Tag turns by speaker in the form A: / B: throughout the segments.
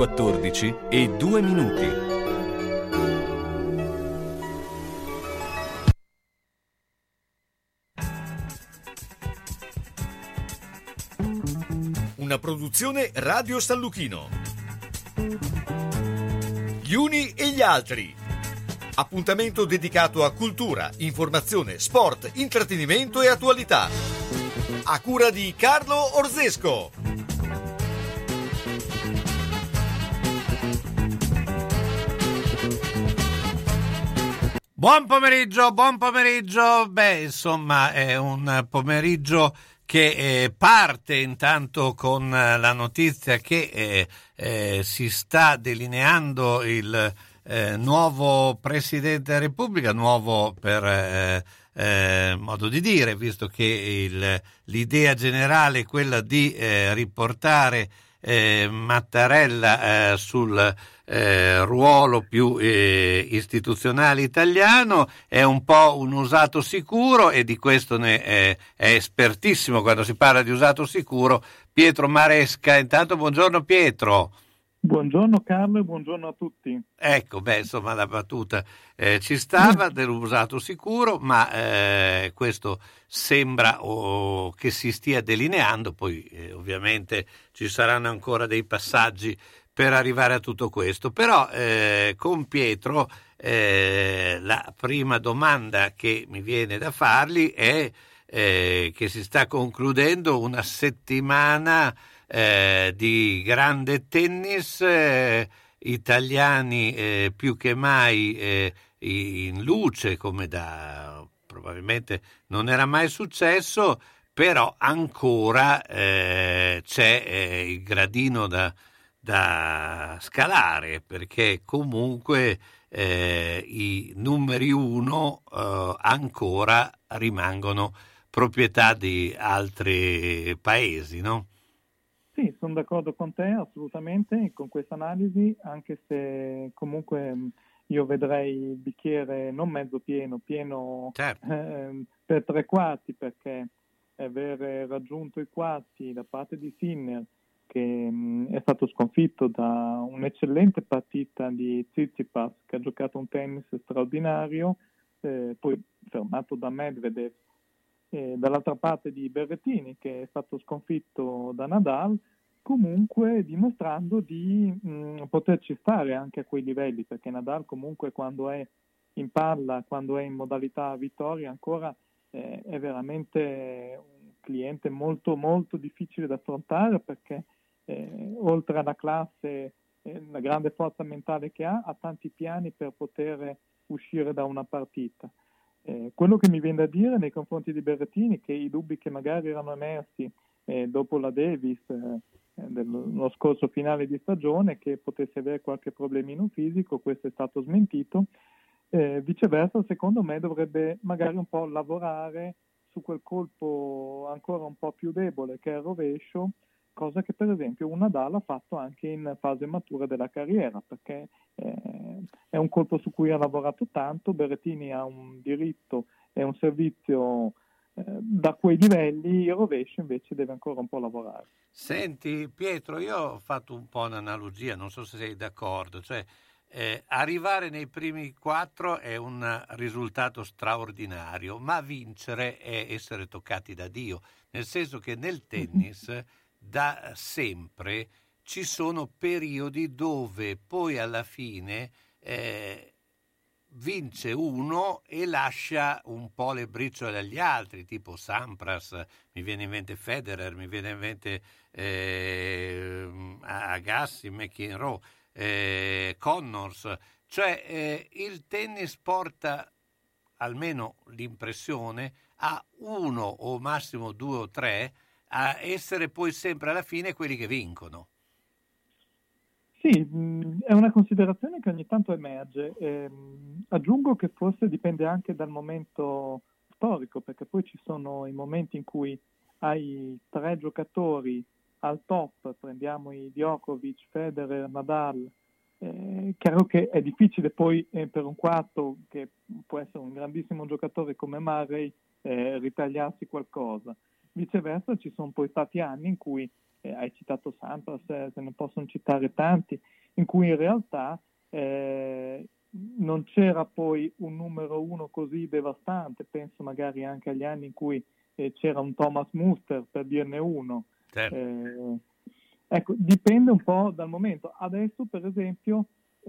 A: 14:02. Una produzione Radio San Luchino. Gli uni e gli altri. Appuntamento dedicato a cultura, informazione, sport, intrattenimento e attualità. A cura di Carlo Orzesco.
B: Buon pomeriggio. Beh, insomma, è un pomeriggio che parte intanto con la notizia che si sta delineando il nuovo Presidente della Repubblica, nuovo per modo di dire, visto che l'idea generale è quella di riportare Mattarella sul ruolo più istituzionale italiano. È un po' un usato sicuro, e di questo è espertissimo quando si parla di usato sicuro Pietro Maresca. Intanto buongiorno Pietro.
C: Buongiorno Carlo e buongiorno a tutti.
B: Ecco, insomma la battuta ci stava dell'usato sicuro, ma questo sembra che si stia delineando, poi ovviamente ci saranno ancora dei passaggi per arrivare a tutto questo. Però con Pietro la prima domanda che mi viene da fargli è che si sta concludendo una settimana di grande tennis, italiani più che mai in luce, come probabilmente non era mai successo, però ancora c'è il gradino da scalare, perché comunque i numeri uno ancora rimangono proprietà di altri paesi, no?
C: Sì, sono d'accordo con te assolutamente con questa analisi, anche se comunque io vedrei il bicchiere non mezzo pieno,
B: certo.
C: Per tre quarti, perché aver raggiunto i quarti da parte di Sinner, che è stato sconfitto da un'eccellente partita di Tsitsipas, che ha giocato un tennis straordinario, poi fermato da Medvedev, dall'altra parte di Berrettini, che è stato sconfitto da Nadal, comunque dimostrando di poterci stare anche a quei livelli, perché Nadal comunque quando è in palla, quando è in modalità vittoria ancora è veramente un cliente molto molto difficile da affrontare, perché oltre alla classe, la grande forza mentale che ha tanti piani per poter uscire da una partita. Quello che mi viene da dire nei confronti di Berrettini, che i dubbi che magari erano emersi dopo la Davis dello scorso finale di stagione, che potesse avere qualche problemino fisico, questo è stato smentito. Viceversa, secondo me dovrebbe magari un po' lavorare su quel colpo ancora un po' più debole, che è il rovescio, cosa che per esempio un Nadal ha fatto anche in fase matura della carriera, perché è un colpo su cui ha lavorato tanto. Berrettini ha un diritto e un servizio da quei livelli, il rovescio invece deve ancora un po' lavorare.
B: Senti Pietro, io ho fatto un po' un'analogia, non so se sei d'accordo, cioè arrivare nei primi 4 è un risultato straordinario, ma vincere è essere toccati da Dio, nel senso che nel tennis da sempre ci sono periodi dove poi alla fine vince uno e lascia un po' le briciole agli altri, tipo Sampras, mi viene in mente Federer, mi viene in mente Agassi, McEnroe, Connors, cioè il tennis porta, almeno l'impressione, a uno o massimo 2 o 3 a essere poi sempre alla fine quelli che vincono.
C: Sì, è una considerazione che ogni tanto emerge. Aggiungo che forse dipende anche dal momento storico, perché poi ci sono i momenti in cui hai 3 giocatori al top, prendiamo i Djokovic, Federer, Nadal. Chiaro che è difficile poi per un quarto, che può essere un grandissimo giocatore come Murray, ritagliarsi qualcosa. Viceversa ci sono poi stati anni in cui hai citato Sampras, se ne possono citare tanti, in cui in realtà non c'era poi un numero uno così devastante. Penso magari anche agli anni in cui c'era un Thomas Muster, per dirne uno.
B: Certo.
C: Ecco, dipende un po' dal momento. Adesso, per esempio,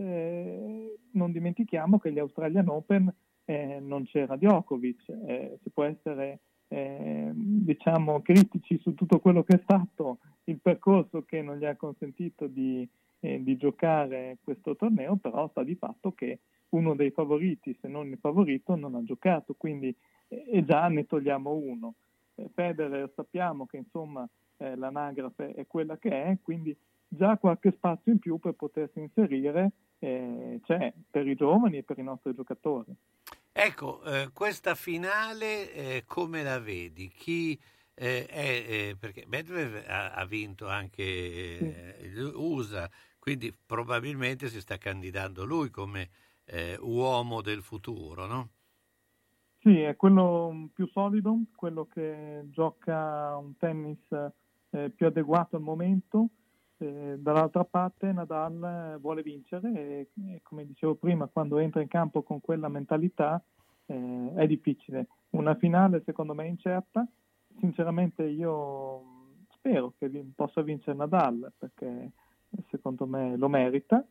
C: non dimentichiamo che gli Australian Open non c'era Djokovic. Si può essere diciamo critici su tutto quello che è stato il percorso che non gli ha consentito di giocare questo torneo, però sta di fatto che uno dei favoriti, se non il favorito, non ha giocato, quindi e già ne togliamo uno. Federer sappiamo che insomma l'anagrafe è quella che è, quindi già qualche spazio in più per potersi inserire c'è per i giovani e per i nostri giocatori.
B: Ecco, questa finale come la vedi? Chi perché Medvedev ha vinto anche USA, quindi probabilmente si sta candidando lui come uomo del futuro, no?
C: Sì, è quello più solido, quello che gioca un tennis più adeguato al momento. Dall'altra parte Nadal vuole vincere e come dicevo prima, quando entra in campo con quella mentalità è difficile. Una finale secondo me è incerta. Sinceramente io spero che possa vincere Nadal, perché secondo me lo merita.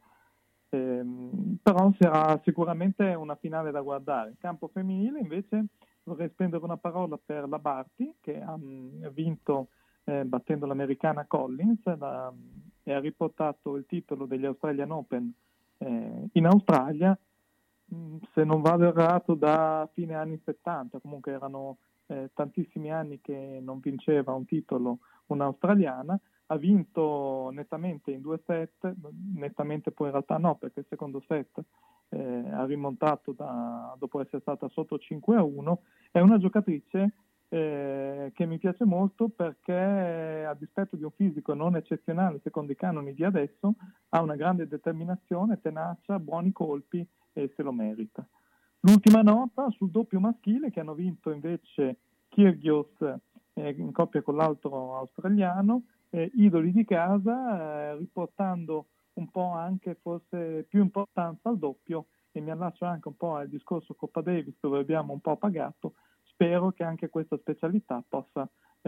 C: Però sarà sicuramente una finale da guardare. In campo femminile invece vorrei spendere una parola per la Barty, che ha vinto battendo l'americana Collins e ha riportato il titolo degli Australian Open in Australia, se non vado errato da fine anni 70, comunque erano tantissimi anni che non vinceva un titolo un'australiana. Ha vinto nettamente in 2 set, nettamente poi in realtà no, perché il secondo set ha rimontato dopo essere stata sotto 5-1. È una giocatrice che mi piace molto perché a dispetto di un fisico non eccezionale secondo i canoni di adesso, ha una grande determinazione, tenacia, buoni colpi e se lo merita. L'ultima nota sul doppio maschile, che hanno vinto invece Kyrgios in coppia con l'altro australiano, idoli di casa, riportando un po' anche forse più importanza al doppio, e mi allaccio anche un po' al discorso Coppa Davis dove abbiamo un po' pagato. Spero che anche questa specialità possa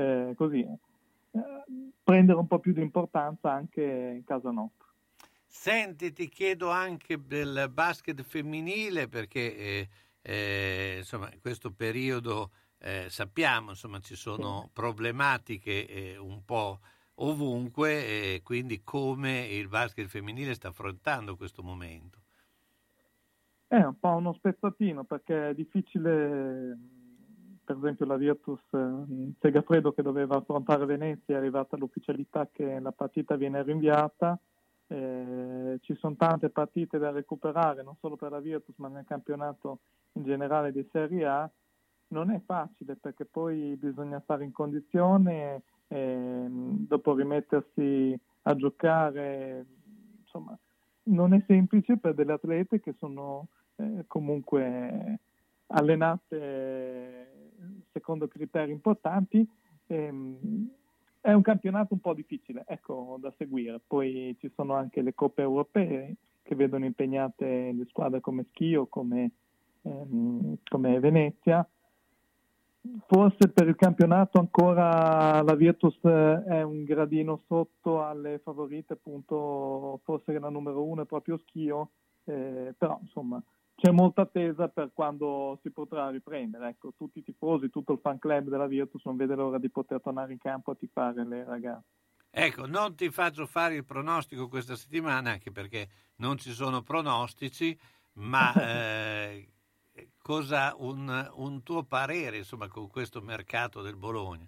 C: prendere un po' più di importanza anche in casa nostra.
B: Senti, ti chiedo anche del basket femminile perché insomma in questo periodo sappiamo insomma ci sono problematiche un po' ovunque, quindi come il basket femminile sta affrontando questo momento?
C: È un po' uno spezzatino perché è difficile. Per esempio la Virtus Segafredo, che doveva affrontare Venezia, è arrivata all'ufficialità che la partita viene rinviata. Ci sono tante partite da recuperare, non solo per la Virtus ma nel campionato in generale di Serie A. Non è facile perché poi bisogna stare in condizione, dopo rimettersi a giocare, insomma non è semplice per delle atlete che sono comunque allenate secondo criteri importanti. È un campionato un po' difficile, ecco, da seguire. Poi ci sono anche le coppe europee che vedono impegnate le squadre come Schio, come Venezia. Forse per il campionato ancora la Virtus è un gradino sotto alle favorite, appunto, forse la numero 1 è proprio Schio, però insomma c'è molta attesa per quando si potrà riprendere. Ecco, tutti i tifosi, tutto il fan club della Virtus non vede l'ora di poter tornare in campo a tifare le ragazze.
B: Ecco, non ti faccio fare il pronostico questa settimana, anche perché non ci sono pronostici, ma cosa un tuo parere insomma con questo mercato del Bologna?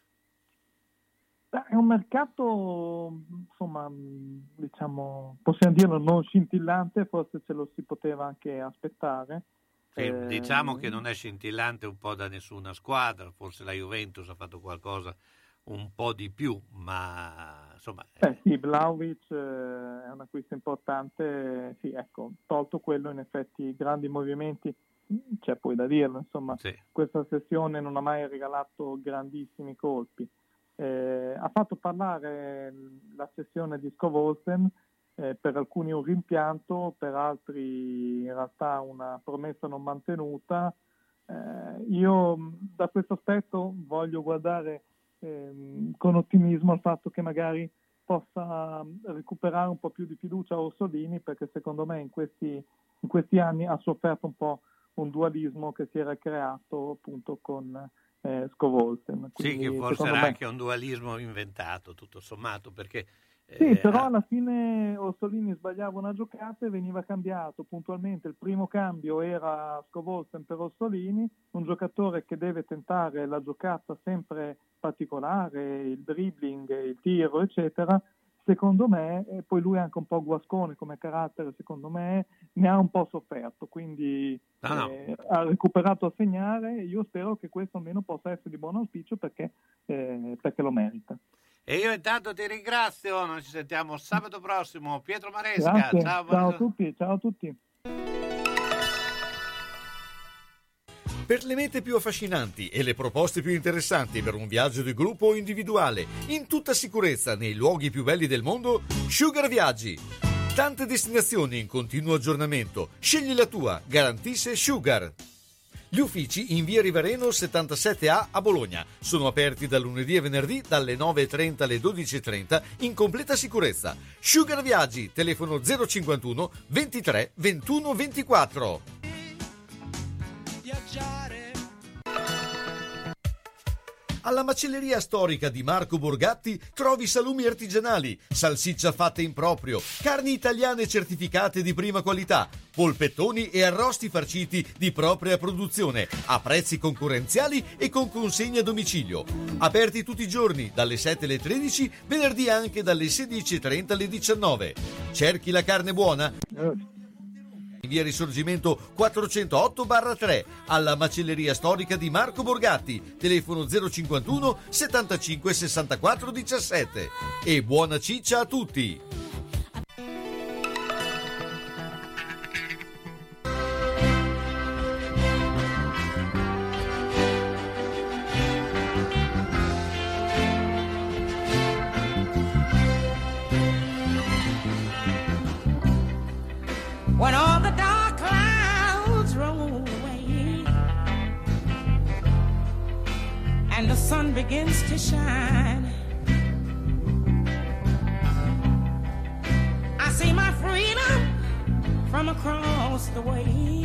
C: È un mercato, insomma, diciamo, possiamo dirlo, non scintillante, forse ce lo si poteva anche aspettare.
B: Sì, diciamo che non è scintillante un po' da nessuna squadra, forse la Juventus ha fatto qualcosa un po' di più, ma insomma...
C: Sì, Vlahovic è un acquisto importante, sì, ecco, tolto quello in effetti grandi movimenti, c'è poi da dirlo, insomma,
B: sì.
C: Questa sessione non ha mai regalato grandissimi colpi. Ha fatto parlare la cessione di Scovolsen, per alcuni un rimpianto, per altri in realtà una promessa non mantenuta. Io da questo aspetto voglio guardare con ottimismo il fatto che magari possa recuperare un po' più di fiducia Orsolini, perché secondo me in questi anni ha sofferto un po' un dualismo che si era creato appunto con Scovolsen.
B: Sì, che forse era anche un dualismo inventato, tutto sommato, perché...
C: Sì, però alla fine Orsolini sbagliava una giocata e veniva cambiato puntualmente. Il primo cambio era Scovolsen per Orsolini, un giocatore che deve tentare la giocata sempre particolare, il dribbling, il tiro, eccetera. Secondo me, e poi lui è anche un po' guascone come carattere, secondo me ne ha un po' sofferto, quindi ha recuperato a segnare. Io spero che questo almeno possa essere di buon auspicio perché lo merita.
B: E io intanto ti ringrazio, noi ci sentiamo sabato prossimo. Pietro Maresca,
C: grazie.
B: Ciao
C: a tutti.
A: Per le mete più affascinanti e le proposte più interessanti per un viaggio di gruppo o individuale, in tutta sicurezza nei luoghi più belli del mondo, Sugar Viaggi. Tante destinazioni in continuo aggiornamento. Scegli la tua, garantisce Sugar. Gli uffici in via Rivareno 77A a Bologna sono aperti dal lunedì e venerdì dalle 9.30 alle 12.30 in completa sicurezza. Sugar Viaggi, telefono 051 23 21 24. Alla macelleria storica di Marco Borgatti trovi salumi artigianali, salsiccia fatta in proprio, carni italiane certificate di prima qualità, polpettoni e arrosti farciti di propria produzione, a prezzi concorrenziali e con consegna a domicilio. Aperti tutti i giorni, dalle 7 alle 13, venerdì anche dalle 16.30 alle 19. Cerchi la carne buona? In via Risorgimento 408/3 alla macelleria storica di Marco Borgatti, telefono 051 75 64 17. E buona ciccia a tutti!
D: When all the dark clouds roll away and the sun begins to shine, I see my freedom from across the way,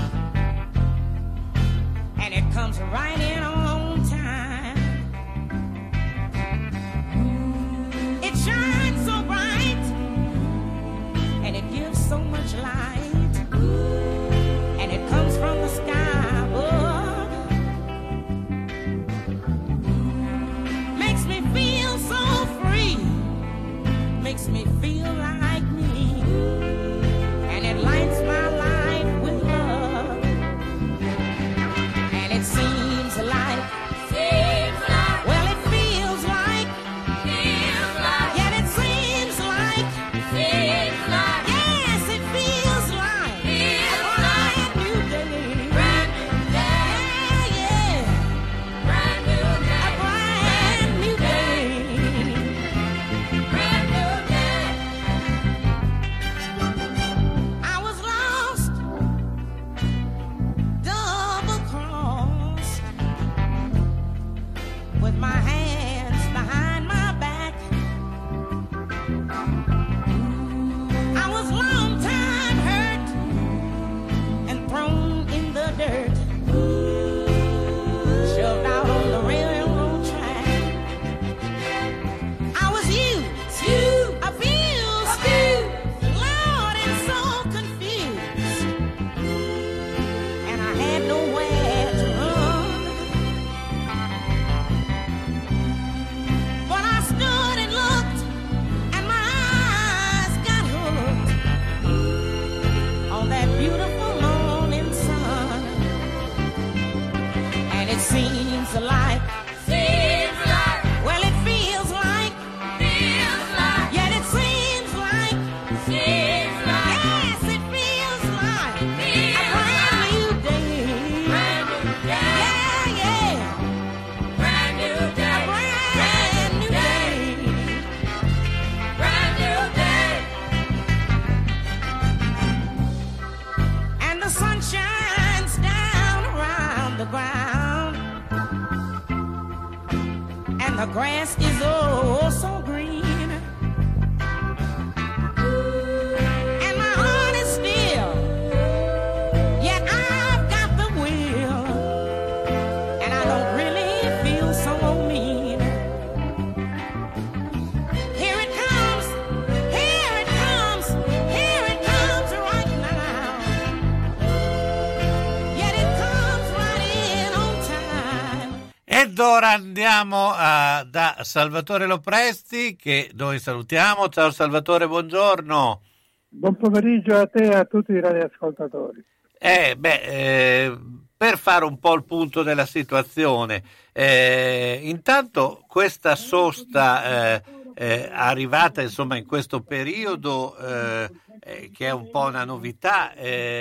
D: and it comes right in on time. It shines so bright and it gives so much light, and it comes from the sky above. Makes me feel so free, makes me feel like me, and it lights my life with love. And it seems like the ground, and the grass is oh so green, and my heart is still, yet I've got the will, and I don't really feel so mean. Here it comes, here it comes, here it comes right now, yet it comes right in on time.
B: Ed ora andiamo da Salvatore Lopresti, che noi salutiamo. Ciao Salvatore, buongiorno.
E: Buon pomeriggio a te e a tutti i radioascoltatori.
B: Per fare un po' il punto della situazione, intanto questa sosta arrivata insomma in questo periodo, che è un po' una novità,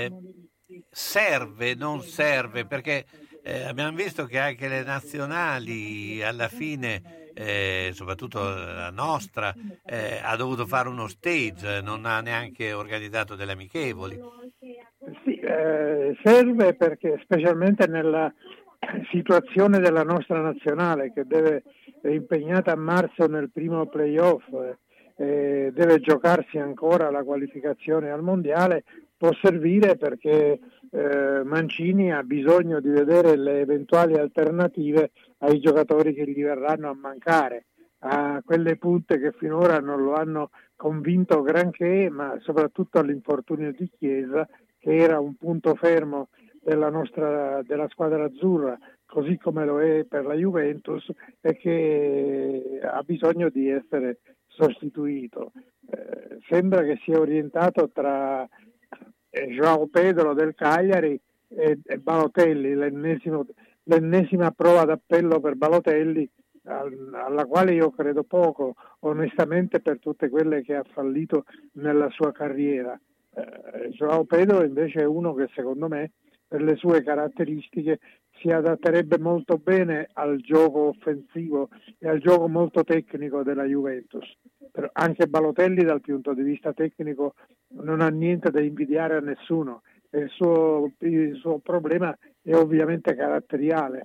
B: serve, non serve? Perché abbiamo visto che anche le nazionali alla fine, soprattutto la nostra, ha dovuto fare uno stage, non ha neanche organizzato delle amichevoli.
E: Sì, serve perché specialmente nella situazione della nostra nazionale, che è impegnata a marzo nel primo playoff, deve giocarsi ancora la qualificazione al mondiale, può servire perché Mancini ha bisogno di vedere le eventuali alternative ai giocatori che gli verranno a mancare, a quelle punte che finora non lo hanno convinto granché, ma soprattutto all'infortunio di Chiesa, che era un punto fermo della squadra azzurra, così come lo è per la Juventus, e che ha bisogno di essere sostituito. Sembra che sia orientato tra João Pedro del Cagliari e Balotelli, l'ennesima prova d'appello per Balotelli, alla quale io credo poco, onestamente, per tutte quelle che ha fallito nella sua carriera. João Pedro invece è uno che secondo me, per le sue caratteristiche, si adatterebbe molto bene al gioco offensivo e al gioco molto tecnico della Juventus. Però anche Balotelli dal punto di vista tecnico non ha niente da invidiare a nessuno, e il suo problema è ovviamente caratteriale.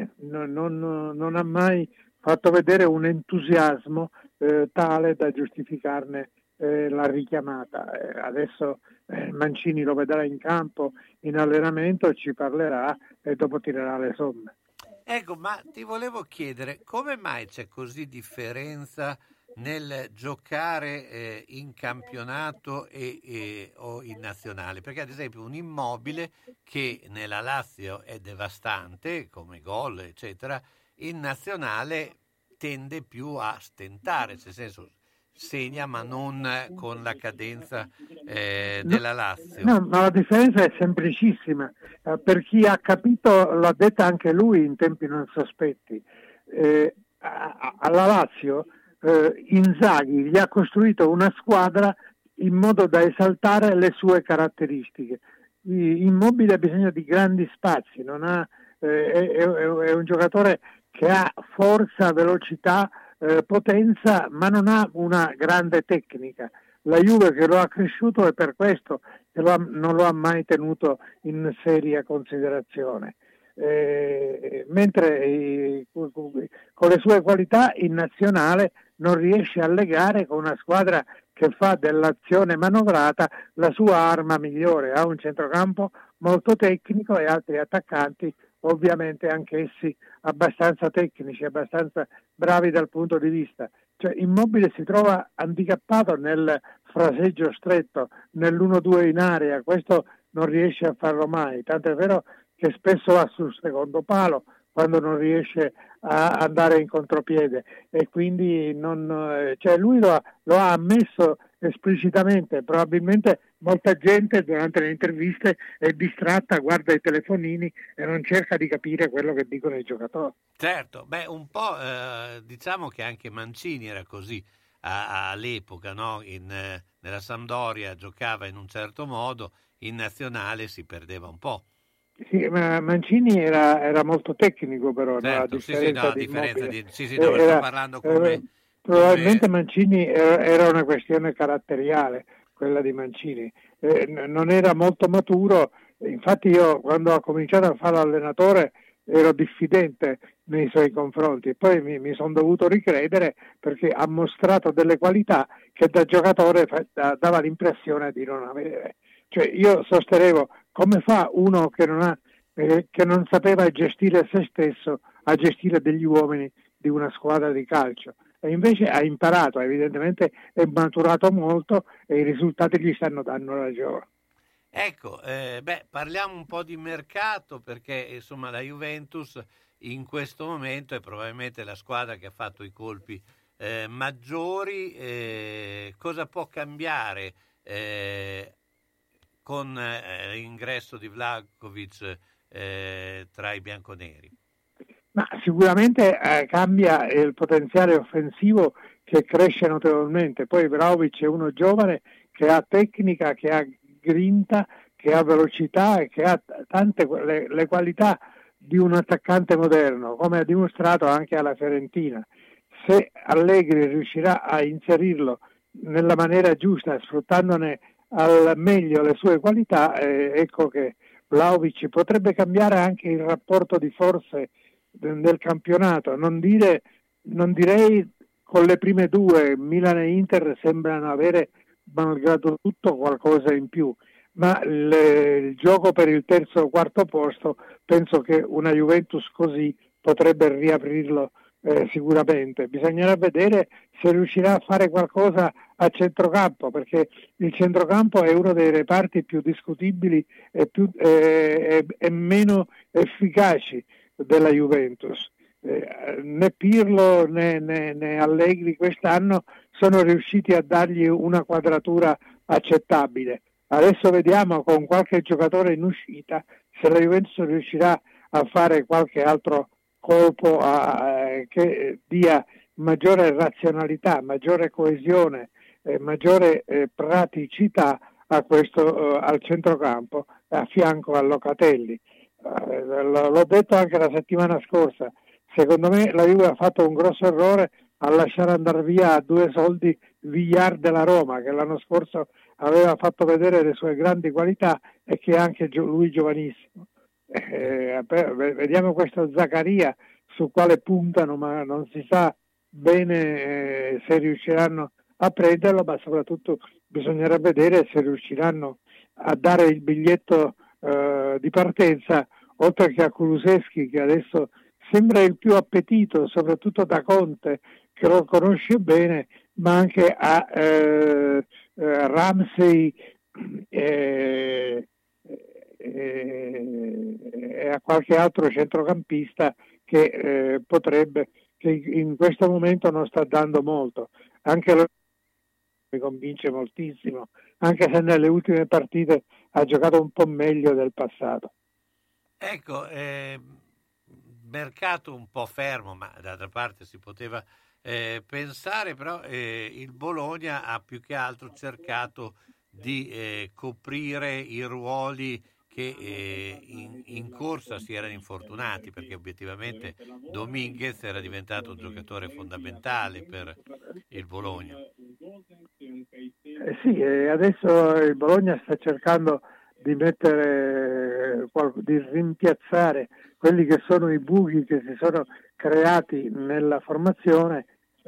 E: Non ha mai fatto vedere un entusiasmo tale da giustificarne la richiamata. Adesso Mancini lo vedrà in campo, in allenamento, ci parlerà e dopo tirerà le somme.
B: Ecco, ma ti volevo chiedere come mai c'è così differenza nel giocare in campionato o in nazionale? Perché ad esempio un Immobile, che nella Lazio è devastante come gol eccetera, in nazionale tende più a stentare, nel senso segna ma non con la cadenza della Lazio.
E: No, ma la differenza è semplicissima, per chi ha capito l'ha detta anche lui in tempi non sospetti. Alla Lazio Inzaghi gli ha costruito una squadra in modo da esaltare le sue caratteristiche. Immobile ha bisogno di grandi spazi, è un giocatore che ha forza, velocità, potenza, ma non ha una grande tecnica. La Juve che lo ha cresciuto è per questo che non lo ha mai tenuto in seria considerazione. Mentre con le sue qualità in nazionale non riesce a legare con una squadra che fa dell'azione manovrata la sua arma migliore. Ha un centrocampo molto tecnico e altri attaccanti ovviamente anch'essi abbastanza tecnici, abbastanza bravi dal punto di vista. Cioè Immobile si trova handicappato nel fraseggio stretto, nell'1-2 in area, questo non riesce a farlo mai, tanto è vero che spesso va sul secondo palo quando non riesce a andare in contropiede, e quindi lui lo ha ammesso esplicitamente. Probabilmente molta gente durante le interviste è distratta, guarda i telefonini e non cerca di capire quello che dicono i giocatori.
B: Certo, un po' diciamo che anche Mancini era così all'epoca, no? Nella Sampdoria giocava in un certo modo, in nazionale si perdeva un po'.
E: Sì, ma Mancini era molto tecnico, però,
B: certo,
E: sto
B: parlando come
E: probabilmente Mancini era una questione caratteriale, quella di Mancini, non era molto maturo. Infatti io quando ho cominciato a fare l'allenatore ero diffidente nei suoi confronti, e poi mi sono dovuto ricredere perché ha mostrato delle qualità che da giocatore dava l'impressione di non avere. Cioè, io sostenevo, come fa uno che non sapeva gestire se stesso a gestire degli uomini di una squadra di calcio? E invece ha imparato, evidentemente è maturato molto e i risultati gli stanno dando ragione.
B: Ecco, parliamo un po' di mercato, perché insomma la Juventus in questo momento è probabilmente la squadra che ha fatto i colpi maggiori. Cosa può cambiare con l'ingresso di Vlahovic tra i bianconeri?
E: Ma sicuramente cambia il potenziale offensivo che cresce notevolmente. Poi Vlahovic è uno giovane che ha tecnica, che ha grinta, che ha velocità e che ha tante le qualità di un attaccante moderno, come ha dimostrato anche alla Fiorentina. Se Allegri riuscirà a inserirlo nella maniera giusta, sfruttandone al meglio le sue qualità, ecco che Vlahovic potrebbe cambiare anche il rapporto di forze del campionato. Non direi con le prime due, Milan e Inter sembrano avere malgrado tutto qualcosa in più, ma il gioco per il terzo o quarto posto penso che una Juventus così potrebbe riaprirlo sicuramente. Bisognerà vedere se riuscirà a fare qualcosa a centrocampo, perché il centrocampo è uno dei reparti più discutibili e meno efficaci della Juventus. Né Pirlo né Allegri quest'anno sono riusciti a dargli una quadratura accettabile. Adesso vediamo con qualche giocatore in uscita se la Juventus riuscirà a fare qualche altro colpo che dia maggiore razionalità, maggiore coesione, maggiore praticità a questo al centrocampo a fianco a Locatelli. L'ho detto anche la settimana scorsa, secondo me la Juve ha fatto un grosso errore a lasciare andare via a 2 soldi Villar della Roma, che l'anno scorso aveva fatto vedere le sue grandi qualità e che è anche lui giovanissimo. Vediamo questo Zaccaria su quale puntano, ma non si sa bene se riusciranno a prenderlo, ma soprattutto bisognerà vedere se riusciranno a dare il biglietto di partenza, oltre che a Kulusevski, che adesso sembra il più appetito, soprattutto da Conte, che lo conosce bene, ma anche a Ramsey e a qualche altro centrocampista che potrebbe, che in questo momento non sta dando molto. Anche lo mi convince moltissimo, anche se nelle ultime partite ha giocato un po' meglio del passato.
B: Ecco, mercato un po' fermo, ma d'altra parte si poteva pensare, però il Bologna ha più che altro cercato di coprire i ruoli che in corsa si erano infortunati, perché obiettivamente Dominguez era diventato un giocatore fondamentale per il Bologna.
E: Sì, adesso il Bologna sta cercando di di rimpiazzare quelli che sono i buchi che si sono creati nella formazione.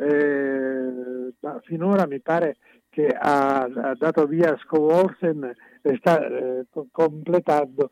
E: Ma finora mi pare che ha dato via Scovolsen e sta completando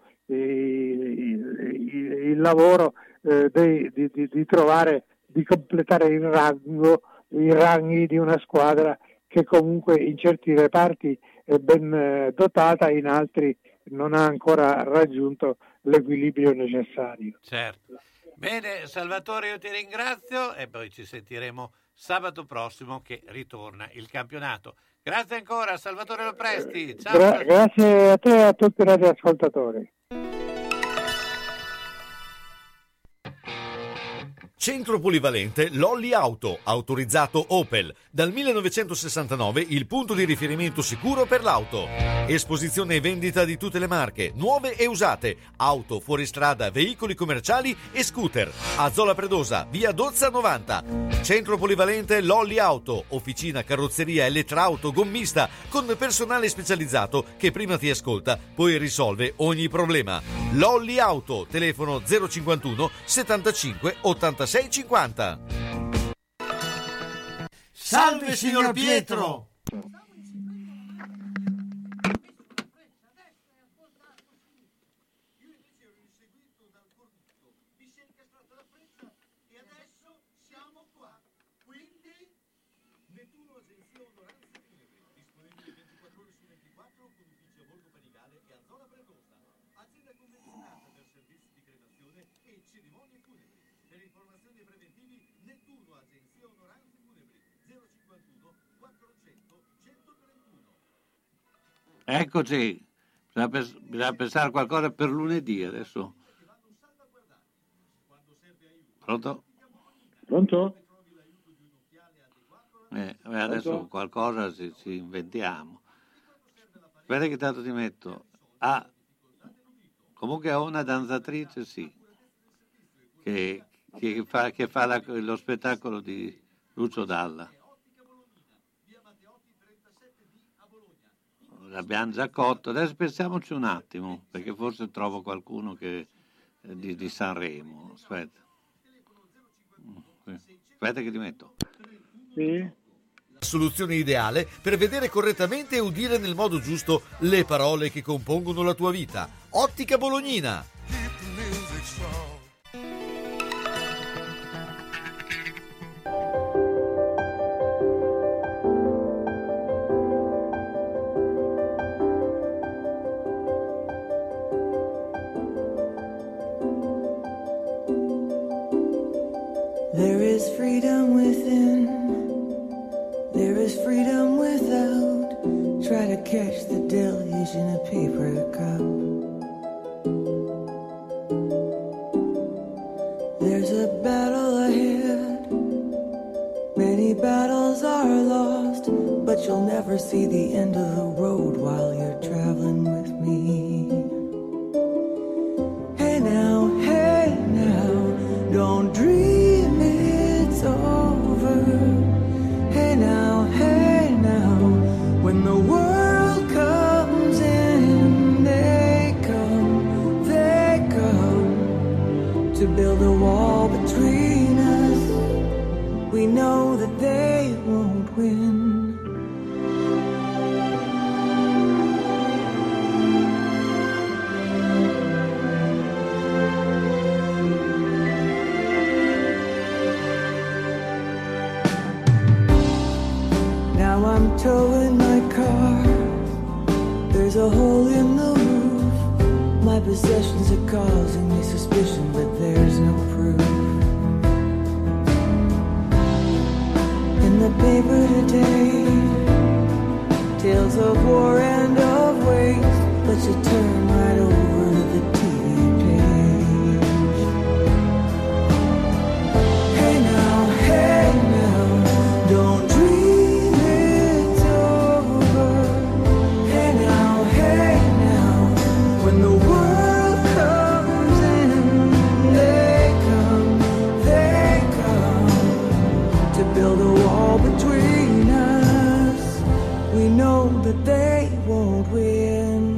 E: il lavoro di trovare, di completare i ranghi di una squadra che comunque in certi reparti è ben dotata, in altri non ha ancora raggiunto l'equilibrio necessario.
B: Certo. Bene, Salvatore, io ti ringrazio e poi ci sentiremo sabato prossimo che ritorna il campionato. Grazie ancora, Salvatore Lopresti. Ciao.
E: Grazie a te e a tutti i radioascoltatori.
A: Centro polivalente Lolli Auto, autorizzato Opel. Dal 1969 il punto di riferimento sicuro per l'auto. Esposizione e vendita di tutte le marche, nuove e usate, auto, fuoristrada, veicoli commerciali e scooter. A Zola Predosa, via Dozza 90. Centro polivalente Lolli Auto, officina, carrozzeria, elettrauto, gommista, con personale specializzato che prima ti ascolta, poi risolve ogni problema. Lolli Auto, telefono 051 75 86 50.
F: Salve signor Pietro!
B: Eccoci, bisogna pensare a qualcosa per lunedì adesso. Pronto?
E: Pronto?
B: Adesso qualcosa ci inventiamo. Aspetta che tanto ti metto. Comunque ho una danzatrice, sì, che fa lo spettacolo di Lucio Dalla. L'abbiamo già cotto, adesso pensiamoci un attimo, perché forse trovo qualcuno che di Sanremo. Aspetta che ti metto.
E: Sì.
A: Soluzione ideale per vedere correttamente e udire nel modo giusto le parole che compongono la tua vita. Ottica Bolognina.
G: There is freedom within, there is freedom without. Try to catch the deluge in a paper cup. There's a battle ahead, many battles are lost, but you'll never see the end of the road while you're traveling with me. Hey now, don't dream it's over. Hey now, when the world comes in, they come to build a wall between us. We know that they won't win. I'm towing my car. There's a hole in the roof. My possessions are causing me suspicion, but there's no proof. In the paper today, tales of war and of waste, but you turn right over to the TV page. Hey now, don't dream. When the world comes in, they come to build a wall between us. We know that they won't win.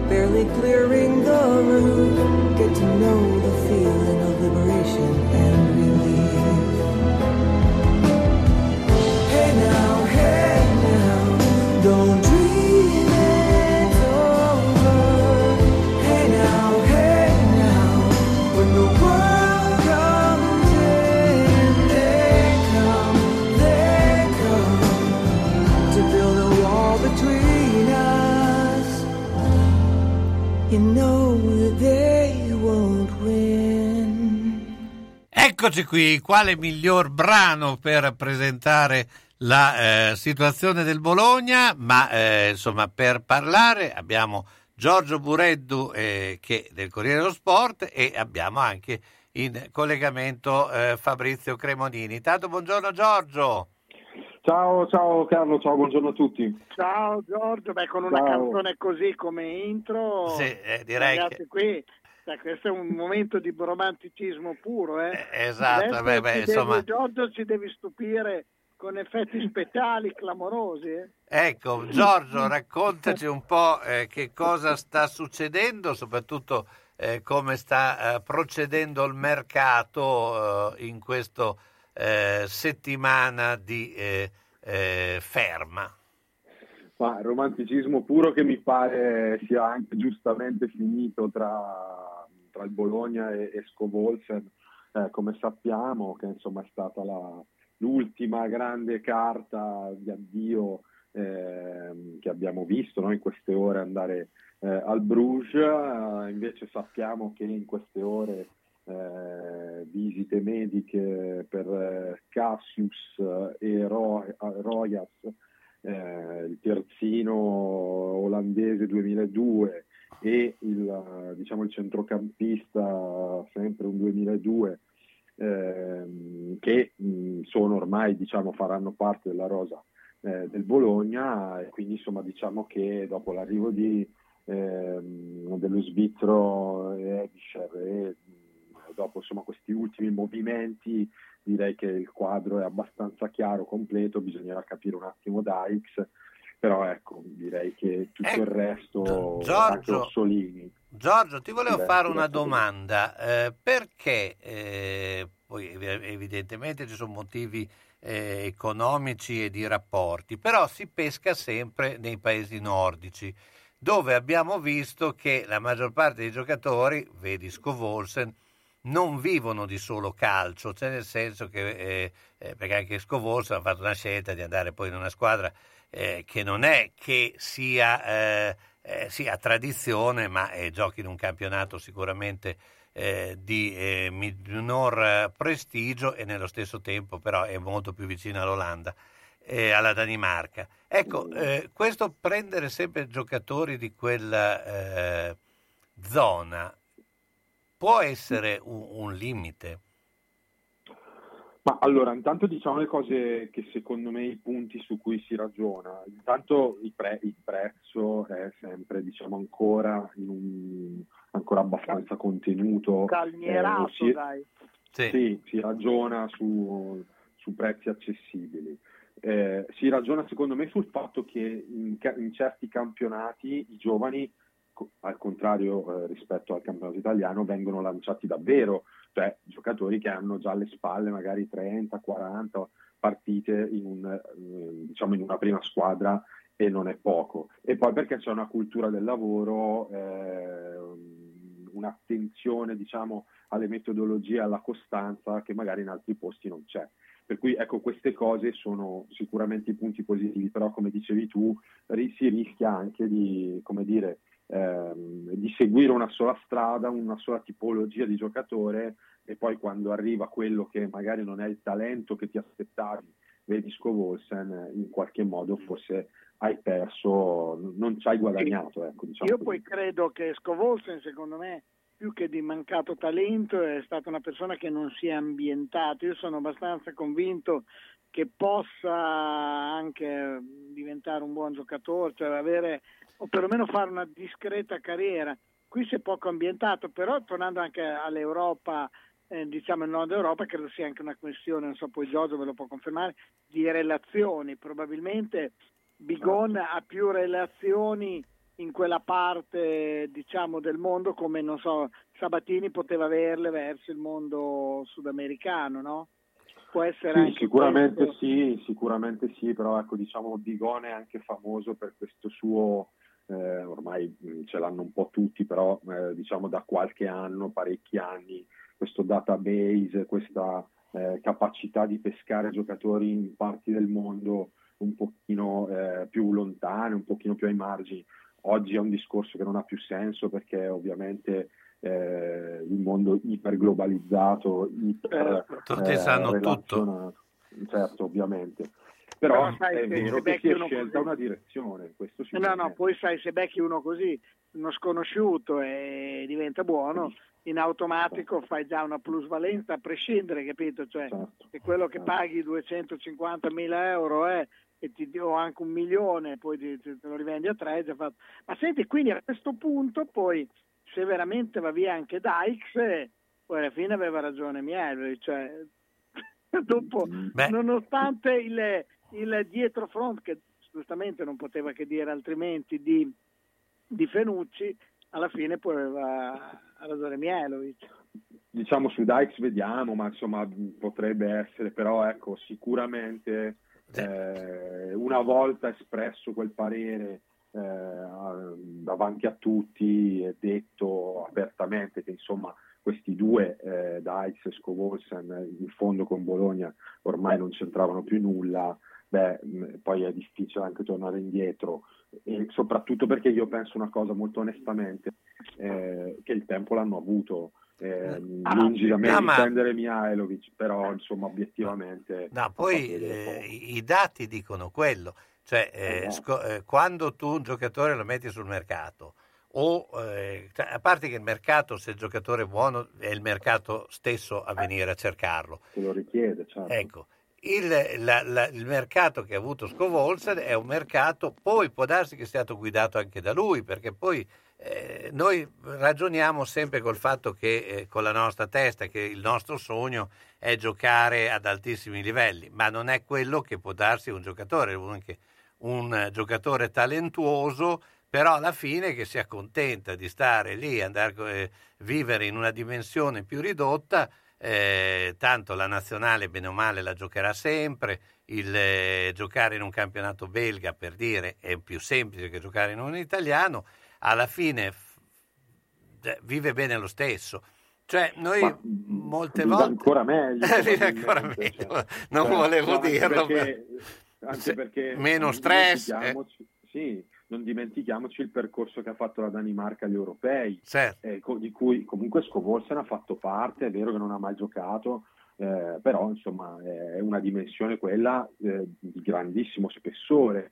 G: barely clearing the roof. Get to know the feeling of liberation and relief. Hey now, don't dream it's over. Hey now, when the world comes in, they come to build a wall between us. You know that they won't win.
B: Eccoci qui, quale miglior brano per presentare la situazione del Bologna, ma insomma per parlare abbiamo Giorgio Bureddu che del Corriere dello Sport, e abbiamo anche in collegamento Fabrizio Cremonini. Tanto buongiorno Giorgio.
H: Ciao Carlo, ciao, buongiorno a tutti.
I: Ciao Giorgio, con una canzone così come intro,
B: sì, direi
I: ragazzi,
B: che
I: qui questo è un momento di romanticismo puro,
B: esatto. Insomma,
I: Giorgio ci devi stupire con effetti speciali clamorosi.
B: Ecco, Giorgio, raccontaci un po' che cosa sta succedendo, soprattutto come sta procedendo il mercato in questo settimana di ferma.
H: Ma romanticismo puro che mi pare sia anche giustamente finito tra il Bologna e Scovolsen, come sappiamo, che insomma è stata l'ultima grande carta di addio che abbiamo visto, no, in queste ore andare al Bruges. Invece sappiamo che in queste ore visite mediche per Cassius e Rojas, il terzino olandese 2002 e il centrocampista sempre un 2002, che sono ormai faranno parte della rosa del Bologna, e quindi insomma diciamo che dopo l'arrivo dello svizzero Ebischer e dopo insomma questi ultimi movimenti, direi che il quadro è abbastanza chiaro, completo. Bisognerà capire un attimo Dykes, però ecco, direi che tutto il resto, anche Orsolini.
B: Giorgio, ti volevo fare una domanda, perché poi evidentemente ci sono motivi economici e di rapporti, però si pesca sempre nei paesi nordici, dove abbiamo visto che la maggior parte dei giocatori, vedi Scovolsen, non vivono di solo calcio, cioè nel senso che perché anche Scovolsen ha fatto una scelta di andare poi in una squadra che non è che sia tradizione, ma giochi in un campionato sicuramente di minor prestigio, e nello stesso tempo però è molto più vicino all'Olanda, alla Danimarca. Ecco, questo prendere sempre giocatori di quella zona può essere un limite?
H: Ma allora, intanto diciamo le cose che secondo me, i punti su cui si ragiona. Intanto il prezzo è sempre ancora ancora abbastanza contenuto.
I: Calmierato, dai.
H: Sì, si ragiona su prezzi accessibili. Si ragiona secondo me sul fatto che in certi campionati i giovani, al contrario rispetto al campionato italiano, vengono lanciati davvero, cioè giocatori che hanno già alle spalle magari 30-40 partite in una prima squadra, e non è poco. E poi perché c'è una cultura del lavoro, un'attenzione alle metodologie, alla costanza, che magari in altri posti non c'è. Per cui ecco, queste cose sono sicuramente i punti positivi, però come dicevi tu si rischia anche di seguire una sola strada, una sola tipologia di giocatore, e poi quando arriva quello che magari non è il talento che ti aspettavi, vedi Scovolsen, in qualche modo forse hai perso, non ci hai guadagnato. Ecco,
I: io poi credo che Scovolsen, secondo me, più che di mancato talento, è stata una persona che non si è ambientata. Io sono abbastanza convinto che possa anche diventare un buon giocatore, cioè avere, o perlomeno fare una discreta carriera. Qui si è poco ambientato, però tornando anche all'Europa, il nord Europa, credo sia anche una questione, non so, poi Giorgio ve lo può confermare, di relazioni. Probabilmente Bigon ha più relazioni in quella parte, diciamo, del mondo, come, non so, Sabatini poteva averle verso il mondo sudamericano, no? Può essere
H: Sì,
I: anche
H: sicuramente sì, però ecco, diciamo, Bigone è anche famoso per questo suo, ormai ce l'hanno un po' tutti, però diciamo da qualche anno, parecchi anni, questo database, questa capacità di pescare giocatori in parti del mondo un pochino più lontane, un pochino più ai margini. Oggi è un discorso che non ha più senso, perché ovviamente il mondo iperglobalizzato,
B: tutti sanno tutto.
H: Certo, ovviamente. Però
I: sai,
H: è vero che si è scelta una direzione, questo
I: No, poi sai, se becchi uno così, uno sconosciuto, e diventa buono, in automatico fai già una plusvalenza a prescindere, capito? Cioè, che quello che paghi 250.000 euro e ti do anche 1 milione, poi te lo rivendi a 3, già fatto. Ma senti, quindi a questo punto poi, se veramente va via anche Dykes, poi alla fine aveva ragione Miele, cioè dopo, nonostante il dietrofront, che giustamente non poteva che dire altrimenti, di Fenucci, alla fine poi aveva ragione Mihajlovic.
H: Diciamo su Dykes vediamo, ma insomma potrebbe essere, però ecco, sicuramente una volta espresso quel parere davanti a tutti e detto apertamente che insomma questi due, Dykes e Scovolsen, in fondo con Bologna ormai non c'entravano più nulla, poi è difficile anche tornare indietro, e soprattutto perché io penso una cosa molto onestamente, che il tempo l'hanno avuto. Lungi da me difendere Mihajlovic, però insomma obiettivamente
B: poi i dati dicono quello, cioè quando tu un giocatore lo metti sul mercato, a parte che il mercato, se il giocatore è buono, è il mercato stesso a venire a cercarlo,
H: se lo richiede, certo.
B: Ecco, il mercato che ha avuto Scovolsen è un mercato, poi può darsi che sia stato guidato anche da lui, perché poi noi ragioniamo sempre col fatto che con la nostra testa, che il nostro sogno è giocare ad altissimi livelli, ma non è quello che può darsi un giocatore, anche un giocatore talentuoso, però alla fine che si accontenta di stare lì, andare vivere in una dimensione più ridotta. Tanto la nazionale bene o male la giocherà sempre, giocare in un campionato belga, per dire, è più semplice che giocare in un italiano, alla fine vive bene lo stesso, cioè noi molte volte
H: ancora meglio,
B: cioè, non volevo dirlo
H: anche perché
B: meno stress,
H: non dimentichiamoci il percorso che ha fatto la Danimarca agli europei,
B: certo.
H: Di cui comunque Scovolsen ha fatto parte, è vero che non ha mai giocato, però insomma è una dimensione quella di grandissimo spessore,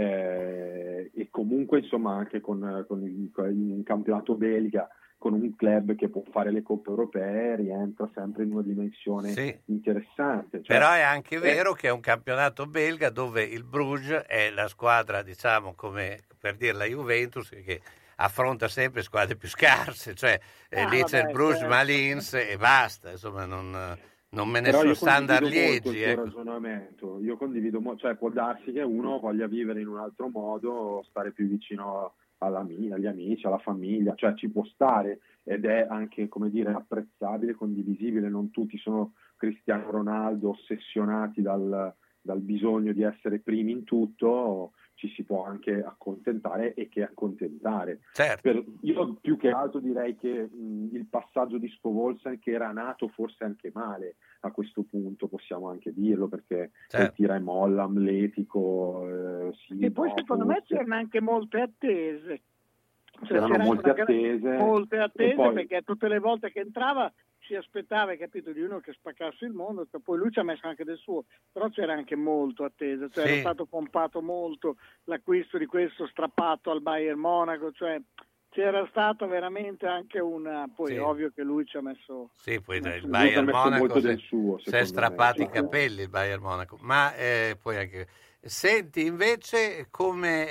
H: e comunque insomma anche con il campionato belga, con un club che può fare le coppe europee, rientra sempre in una dimensione interessante. Cioè,
B: però è anche vero che è un campionato belga dove il Bruges è la squadra, diciamo, come per dire la Juventus, che affronta sempre squadre più scarse, cioè lì c'è il Bruges Malins e basta, insomma non me ne sono standard liegi.
H: Ecco. Ragionamento. Io condivido, cioè può darsi che uno voglia vivere in un altro modo, stare più vicino agli amici, alla famiglia, cioè ci può stare, ed è anche, come dire, apprezzabile, condivisibile. Non tutti sono Cristiano Ronaldo ossessionati dal bisogno di essere primi in tutto, ci si può anche accontentare e che accontentare.
B: Certo.
H: Io più che altro direi che il passaggio di Scovolsen, che era nato forse anche male a questo punto, possiamo anche dirlo, perché tira e molla, amletico,
I: e poi secondo me c'erano anche molte attese.
H: C'erano molte attese, poi,
I: perché tutte le volte che entrava si aspettava, capito, di uno che spaccasse il mondo, poi lui ci ha messo anche del suo, però c'era anche molto attesa, cioè era stato pompato molto l'acquisto di questo strappato al Bayern Monaco, cioè c'era stata veramente anche una, poi ovvio che lui ci ha messo
B: poi il Bayern Monaco
H: si
B: è strappato i capelli, il Bayern Monaco, ma poi anche senti invece come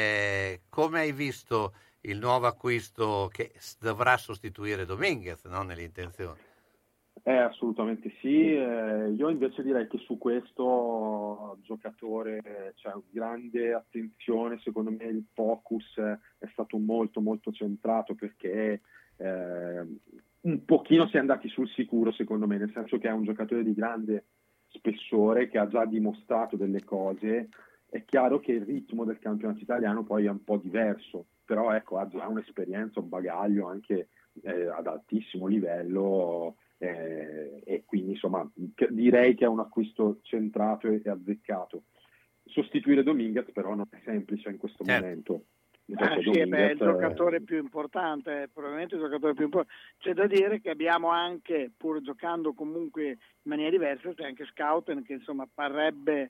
B: hai visto il nuovo acquisto che dovrà sostituire Dominguez, no? Nell'intenzione.
H: Assolutamente sì, io invece direi che su questo giocatore c'è grande attenzione, secondo me il focus è stato molto molto centrato perché un pochino si è andati sul sicuro secondo me, nel senso che è un giocatore di grande spessore che ha già dimostrato delle cose. È chiaro che il ritmo del campionato italiano poi è un po' diverso, però ecco, ha già un'esperienza, un bagaglio anche ad altissimo livello. E quindi insomma direi che è un acquisto centrato e azzeccato. Sostituire Dominguez però non è semplice in questo momento.
I: Sì, è il giocatore più importante, probabilmente il giocatore più importante. C'è da dire che abbiamo anche, pur giocando comunque in maniera diversa, c'è anche Schouten che insomma parrebbe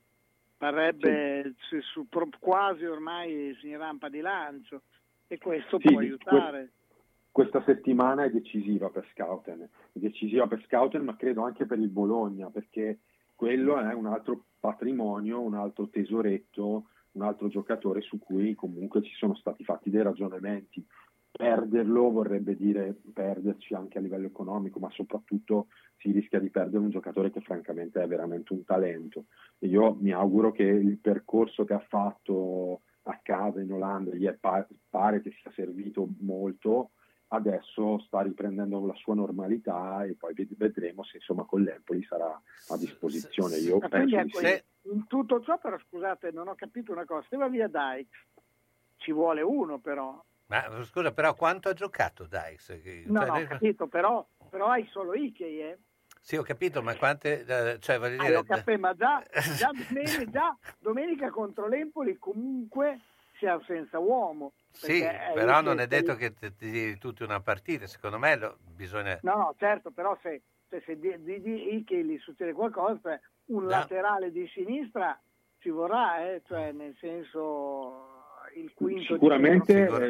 I: quasi ormai in rampa di lancio, e questo può aiutare.
H: Questa settimana è decisiva per Schouten, ma credo anche per il Bologna, perché quello è un altro patrimonio, un altro tesoretto, un altro giocatore su cui comunque ci sono stati fatti dei ragionamenti. Perderlo vorrebbe dire perderci anche a livello economico, ma soprattutto si rischia di perdere un giocatore che francamente è veramente un talento. E io mi auguro che il percorso che ha fatto a casa in Olanda gli pare che sia servito molto. Adesso sta riprendendo la sua normalità e poi vedremo se insomma con l'Empoli sarà a disposizione. Io penso di sì.
I: In tutto ciò però scusate, non ho capito una cosa, se va via Dykes ci vuole uno però.
B: Ma scusa, però quanto ha giocato Dykes?
I: No, ho capito, però hai solo Ikei,
B: Sì, ho capito, ma quante... cioè, voglio dire...
I: ma già domenica contro l'Empoli comunque sia senza uomo.
B: Sì, però non è detto che ti tiri tutta una partita, secondo me bisogna...
I: No, certo, però se di Ikei gli succede qualcosa, laterale di sinistra ci vorrà, cioè nel senso... Il quinto
H: sicuramente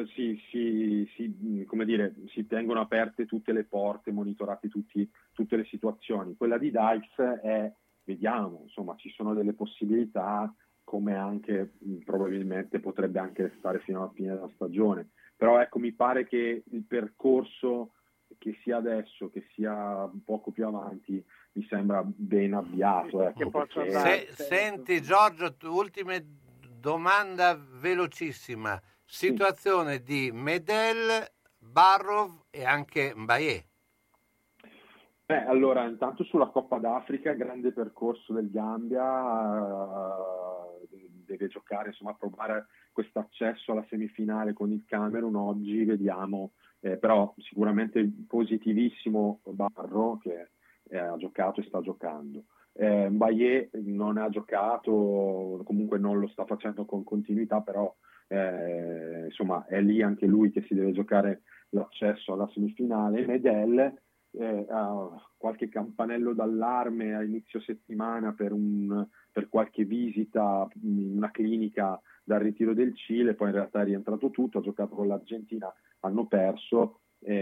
H: si tengono aperte tutte le porte, monitorate tutte le situazioni. Quella di Dykes vediamo, insomma, ci sono delle possibilità, come anche probabilmente potrebbe anche restare fino alla fine della stagione. Però ecco, mi pare che il percorso che sia adesso, che sia un poco più avanti, mi sembra ben avviato. Ecco,
B: Senti Giorgio, ultime domanda velocissima. Situazione di Medel, Barrov e anche Mbaye.
H: Allora, intanto sulla Coppa d'Africa, grande percorso del Gambia, deve giocare, insomma, provare questo accesso alla semifinale con il Camerun oggi, vediamo, però sicuramente positivissimo Barro che ha giocato e sta giocando. Mbaye non ha giocato, comunque non lo sta facendo con continuità, però insomma è lì anche lui che si deve giocare l'accesso alla semifinale. Medel ha qualche campanello d'allarme a inizio settimana per qualche visita in una clinica dal ritiro del Cile, poi in realtà è rientrato tutto, ha giocato con l'Argentina, hanno perso,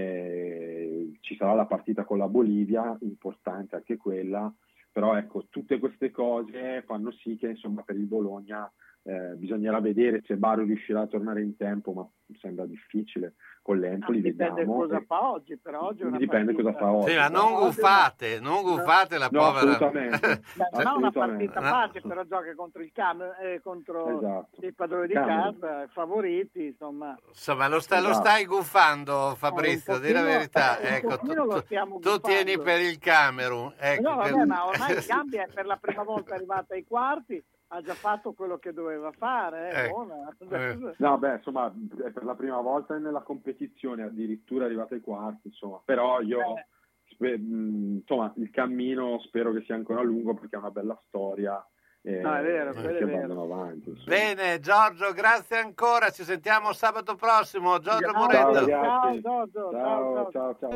H: ci sarà la partita con la Bolivia, importante anche quella. Però ecco, tutte queste cose fanno sì che insomma per il Bologna bisognerà vedere se Barro riuscirà a tornare in tempo, ma sembra difficile. Con l'Empoli
I: dipende
H: vediamo.
I: Cosa fa oggi, però oggi è una
H: dipende
I: partita.
H: cosa fa oggi.
B: Sì, ma non guffate la povera.
H: Assolutamente.
I: Non è una partita facile, però gioca contro il contro i padroni di casa, favoriti, insomma.
B: Insomma, lo stai guffando, Fabrizio, di la verità. Ecco, tu tieni per il Camerun. Ecco,
I: no, vabbè, ma ormai il Gambia è per la prima volta arrivata ai quarti, ha già fatto quello che doveva fare.
H: No, beh, insomma, è per la prima volta nella competizione, addirittura arrivata ai quarti, insomma. Però io, insomma, il cammino spero che sia ancora lungo perché è una bella storia.
I: È vero,
H: che vanno avanti. Insomma.
B: Bene, Giorgio, grazie ancora. Ci sentiamo sabato prossimo. Giorgio Moretto.
H: Ciao, Giorgio. Ciao.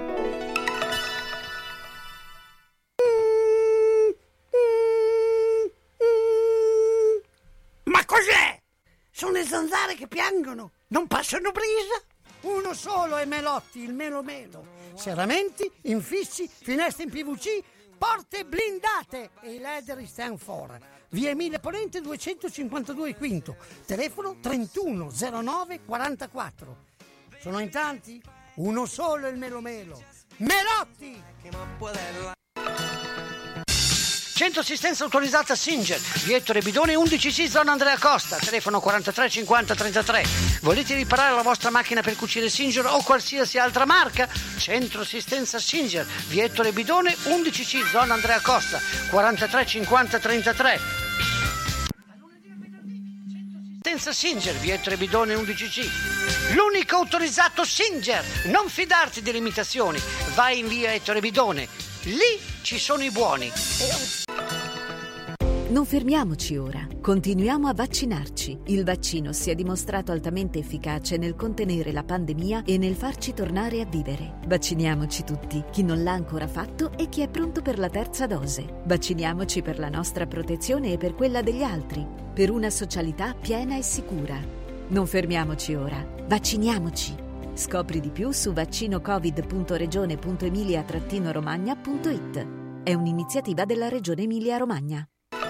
F: Ma cos'è? Sono le zanzare che piangono, non passano brisa? Uno solo è Melotti, il Melo Melo. Serramenti, infissi, finestre in PVC, porte blindate e i leder stand for. Via Emile Ponente 252 Quinto, telefono 31 09 44. Sono in tanti? Uno solo è il Melo Melo. Melotti! Centro assistenza autorizzata Singer, via Ettore Bidone 11C, zona Andrea Costa, telefono 43 50 33. Volete riparare la vostra macchina per cucire Singer o qualsiasi altra marca? Centro assistenza Singer, via Ettore Bidone 11C, zona Andrea Costa, 43 50 33. Assistenza Singer, via Ettore Bidone 11C. L'unico autorizzato Singer. Non fidarti delle imitazioni. Vai in via Ettore Bidone. Lì ci sono i buoni.
J: Non fermiamoci ora, continuiamo a vaccinarci. Il vaccino si è dimostrato altamente efficace nel contenere la pandemia e nel farci tornare a vivere. Vacciniamoci tutti, chi non l'ha ancora fatto e chi è pronto per la terza dose. Vacciniamoci per la nostra protezione e per quella degli altri, per una socialità piena e sicura. Non fermiamoci ora, vacciniamoci. Scopri di più su vaccinocovid.regione.emilia-romagna.it. È un'iniziativa della Regione Emilia-Romagna.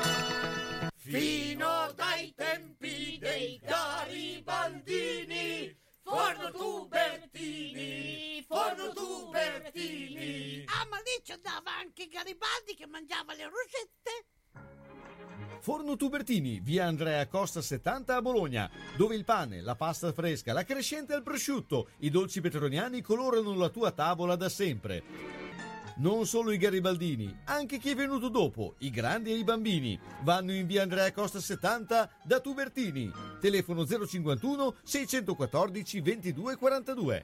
K: Fino dai tempi dei Garibaldini, forno Tubertini, forno Tubertini.
F: Ah, ma lì ci andava anche Garibaldi che mangiava le rosette.
A: Forno Tubertini, via Andrea Costa 70 a Bologna, dove il pane, la pasta fresca, la crescente al prosciutto, i dolci petroniani colorano la tua tavola da sempre. Non solo i garibaldini, anche chi è venuto dopo, i grandi e i bambini, vanno in via Andrea Costa 70 da Tubertini. Telefono 051 614 22 42.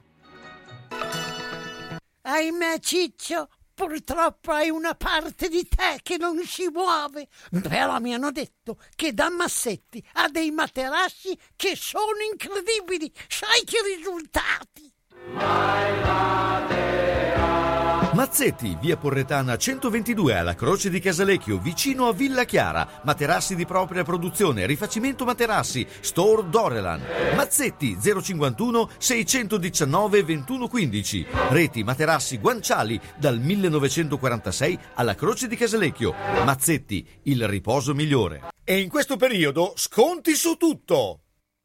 F: Ahimè Ciccio, purtroppo hai una parte di te che non si muove. Però mi hanno detto che da Massetti ha dei materassi che sono incredibili. Sai che risultati?
A: Mazzetti, via Porretana 122 alla Croce di Casalecchio, vicino a Villa Chiara. Materassi di propria produzione, rifacimento materassi, Store Dorelan. Mazzetti 051 619 2115. Reti materassi guanciali dal 1946 alla Croce di Casalecchio. Mazzetti, il riposo migliore. E in questo periodo sconti su tutto.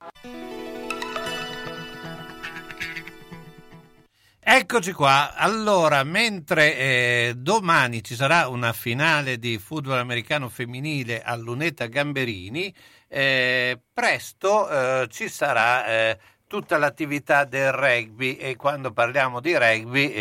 B: Eccoci qua. Allora, mentre domani ci sarà una finale di football americano femminile a Lunetta Gamberini, presto ci sarà tutta l'attività del rugby, e quando parliamo di rugby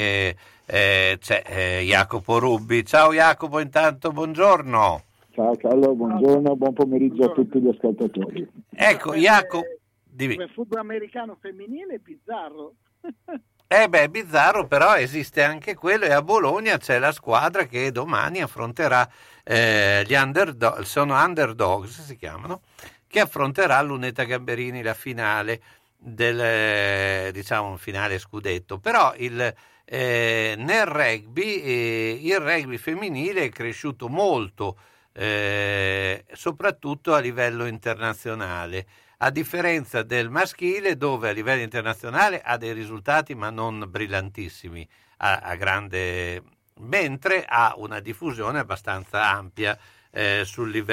B: c'è Jacopo Rubbi. Ciao Jacopo, intanto buongiorno.
L: Ciao Carlo, buongiorno, buon pomeriggio a tutti gli ascoltatori.
B: Ecco, Jacopo,
I: il football americano femminile è bizzarro.
B: Bizzarro, però esiste anche quello, e a Bologna c'è la squadra che domani affronterà gli underdog, sono underdogs si chiamano, che affronterà Lunetta Gamberini la finale del finale scudetto. Però nel rugby il rugby femminile è cresciuto molto, soprattutto a livello internazionale, a differenza del maschile, dove a livello internazionale ha dei risultati ma non brillantissimi, a grande, mentre ha una diffusione abbastanza ampia a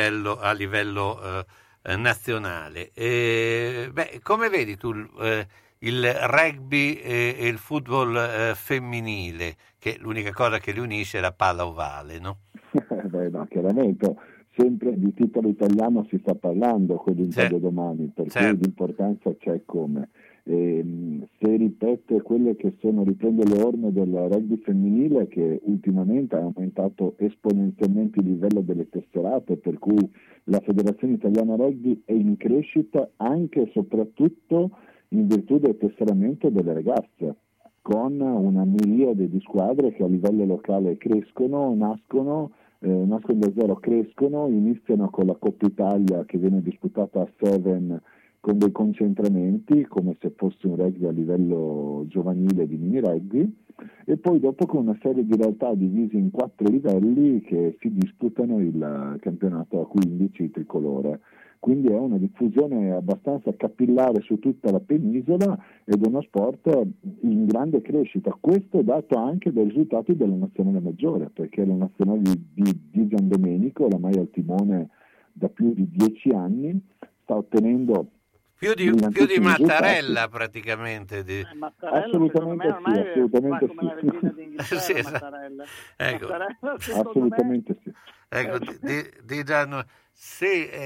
B: livello nazionale. Come vedi tu il rugby e il football femminile, che l'unica cosa che li unisce è la palla ovale, no?
L: Chiaramente. Sempre di titolo italiano si sta parlando quell'incontro domani, per cui l'importanza c'è come. Se ripete quelle che riprende le orme del rugby femminile, che ultimamente ha aumentato esponenzialmente il livello delle tesserate, per cui la Federazione Italiana Rugby è in crescita anche e soprattutto in virtù del tesseramento delle ragazze, con una miriade di squadre che a livello locale crescono, nascono da zero, crescono, iniziano con la Coppa Italia che viene disputata a Seven con dei concentramenti come se fosse un rugby a livello giovanile di mini rugby, e poi dopo con una serie di realtà divise in 4 livelli che si disputano il campionato a 15 tricolore. Quindi è una diffusione abbastanza capillare su tutta la penisola ed è uno sport in grande crescita. Questo è dato anche dai risultati della nazionale maggiore, perché la nazionale di Gian Domenico, oramai al timone da più di 10 anni, sta ottenendo
B: più di Mattarella praticamente.
I: Mattarella
L: assolutamente
I: secondo me
L: assolutamente
I: fa come la regina d'Inghilterra.
B: Sì, esatto.
I: Mattarella.
B: Ecco.
I: Mattarella,
L: Assolutamente sì.
B: Ecco, sì,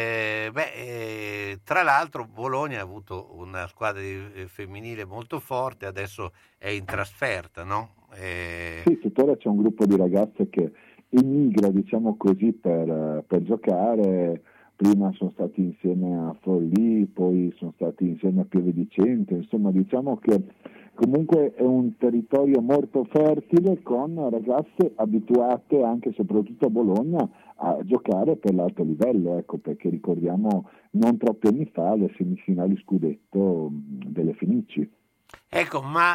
B: tra l'altro Bologna ha avuto una squadra femminile molto forte, adesso è in trasferta, no?
L: Sì, tuttora c'è un gruppo di ragazze che emigra, diciamo così, per giocare. Prima sono stati insieme a Forlì, poi sono stati insieme a Pieve di Cento, insomma diciamo che comunque è un territorio molto fertile con ragazze abituate anche e soprattutto a Bologna a giocare per l'alto livello, ecco, perché ricordiamo non troppi anni fa le semifinali scudetto delle Fenici.
B: Ecco, ma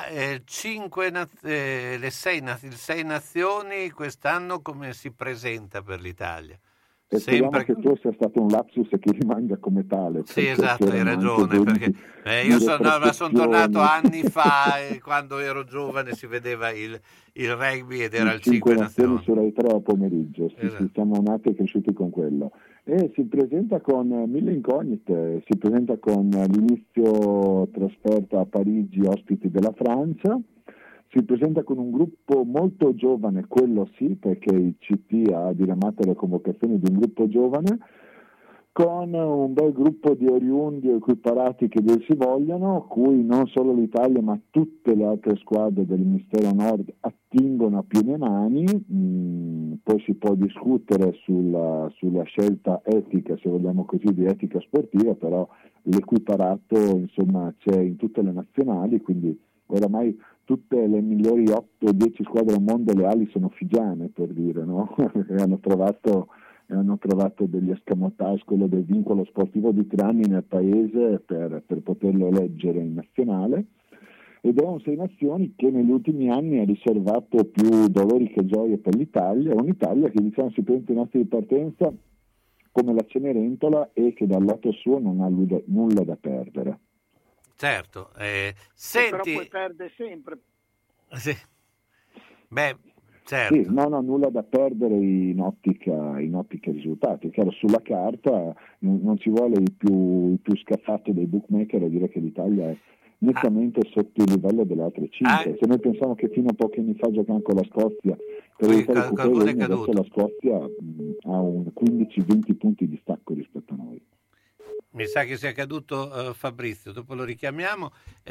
B: le sei nazioni quest'anno come si presenta per l'Italia?
L: E speriamo che tu sia stato un lapsus e che rimanga come tale.
B: Sì, esatto, hai ragione, perché io sono tornato anni fa e quando ero giovane si vedeva il rugby ed era il 5 nazioni
L: su Rai 3 a pomeriggio,
B: esatto.
L: Siamo nati e cresciuti con quello. E si presenta con mille incognite, si presenta con l'inizio trasferta a Parigi, ospiti della Francia. Si presenta con un gruppo molto giovane, quello sì, perché il CT ha diramato le convocazioni di un gruppo giovane, con un bel gruppo di oriundi o equiparati che dir si vogliano, cui non solo l'Italia ma tutte le altre squadre dell'emisfero nord attingono a piene mani. Poi si può discutere sulla scelta etica, se vogliamo così, di etica sportiva, però l'equiparato insomma c'è in tutte le nazionali, quindi oramai tutte le migliori 8 o 10 squadre al mondo le ali sono figiane, per dire, no? E hanno trovato degli escamotage, quello del vincolo sportivo di 3 anni nel paese per poterlo eleggere in nazionale, ed è un Sei Nazioni che negli ultimi anni ha riservato più dolori che gioie per l'Italia, un'Italia che diciamo si presenta in assi di partenza come la Cenerentola e che dal lato suo non ha nulla da perdere.
B: Certo, senti...
I: Però poi perde sempre.
B: Sì. Beh, certo.
L: Sì, no, nulla da perdere in ottica risultati. Chiaro, sulla carta non ci vuole il più scaffato dei bookmaker a dire che l'Italia è nettamente sotto il livello delle altre 5. Se noi pensiamo che fino a pochi anni fa giocavano con la Scozia per evitare il Cupra, adesso la Scozia ha un 15-20 punti di stacco rispetto a noi.
B: Mi sa che sia caduto Fabrizio, dopo lo richiamiamo.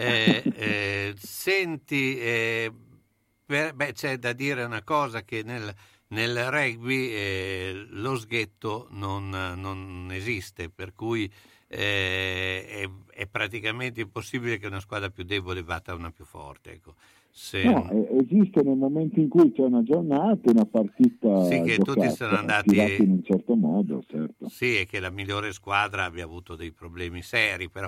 B: Senti, c'è da dire una cosa, che nel rugby lo sghetto non esiste, per cui è praticamente impossibile che una squadra più debole batta una più forte. Ecco.
L: No, esiste nel momento in cui c'è una giornata, una partita
B: sì, che
L: giocata,
B: tutti sono andati
L: in un certo modo, certo.
B: Sì, e che la migliore squadra abbia avuto dei problemi seri, però.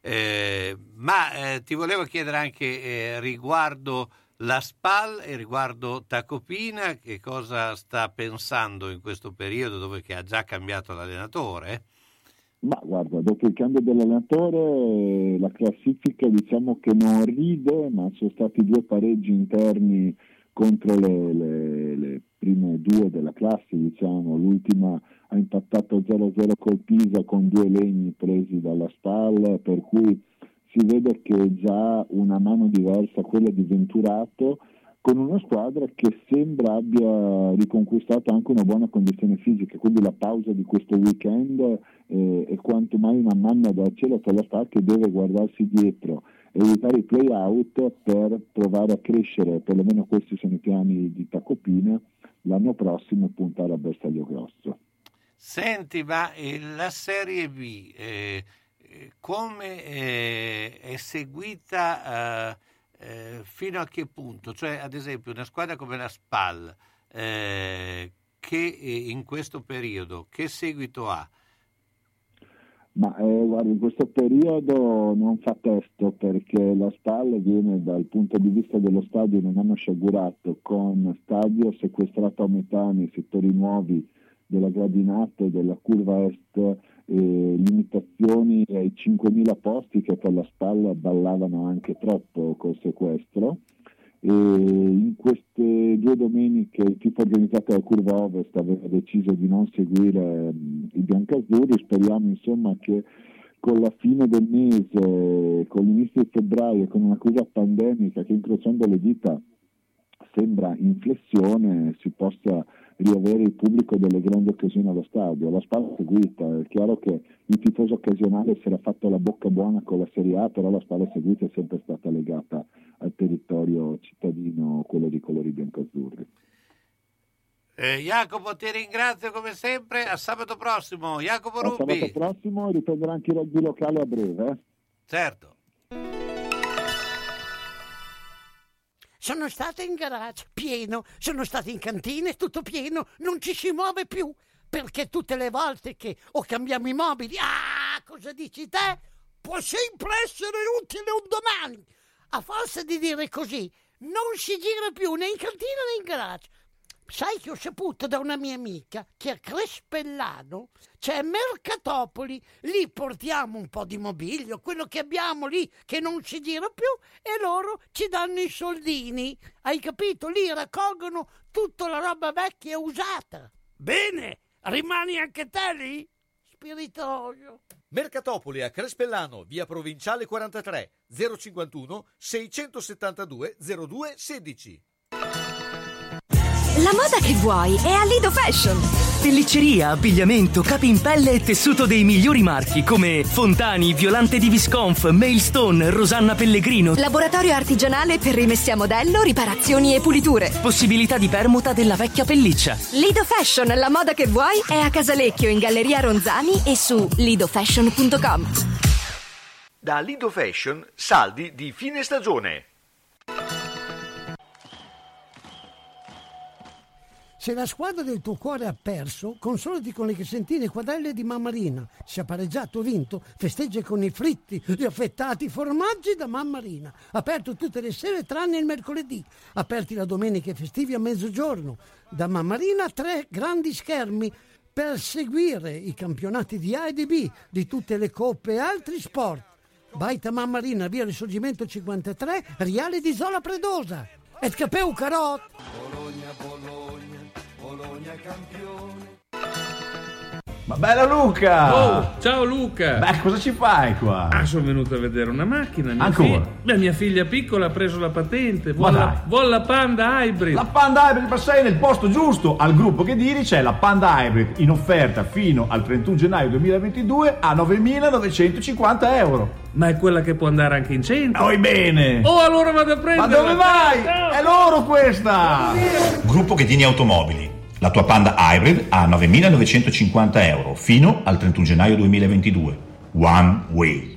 B: Ti volevo chiedere anche riguardo la SPAL e riguardo Tacopina, che cosa sta pensando in questo periodo dove che ha già cambiato l'allenatore?
L: Ma guarda, dopo il cambio dell'allenatore la classifica diciamo che non ride, ma sono stati 2 pareggi interni contro le prime 2 della classe, diciamo. L'ultima ha impattato 0-0 col Pisa con 2 legni presi dalla SPAL, per cui si vede che è già una mano diversa quella di Venturato, con una squadra che sembra abbia riconquistato anche una buona condizione fisica, quindi la pausa di questo weekend è quanto mai una manna dal cielo per la SPAL, che deve guardarsi dietro e evitare i play-out per provare a crescere, perlomeno questi sono i piani di Tacopina, l'anno prossimo e puntare a bersaglio grosso.
B: Senti, ma la Serie B come è seguita fino a che punto? Cioè, ad esempio, una squadra come la SPAL che in questo periodo che seguito ha?
L: Ma guarda, in questo periodo non fa testo, perché la SPAL viene dal punto di vista dello stadio in un anno sciagurato, con stadio sequestrato a metà nei settori nuovi della gradinata e della curva est, limitazioni ai 5.000 posti che per la SPAL ballavano anche troppo col sequestro. E in queste 2 domeniche il tipo organizzato della curva ovest aveva deciso di non seguire i biancazzurri. Speriamo insomma che con la fine del mese, con l'inizio di febbraio, con una curva pandemica che incrociando le dita sembra in flessione, si possa riavere il pubblico delle grandi occasioni allo stadio. La Spal è seguita, è chiaro che il tifoso occasionale si era fatto la bocca buona con la Serie A, però la Spal è seguita è sempre stata legata al territorio cittadino, quello di colori biancoazzurri.
B: Jacopo, ti ringrazio come sempre, a sabato prossimo. Jacopo Rubi.
L: A sabato prossimo riprenderà anche il rugby locale a breve.
B: Certo.
F: Sono stato in garage, pieno, sono stato in cantina, tutto pieno, non ci si muove più, perché tutte le volte che o cambiamo i mobili, cosa dici te? Può sempre essere utile un domani. A forza di dire così, non si gira più né in cantina né in garage. Sai che ho saputo da una mia amica che a Crespellano c'è Mercatopoli, lì portiamo un po' di mobilio, quello che abbiamo lì che non si gira più e loro ci danno i soldini, hai capito? Lì raccolgono tutta la roba vecchia e usata. Bene, rimani anche te lì? Spiritoso.
A: Mercatopoli a Crespellano, via Provinciale 43, 051 672 02 16.
M: La moda che vuoi è a Lido Fashion.
N: Pellicceria, abbigliamento, capi in pelle e tessuto dei migliori marchi come Fontani, Violante di Visconf, Mailstone, Rosanna Pellegrino.
M: Laboratorio artigianale per rimessi a modello, riparazioni e puliture.
N: Possibilità di permuta della vecchia pelliccia.
M: Lido Fashion, la moda che vuoi è a Casalecchio in Galleria Ronzani e su lidofashion.com.
A: Da Lido Fashion, saldi di fine stagione.
F: Se la squadra del tuo cuore ha perso, consolati con le crescentine quadrelle di Mammarina. Se ha pareggiato o vinto, festeggia con i fritti, gli affettati formaggi da Mammarina. Aperto tutte le sere tranne il mercoledì. Aperti la domenica e festivi a mezzogiorno. Da Mammarina 3 grandi schermi per seguire i campionati di A e di B, di tutte le coppe e altri sport. Baita Mammarina, via Risorgimento 53, Riale di Zola Predosa. Et capeu carot!
O: Bologna campione.
P: Ma bella Luca!
O: Oh, ciao Luca!
P: Beh, cosa ci fai qua?
O: Sono venuto a vedere una macchina. Mia figlia piccola ha preso la patente. Vuole la Panda Hybrid.
P: La Panda Hybrid, ma sei nel posto giusto. Al gruppo che diri c'è la Panda Hybrid in offerta fino al 31 gennaio 2022 a 9.950 euro.
O: Ma è quella che può andare anche in centro?
P: Oi bene!
O: Oh, allora vado a prenderla!
P: Ma dove vai?
O: Ciao.
P: È loro questa!
Q: Gruppo Ghedini Automobili. La tua Panda Hybrid a 9.950 euro fino al 31 gennaio 2022. One Way.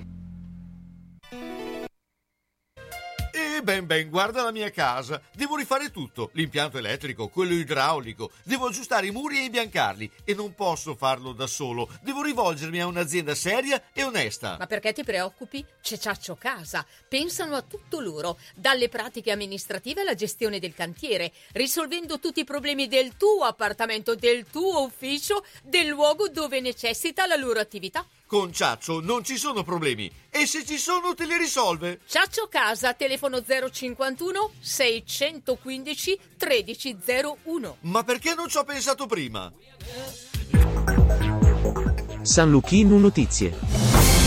A: Ben, guarda la mia casa. Devo rifare tutto, l'impianto elettrico, quello idraulico. Devo aggiustare i muri e imbiancarli e non posso farlo da solo. Devo rivolgermi a un'azienda seria e onesta.
R: Ma perché ti preoccupi? C'è Ciaccio Casa. Pensano a tutto loro, dalle pratiche amministrative alla gestione del cantiere, risolvendo tutti i problemi del tuo appartamento, del tuo ufficio, del luogo dove necessita la loro attività.
A: Con Ciaccio non ci sono problemi e se ci sono te li risolve.
R: Ciaccio Casa, telefono 051 615 1301.
A: Ma perché non ci ho pensato prima?
S: San Luchino Notizie.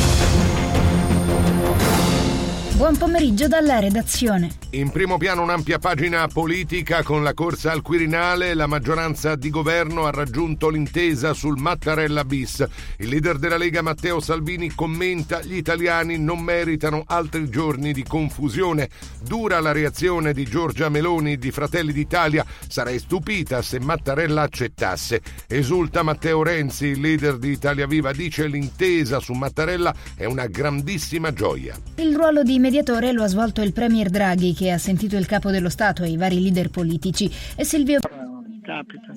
T: Buon pomeriggio dalla redazione.
U: In primo piano un'ampia pagina politica con la corsa al Quirinale. La maggioranza di governo ha raggiunto l'intesa sul Mattarella bis. Il leader della Lega Matteo Salvini commenta: gli italiani non meritano altri giorni di confusione. Dura la reazione di Giorgia Meloni di Fratelli d'Italia: sarei stupita se Mattarella accettasse. Esulta Matteo Renzi, il leader di Italia Viva, dice: l'intesa su Mattarella è una grandissima gioia.
T: Il ruolo di mediatore lo ha svolto il premier Draghi, che ha sentito il capo dello Stato e i vari leader politici, e Silvio
I: Capita.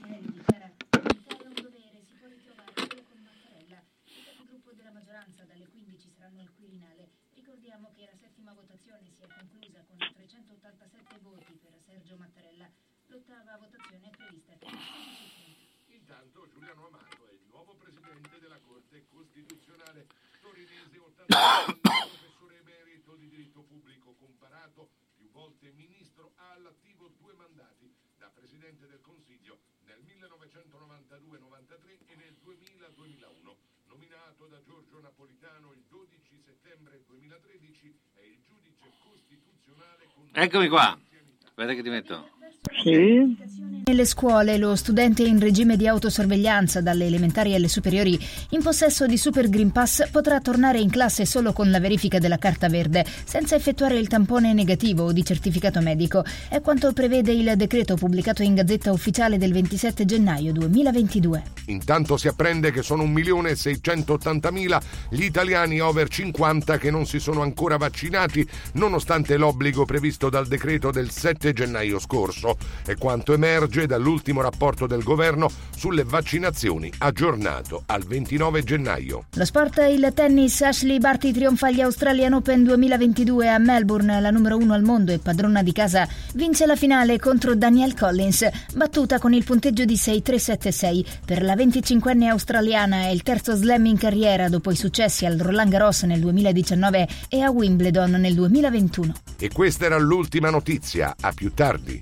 T: Ricordiamo che la settima votazione si è conclusa con 387 voti per Sergio Mattarella. L'ottava votazione è prevista per
U: Intanto Giuliano Amato è il nuovo presidente della Corte Costituzionale. Torinese, 80 professore emerito di diritto pubblico comparato, più volte ministro, ha all'attivo 2 mandati da presidente del Consiglio nel 1992-93 e nel 2000-2001. nominato da Giorgio Napolitano il 12 settembre 2013, è il giudice costituzionale con...
B: Eccomi qua, aspetta che ti metto.
I: Sì.
C: Nelle scuole lo studente in regime di autosorveglianza dalle elementari alle superiori in possesso di Super Green Pass potrà tornare in classe solo con la verifica della carta verde, senza effettuare il tampone negativo o di certificato medico. È quanto prevede il decreto pubblicato in Gazzetta Ufficiale del 27 gennaio 2022.
U: Intanto si apprende che sono 1.680.000 gli italiani over 50 che non si sono ancora vaccinati, nonostante l'obbligo previsto dal decreto del 7 gennaio scorso. È quanto emerge dall'ultimo rapporto del governo sulle vaccinazioni aggiornato al 29 gennaio.
C: Lo sport, il tennis. Ashley Barty trionfa agli Australian Open 2022 a Melbourne. La numero 1 al mondo e padrona di casa vince la finale contro Danielle Collins, battuta con il punteggio di 6-3-7-6. Per la 25enne australiana è il terzo slam in carriera dopo i successi al Roland Garros nel 2019 e a Wimbledon nel 2021.
U: E questa era l'ultima notizia. A più tardi.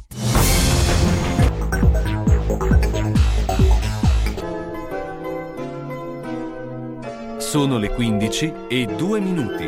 V: Sono le 15:02.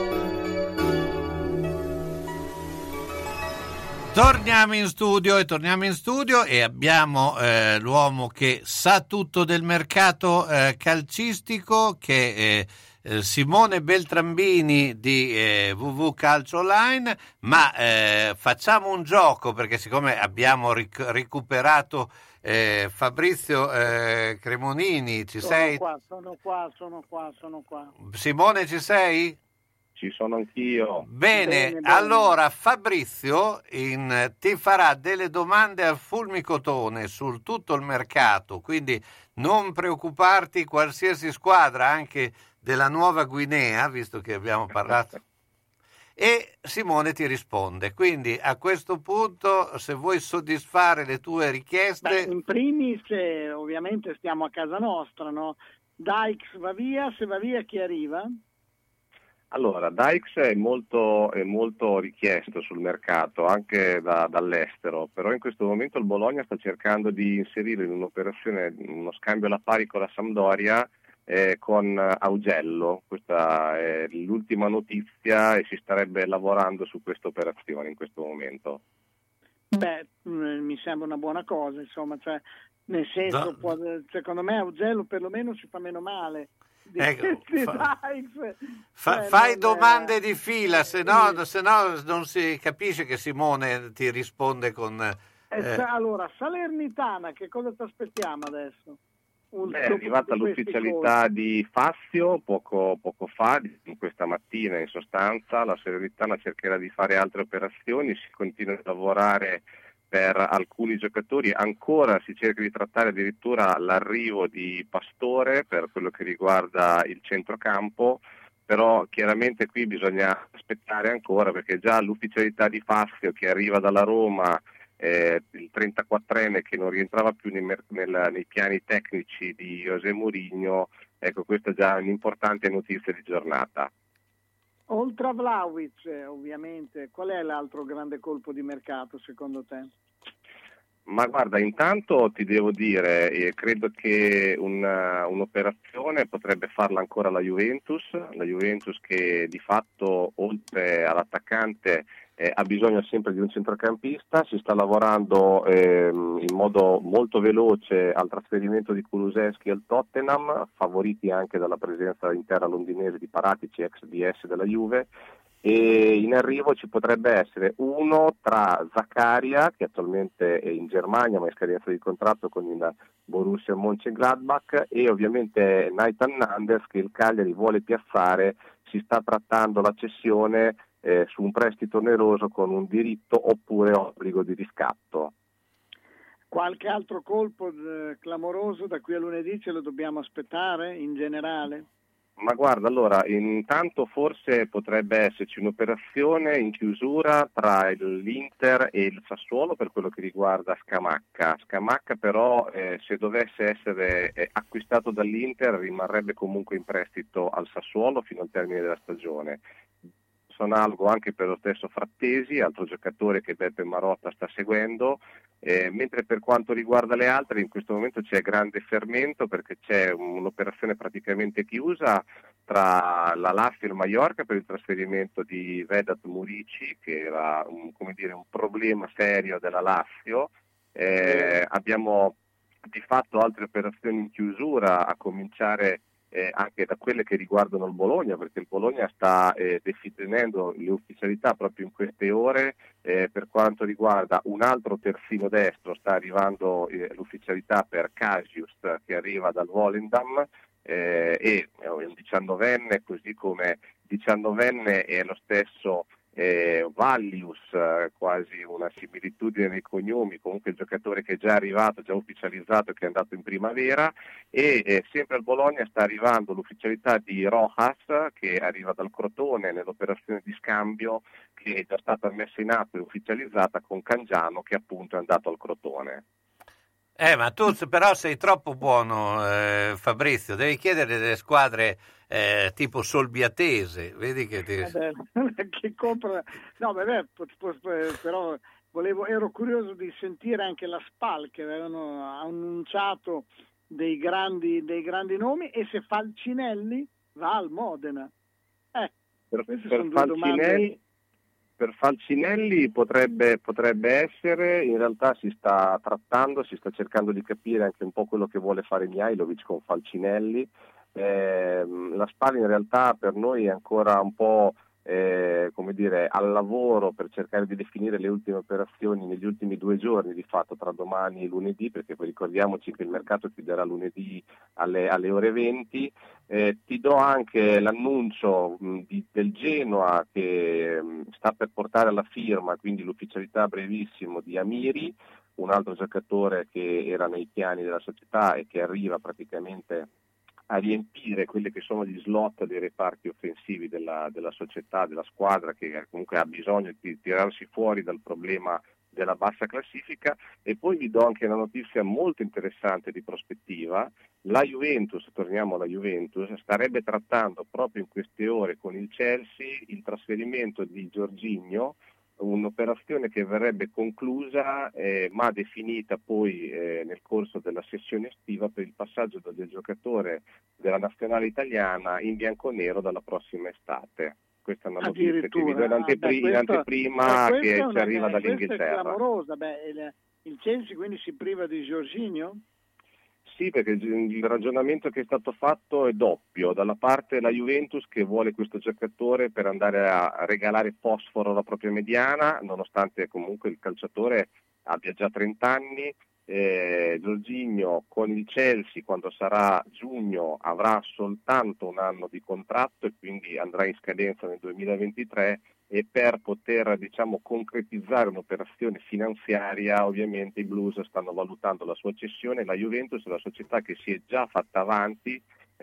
B: Torniamo in studio e abbiamo l'uomo che sa tutto del mercato calcistico, che è Simone Beltrambini di WW Calcio Online, ma facciamo un gioco, perché siccome abbiamo recuperato Fabrizio Cremonini, ci sei?
I: Sono qua.
B: Simone, ci sei?
W: Ci sono anch'io.
B: Bene. Allora Fabrizio ti farà delle domande a fulmicotone sul tutto il mercato, quindi non preoccuparti, qualsiasi squadra, anche della Nuova Guinea, visto che abbiamo parlato, e Simone ti risponde. Quindi a questo punto, se vuoi soddisfare le tue richieste...
I: In primis ovviamente stiamo a casa nostra, no? Dykes va via, se va via chi arriva?
W: Allora, Dykes è molto richiesto sul mercato, anche dall'estero, però in questo momento il Bologna sta cercando di inserire in un'operazione uno scambio alla pari con la Sampdoria con Augello. Questa è l'ultima notizia e si starebbe lavorando su questa operazione in questo momento.
I: Mi sembra una buona cosa, insomma, cioè, nel senso, secondo me Augello perlomeno ci fa meno male.
B: Fai domande di fila, se no non si capisce che Simone ti risponde con...
I: Allora, Salernitana, che cosa ti aspettiamo adesso?
W: È arrivata l'ufficialità di Fazio poco fa, questa mattina in sostanza. La Salernitana cercherà di fare altre operazioni, si continua a lavorare per alcuni giocatori, ancora si cerca di trattare addirittura l'arrivo di Pastore per quello che riguarda il centrocampo, però chiaramente qui bisogna aspettare ancora, perché già l'ufficialità di Fazio che arriva dalla Roma, il 34enne che non rientrava più nei piani tecnici di José Mourinho, ecco, questa è già un'importante notizia di giornata.
I: Oltre a Vlahovic, ovviamente, qual è l'altro grande colpo di mercato secondo te?
W: Ma guarda, intanto ti devo dire, credo che un'operazione potrebbe farla ancora la Juventus che di fatto oltre all'attaccante ha bisogno sempre di un centrocampista. Si sta lavorando in modo molto veloce al trasferimento di Kulusevski al Tottenham, favoriti anche dalla presenza interna londinese di Paratici, ex DS della Juve, e in arrivo ci potrebbe essere uno tra Zakaria, che attualmente è in Germania ma è in scadenza di contratto con il Borussia Mönchengladbach, e ovviamente Nathan Nandez, che il Cagliari vuole piazzare. Si sta trattando la cessione su un prestito oneroso con un diritto oppure obbligo di riscatto.
I: Qualche altro colpo clamoroso da qui a lunedì ce lo dobbiamo aspettare in generale?
W: Ma guarda, allora, intanto forse potrebbe esserci un'operazione in chiusura tra l'Inter e il Sassuolo per quello che riguarda Scamacca. Scamacca però, se dovesse essere acquistato dall'Inter, rimarrebbe comunque in prestito al Sassuolo fino al termine della stagione. discorso analogo anche per lo stesso Frattesi, altro giocatore che Beppe Marotta sta seguendo, mentre per quanto riguarda le altre in questo momento c'è grande fermento perché c'è un'operazione praticamente chiusa tra la Lazio e il Mallorca per il trasferimento di Vedat Murici, che era un problema serio della Lazio. Abbiamo di fatto altre operazioni in chiusura, a cominciare anche da quelle che riguardano il Bologna, perché il Bologna sta definendo le ufficialità proprio in queste ore. Per quanto riguarda un altro terzino destro sta arrivando l'ufficialità per Casius, che arriva dal Volendam, e è un 19enne, così come 19enne è lo stesso Vallius, quasi una similitudine nei cognomi, comunque il giocatore che è già arrivato, già ufficializzato, che è andato in primavera, e sempre al Bologna sta arrivando l'ufficialità di Rojas, che arriva dal Crotone nell'operazione di scambio che è già stata messa in atto e ufficializzata con Cangiano, che appunto è andato al Crotone.
B: Ma tu però sei troppo buono, Fabrizio, devi chiedere delle squadre tipo Solbiatese, vedi che
I: che compra. No, vabbè, però ero curioso di sentire anche la SPAL, che avevano annunciato dei grandi nomi, e se Falcinelli va al Modena. Queste sono due domande.
W: Per Falcinelli potrebbe essere, in realtà si sta cercando di capire anche un po' quello che vuole fare Mihajlovic con Falcinelli. La SPAL in realtà per noi è ancora un po' al lavoro per cercare di definire le ultime operazioni negli ultimi 2 giorni, di fatto tra domani e lunedì, perché poi ricordiamoci che il mercato chiuderà lunedì alle ore 20. Ti do anche l'annuncio del Genoa, che sta per portare alla firma, quindi l'ufficialità brevissimo, di Amiri, un altro giocatore che era nei piani della società e che arriva praticamente a riempire quelli che sono gli slot dei reparti offensivi della società, della squadra, che comunque ha bisogno di tirarsi fuori dal problema della bassa classifica. E poi vi do anche una notizia molto interessante di prospettiva. La Juventus, torniamo alla Juventus, starebbe trattando proprio in queste ore con il Chelsea il trasferimento di Jorginho, un'operazione che verrebbe conclusa ma definita poi nel corso della sessione estiva per il passaggio del giocatore della nazionale italiana in bianconero dalla prossima estate. Questa è una notizia che vi do in anteprima, che ci arriva dall'Inghilterra.
I: È clamorosa. Il Chelsea quindi si priva di Jorginho?
W: Sì, perché il ragionamento che è stato fatto è doppio. Dalla parte la Juventus, che vuole questo giocatore per andare a regalare fosforo alla propria mediana, nonostante comunque il calciatore abbia già 30 anni. Jorginho con il Chelsea, quando sarà giugno, avrà soltanto 1 anno di contratto e quindi andrà in scadenza nel 2023, e per poter concretizzare un'operazione finanziaria ovviamente i Blues stanno valutando la sua cessione. La Juventus è la società che si è già fatta avanti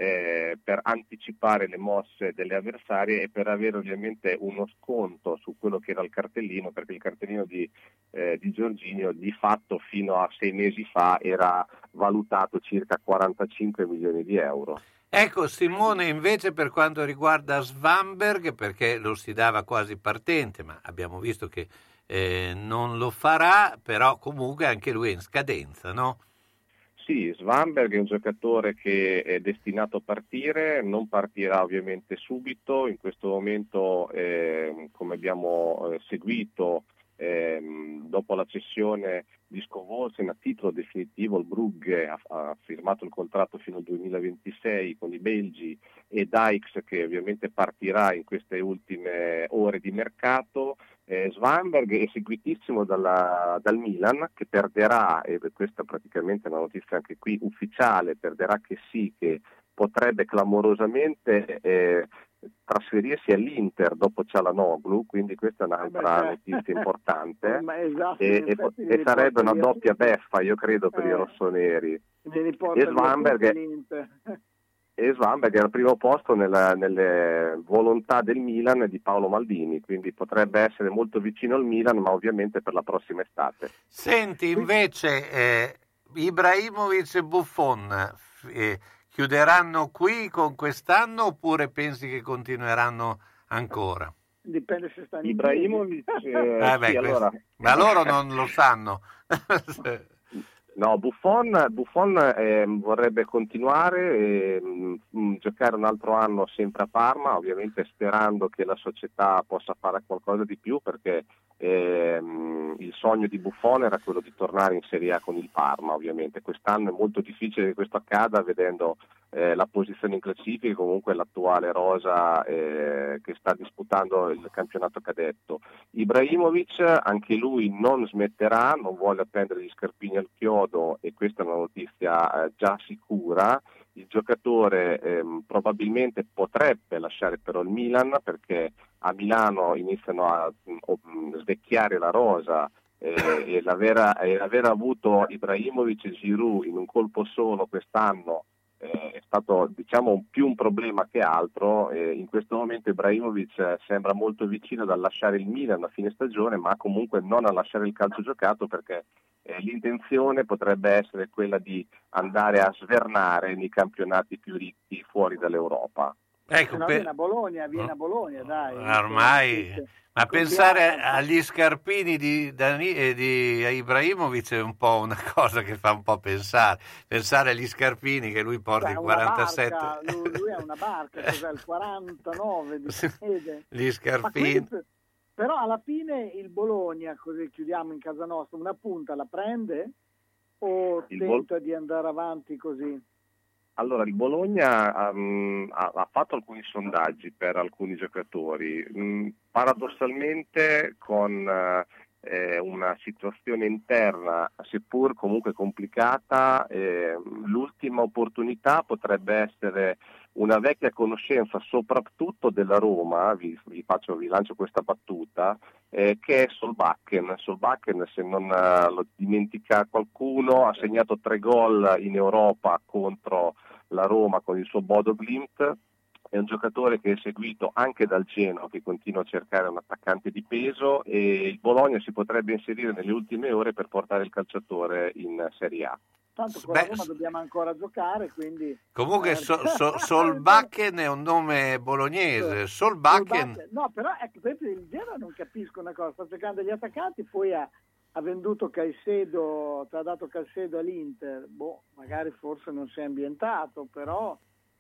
W: per anticipare le mosse delle avversarie e per avere ovviamente uno sconto su quello che era il cartellino, perché il cartellino di Jorginho di fatto fino a 6 mesi fa era valutato circa 45 milioni di euro.
B: Ecco, Simone, invece per quanto riguarda Svanberg, perché lo si dava quasi partente, ma abbiamo visto che non lo farà, però comunque anche lui è in scadenza, no?
W: Sì, Svanberg è un giocatore che è destinato a partire, non partirà ovviamente subito. In questo momento, come abbiamo seguito, dopo la cessione di Scovolsen a titolo definitivo, il Brugge ha firmato il contratto fino al 2026 con i belgi, e Dijks, che ovviamente partirà in queste ultime ore di mercato. Svanberg è seguitissimo dal Milan, che perderà, e questa praticamente è una notizia anche qui ufficiale, perderà che potrebbe clamorosamente trasferirsi all'Inter dopo Çalhanoğlu, quindi questa è un'altra notizia importante.
I: Esatto,
W: e sarebbe una doppia beffa, io credo, per i rossoneri. E Svanberg è al primo posto nelle volontà del Milan di Paolo Maldini, quindi potrebbe essere molto vicino al Milan, ma ovviamente per la prossima estate.
B: Senti, invece Ibrahimovic e Buffon chiuderanno qui con quest'anno, oppure pensi che continueranno ancora?
I: Dipende se stanno
W: Ibrahimovic, sì, allora.
B: Ma loro non lo sanno.
W: No, Buffon vorrebbe continuare e giocare un altro anno sempre a Parma, ovviamente sperando che la società possa fare qualcosa di più, perché il sogno di Buffon era quello di tornare in Serie A con il Parma. Ovviamente quest'anno è molto difficile che questo accada, vedendo la posizione in classifica, comunque l'attuale rosa che sta disputando il campionato cadetto. Ibrahimovic anche lui non smetterà, non vuole appendere gli scarpini al chiodo, e questa è una notizia già sicura. Il giocatore probabilmente potrebbe lasciare però il Milan, perché a Milano iniziano a svecchiare la rosa, e l'aver avuto Ibrahimovic e Giroud in un colpo solo quest'anno è stato, diciamo, più un problema che altro. In questo momento Ibrahimovic sembra molto vicino ad lasciare il Milan a fine stagione, ma comunque non a lasciare il calcio giocato, perché l'intenzione potrebbe essere quella di andare a svernare nei campionati più ricchi fuori dall'Europa.
B: Ecco,
I: viene a Bologna, dai.
B: Ormai, ma pensare agli scarpini di Ibrahimovic è un po' una cosa che fa un po' pensare. Pensare agli scarpini che lui porta in 47.
I: Barca, lui è una barca, cos'è il 49 di fede.
B: Gli scarpini.
I: Però alla fine il Bologna, così chiudiamo in casa nostra, una punta la prende o tenta di andare avanti così?
W: Allora, il Bologna ha fatto alcuni sondaggi per alcuni giocatori, paradossalmente con una situazione interna, seppur comunque complicata. L'ultima opportunità potrebbe essere una vecchia conoscenza, soprattutto della Roma, vi lancio questa battuta, che è Solbakken. Solbakken, se non lo dimentica qualcuno, ha segnato 3 gol in Europa contro la Roma con il suo Bodo Glimt. È un giocatore che è seguito anche dal Genoa, che continua a cercare un attaccante di peso, e il Bologna si potrebbe inserire nelle ultime ore per portare il calciatore in Serie A.
I: Tanto con la Roma dobbiamo ancora giocare, quindi...
B: Comunque Solbakken è un nome bolognese. Solbakken.
I: No, però ecco, per esempio il Genoa non capisco una cosa, sta cercando gli attaccanti, poi ha venduto Caicedo, ti ha dato Caicedo all'Inter, magari forse non si è ambientato, però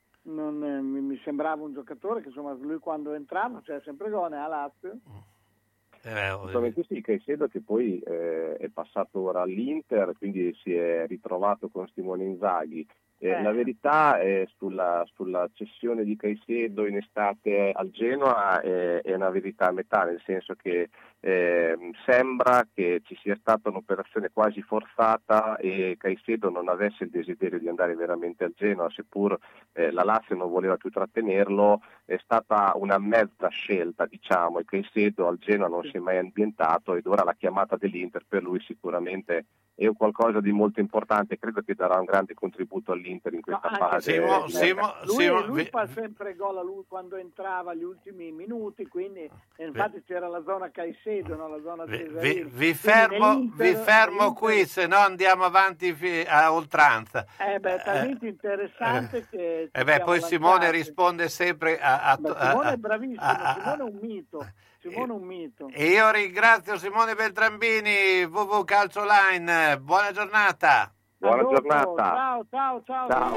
I: mi sembrava un giocatore che, insomma, lui quando entrava c'era sempre gol a Lazio.
W: Assolutamente sì, Caicedo, che poi è passato ora all'Inter, quindi si è ritrovato con Simone Inzaghi. La verità è sulla cessione di Caicedo in estate al Genoa è una verità a metà, nel senso che sembra che ci sia stata un'operazione quasi forzata e Caicedo non avesse il desiderio di andare veramente al Genoa, seppur la Lazio non voleva più trattenerlo. È stata una mezza scelta, diciamo, e Caicedo al Genoa non si è mai ambientato, ed ora la chiamata dell'Inter per lui sicuramente è un qualcosa di molto importante. Credo che darà un grande contributo all'Inter in questa fase.
I: Lui fa sempre gol a lui quando entrava agli ultimi minuti, quindi infatti c'era la zona Caicedo, no? La zona
B: vi fermo qui, se no andiamo avanti a oltranza.
I: Talmente interessante che
B: poi Simone risponde sempre
I: Simone è bravissimo, Simone è un mito. Simone un mito.
B: E io ringrazio Simone Beltrambini, WW Calcio Online. Buona giornata.
W: Buona giornata.
I: Ciao.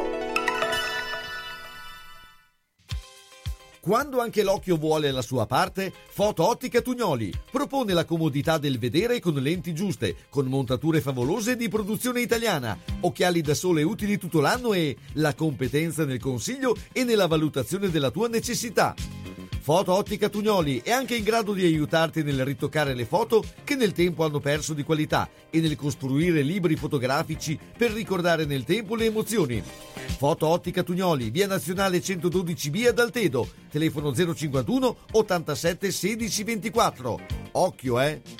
A: Quando anche l'occhio vuole la sua parte, Foto Ottica Tugnoli propone la comodità del vedere con lenti giuste, con montature favolose di produzione italiana, occhiali da sole utili tutto l'anno e la competenza nel consiglio e nella valutazione della tua necessità. Foto Ottica Tugnoli è anche in grado di aiutarti nel ritoccare le foto che nel tempo hanno perso di qualità e nel costruire libri fotografici per ricordare nel tempo le emozioni. Foto Ottica Tugnoli, via Nazionale 112B ad Altedo, telefono 051 87 16 24. Occhio,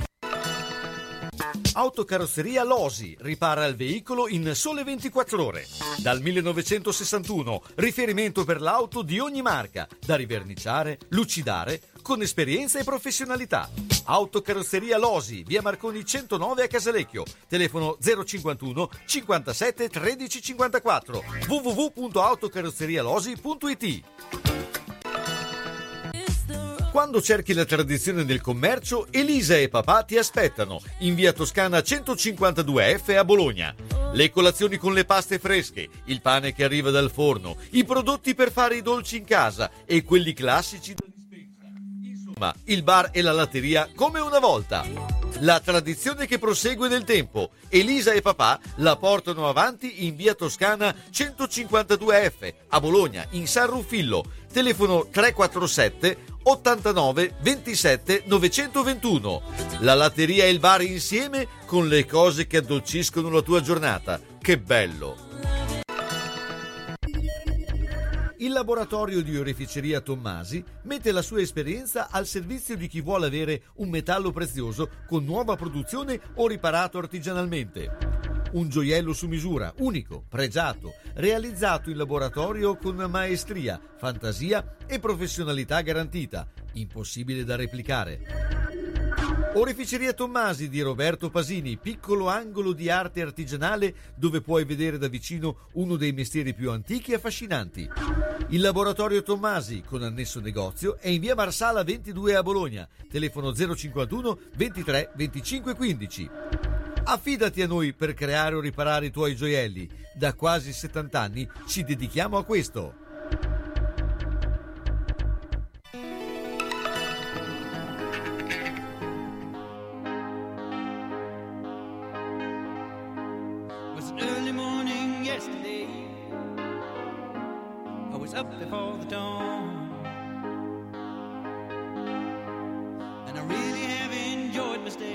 A: Autocarrozzeria Losi ripara il veicolo in sole 24 ore. Dal 1961, riferimento per l'auto di ogni marca, da riverniciare, lucidare, con esperienza e professionalità. Autocarrozzeria Losi, via Marconi 109 a Casalecchio, telefono 051 57 13 54, www.autocarrozzerialosi.it. Quando cerchi la tradizione del commercio, Elisa e papà ti aspettano in via Toscana 152F a Bologna. Le colazioni con le paste fresche, il pane che arriva dal forno, i prodotti per fare i dolci in casa e quelli classici da dispensa. Insomma, il bar e la latteria come una volta. La tradizione che prosegue nel tempo. Elisa e papà la portano avanti in via Toscana 152F a Bologna, in San Ruffillo. Telefono 347 89 27 921. La latteria e il bar insieme con le cose che addolciscono la tua giornata. Che bello! Il laboratorio di oreficeria Tommasi mette la sua esperienza al servizio di chi vuole avere un metallo prezioso con nuova produzione o riparato artigianalmente. Un gioiello su misura, unico, pregiato, realizzato in laboratorio con maestria, fantasia e professionalità garantita, impossibile da replicare. Oreficeria Tommasi di Roberto Pasini, piccolo angolo di arte artigianale dove puoi vedere da vicino uno dei mestieri più antichi e affascinanti. Il laboratorio Tommasi, con annesso negozio, è in via Marsala 22 a Bologna, telefono 051 23 25 15. Affidati a noi per creare o riparare i tuoi gioielli. Da quasi 70 anni ci dedichiamo a questo.
D: Up before the dawn, and I really have enjoyed my stay,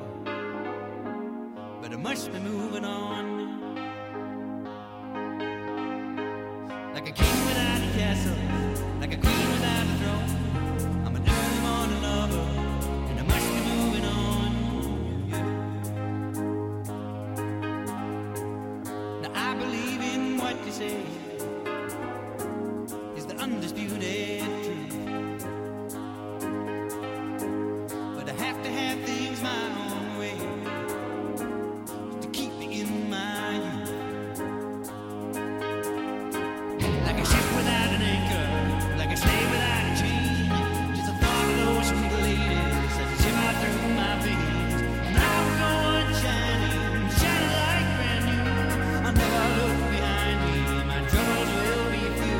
D: but I must be moving on. Like a king without a castle, like a queen without a throne, I'm an early morning lover, and I must be moving on. Now I believe in what you say, undisputed truth, but I have to have things my own way to keep me in my youth. Like a ship without an anchor, like a slave without a chain, just a thought of those sweet ladies that shimmer through my veins. And I will go on shining, shining like brand new. I'll never look behind me, my troubles will be few.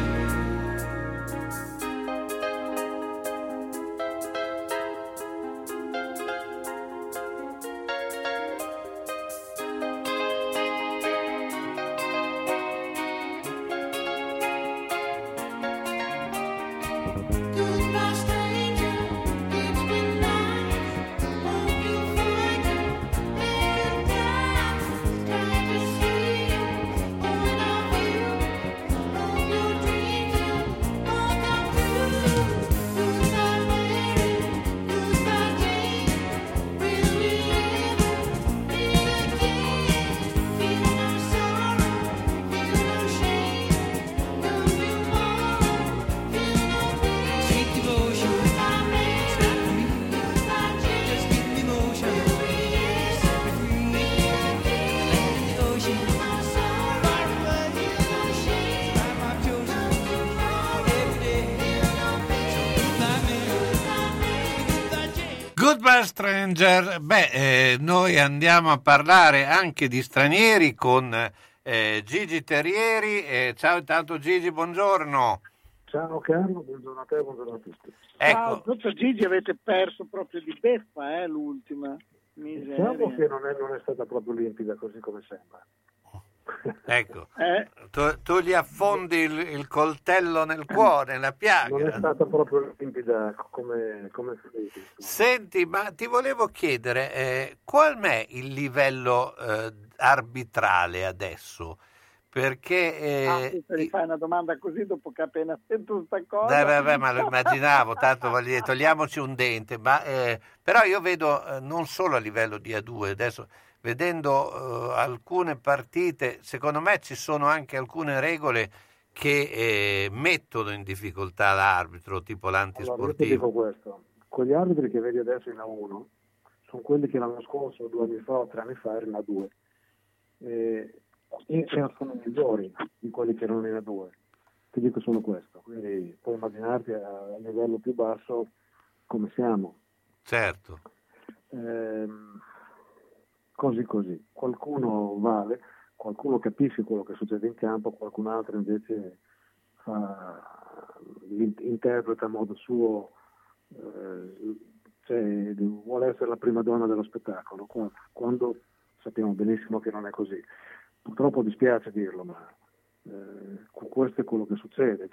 B: Goodbye Stranger. Noi andiamo a parlare anche di stranieri con Gigi Terrieri. Ciao intanto Gigi, buongiorno.
E: Ciao Carlo, buongiorno a te, buongiorno a tutti.
I: Ciao, dottor Gigi, avete perso proprio di beffa l'ultima. Miseria.
E: Diciamo che non è stata proprio limpida così come sembra.
B: Ecco, tu gli affondi il coltello nel cuore, nella piaga.
E: Non è stata proprio limpida come finita.
B: Senti, ma ti volevo chiedere qual è il livello arbitrale adesso? Perché
I: tu mi fai una domanda così dopo che appena sento questa cosa.
B: Ma lo immaginavo, tanto togliamoci un dente, però io vedo non solo a livello di A2, adesso vedendo alcune partite, secondo me ci sono anche alcune regole che mettono in difficoltà l'arbitro, tipo l'antisportivo.
E: Allora, io ti dico questo, quegli arbitri che vedi adesso in A1 sono quelli che l'anno scorso, 2 anni fa o 3 anni fa erano in A2 e sono migliori di quelli che erano in A2. Ti dico solo questo, quindi puoi immaginarti a livello più basso come siamo.
B: Certo.
E: Così. Qualcuno vale, qualcuno capisce quello che succede in campo, qualcun altro invece interpreta a modo suo, vuole essere la prima donna dello spettacolo, quando sappiamo benissimo che non è così. Purtroppo dispiace dirlo, ma questo è quello che succede,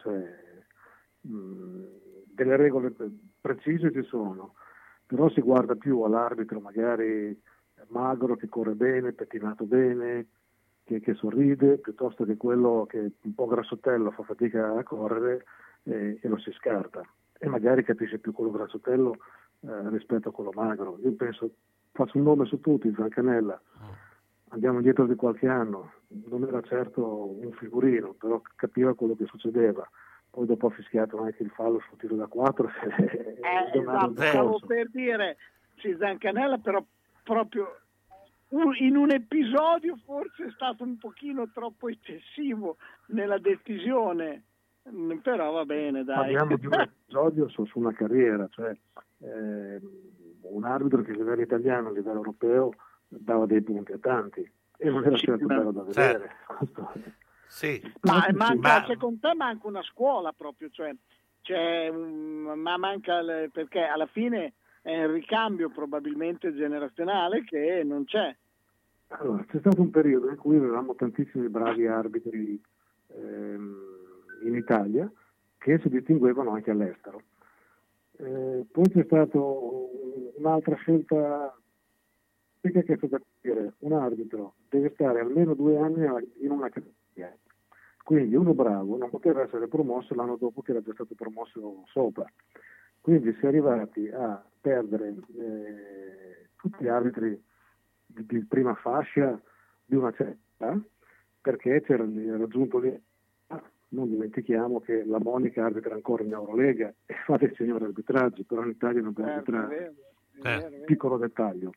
E: delle regole precise ci sono, però si guarda più all'arbitro magari magro che corre bene, pettinato bene, che sorride, piuttosto che quello che un po' grassottello fa fatica a correre e lo si scarta, e magari capisce più quello grassottello rispetto a quello magro. Io penso, faccio un nome su tutti, Zancanella, andiamo indietro di qualche anno, non era certo un figurino, però capiva quello che succedeva. Poi dopo ha fischiato anche il fallo sul tiro da 4.
I: Esatto, stavo per dire, sì, Zancanella, però proprio in un episodio forse è stato un pochino troppo eccessivo nella decisione, però va bene, dai.
E: Parliamo di un episodio su una carriera, un arbitro che a livello italiano, a livello europeo dava dei punti a tanti e non era certo bello da vedere.
B: Sì.
I: Ma secondo te manca una scuola proprio, ma manca perché alla fine è il ricambio probabilmente generazionale che non c'è.
E: Allora, c'è stato un periodo in cui avevamo tantissimi bravi arbitri in Italia che si distinguevano anche all'estero. Poi c'è stata un'altra scelta, perché che cosa dire? Un arbitro deve stare almeno 2 anni in una categoria. Quindi uno bravo non poteva essere promosso l'anno dopo che era già stato promosso sopra. Quindi si è arrivati a perdere tutti gli arbitri di prima fascia di una certa età, perché c'era raggiunto lì. Non dimentichiamo che la Monica arbitra ancora in Eurolega e fa dei signori arbitraggi, però in Italia non può arbitrare. Piccolo dettaglio.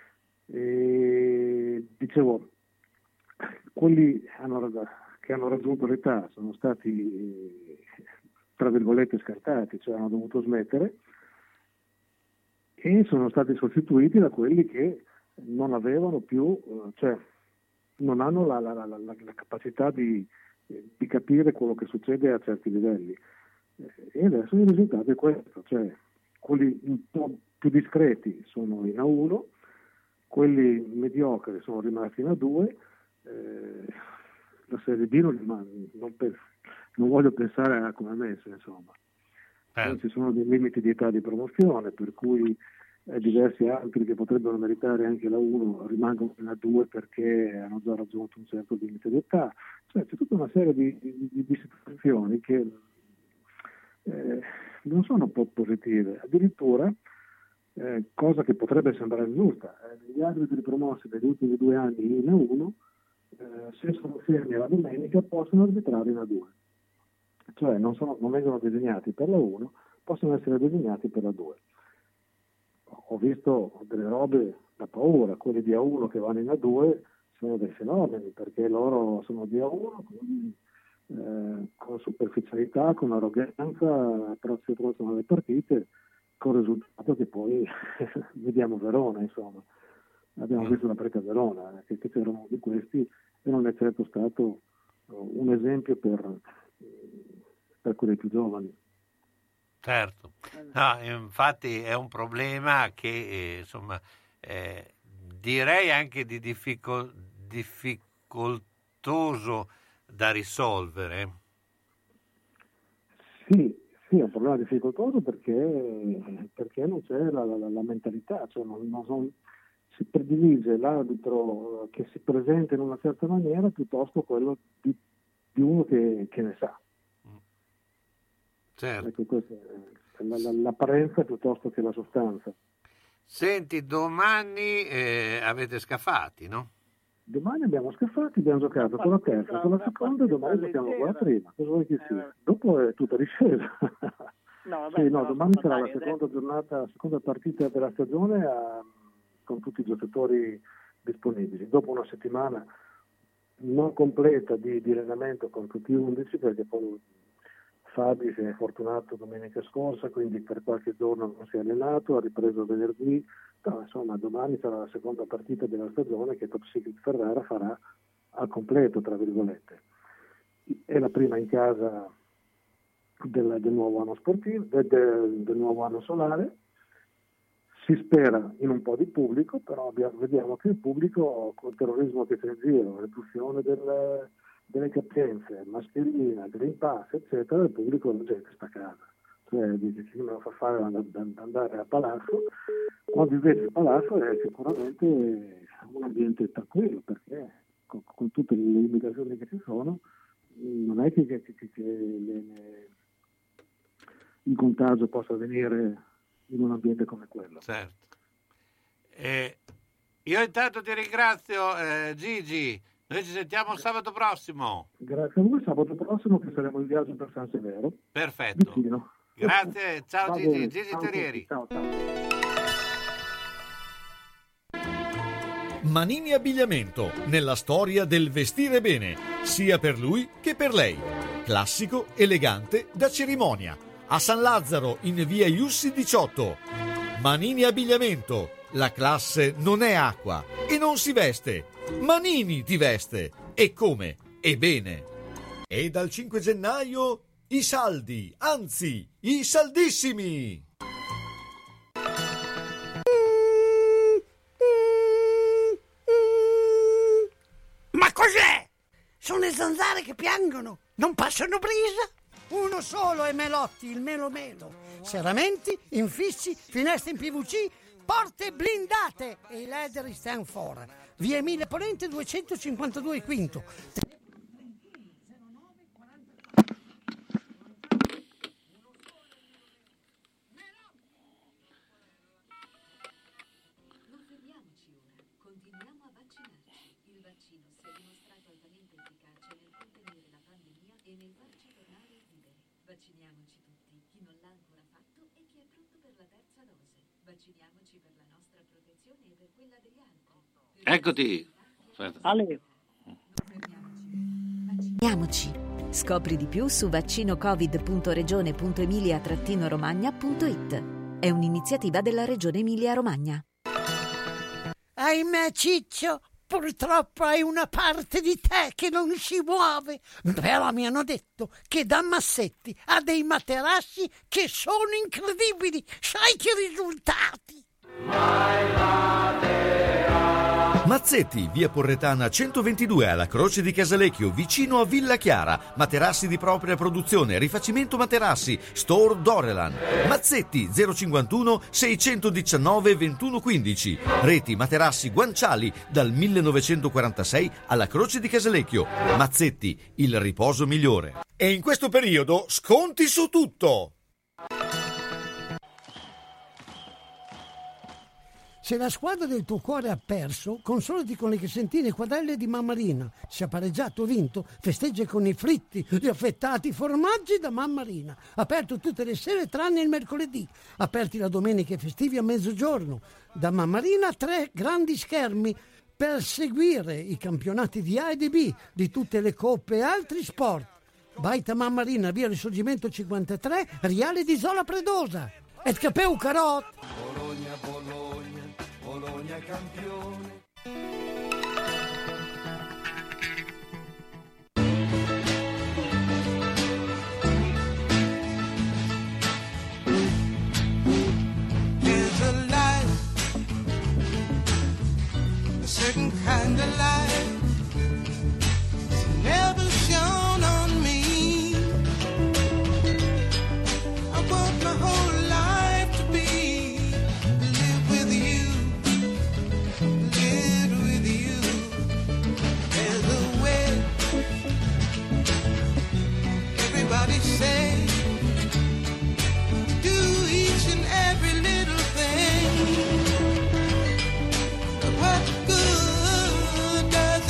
E: E, dicevo, quelli che hanno raggiunto l'età sono stati, tra virgolette, scartati, cioè hanno dovuto smettere, e sono stati sostituiti da quelli che non avevano più, non hanno la capacità di capire quello che succede a certi livelli. E adesso il risultato è questo, quelli un po' più discreti sono in A1, quelli mediocri sono rimasti in A2, la Serie B non voglio pensare a come è messa, insomma. Ci sono dei limiti di età di promozione, per cui diversi altri che potrebbero meritare anche la 1 rimangono in A2 perché hanno già raggiunto un certo limite di età. C'è tutta una serie di situazioni che non sono un po' positive, addirittura cosa che potrebbe sembrare giusta, gli arbitri promossi negli ultimi 2 anni in A1 se sono fermi la domenica possono arbitrare in A2, cioè non vengono disegnati per la 1, possono essere disegnati per la 2. Ho visto delle robe da paura, quelli di A1 che vanno in A2 sono dei fenomeni, perché loro sono di A1, quindi con superficialità, con arroganza, però si approcciano alle partite, con il risultato che poi vediamo Verona, insomma. Abbiamo visto la Preca Verona, che c'erano di questi, e non è certo stato un esempio per quelli più giovani.
B: Certo, no, infatti è un problema che direi anche di difficoltoso da risolvere.
E: Sì, è un problema difficoltoso perché non c'è la mentalità, non si predilige l'arbitro che si presenta in una certa maniera piuttosto quello di uno che ne sa.
B: Certo.
E: Ecco, questa è l'apparenza piuttosto che la sostanza.
B: Senti, domani avete Scafati, no?
E: Domani abbiamo Scafati, abbiamo giocato con la terza, con la seconda, e domani giochiamo con la prima. Cosa vuoi che sia? Dopo è tutta discesa. Domani sarà la seconda giornata, seconda partita della stagione con tutti i giocatori disponibili. Dopo una settimana non completa di allenamento con tutti gli 11, perché poi Fabi si è fortunato domenica scorsa, quindi per qualche giorno non si è allenato, ha ripreso venerdì, però insomma domani sarà la seconda partita della stagione che Top Secret Ferrara farà al completo, tra virgolette. È la prima in casa del nuovo anno sportivo, del nuovo anno solare. Si spera in un po' di pubblico, però vediamo che il pubblico, col terrorismo che c'è in giro, riduzione delle capienze, mascherina, Green Pass, eccetera, il pubblico, la gente sta a casa. Cioè dice chi me lo fa fare andare a Palazzo, quando invece il Palazzo è sicuramente un ambiente tranquillo, perché con tutte le limitazioni che ci sono, non è che il contagio possa avvenire in un ambiente come quello.
B: Certo. Io intanto ti ringrazio, Gigi. Noi ci sentiamo sabato prossimo.
E: Grazie a voi, sabato prossimo che saremo in viaggio per San Severo.
B: Perfetto.
E: Vicino.
B: Grazie, ciao
E: Va
B: Gigi,
E: bene.
B: Gigi
E: Ciao a tutti.
B: Terrieri.
E: Ciao.
A: Manini Abbigliamento, nella storia del vestire bene, sia per lui che per lei. Classico, elegante, da cerimonia. A San Lazzaro, in via Iussi 18. Manini Abbigliamento, la classe non è acqua e non si veste. Manini ti veste. E come? E bene. E dal 5 gennaio i saldi, anzi, i saldissimi.
F: Ma cos'è? Sono le zanzare che piangono, non passano brisa. Uno solo è Melotti, il Melo Melo. Serramenti, infissi, finestre in PVC, porte blindate e i leder stand for. Via Emile Ponente 252 Quinto.
G: Vacciniamoci tutti, chi non l'ha ancora fatto e chi è pronto per la terza dose. Vacciniamoci per la nostra protezione e per quella degli altri.
B: Eccoti.
I: Ale.
G: Vacciniamoci. Scopri di più su vaccinocovid.regione.emilia-romagna.it. È un'iniziativa della Regione Emilia-Romagna.
F: Ahimè Ciccio, purtroppo hai una parte di te che non si muove, però mi hanno detto che da Massetti ha dei materassi che sono incredibili. Sai che risultati?
A: Mazzetti, via Porretana 122 alla Croce di Casalecchio, vicino a Villa Chiara. Materassi di propria produzione, rifacimento materassi, Store Dorelan. Mazzetti 051 619 2115. Reti materassi guanciali dal 1946 alla Croce di Casalecchio. Mazzetti, il riposo migliore. E in questo periodo sconti su tutto.
F: Se la squadra del tuo cuore ha perso, consolati con le crescentine e quadrelle di Mammarina. Se ha pareggiato o vinto, festeggia con i fritti, gli affettati formaggi da Mammarina. Aperto tutte le sere tranne il mercoledì. Aperti la domenica e festivi a mezzogiorno. Da Mammarina 3 grandi schermi per seguire i campionati di A e di B, di tutte le coppe e altri sport. Baita Mammarina, via Risorgimento 53, Riale di Zola Predosa. Et capeu carot!
K: Bologna, Bologna, Bologna campione. There's a light, a certain kind of light, it's never shone on me. I want my whole life to be live with you, live with you. There's a way, everybody say, do each and every little thing. What good does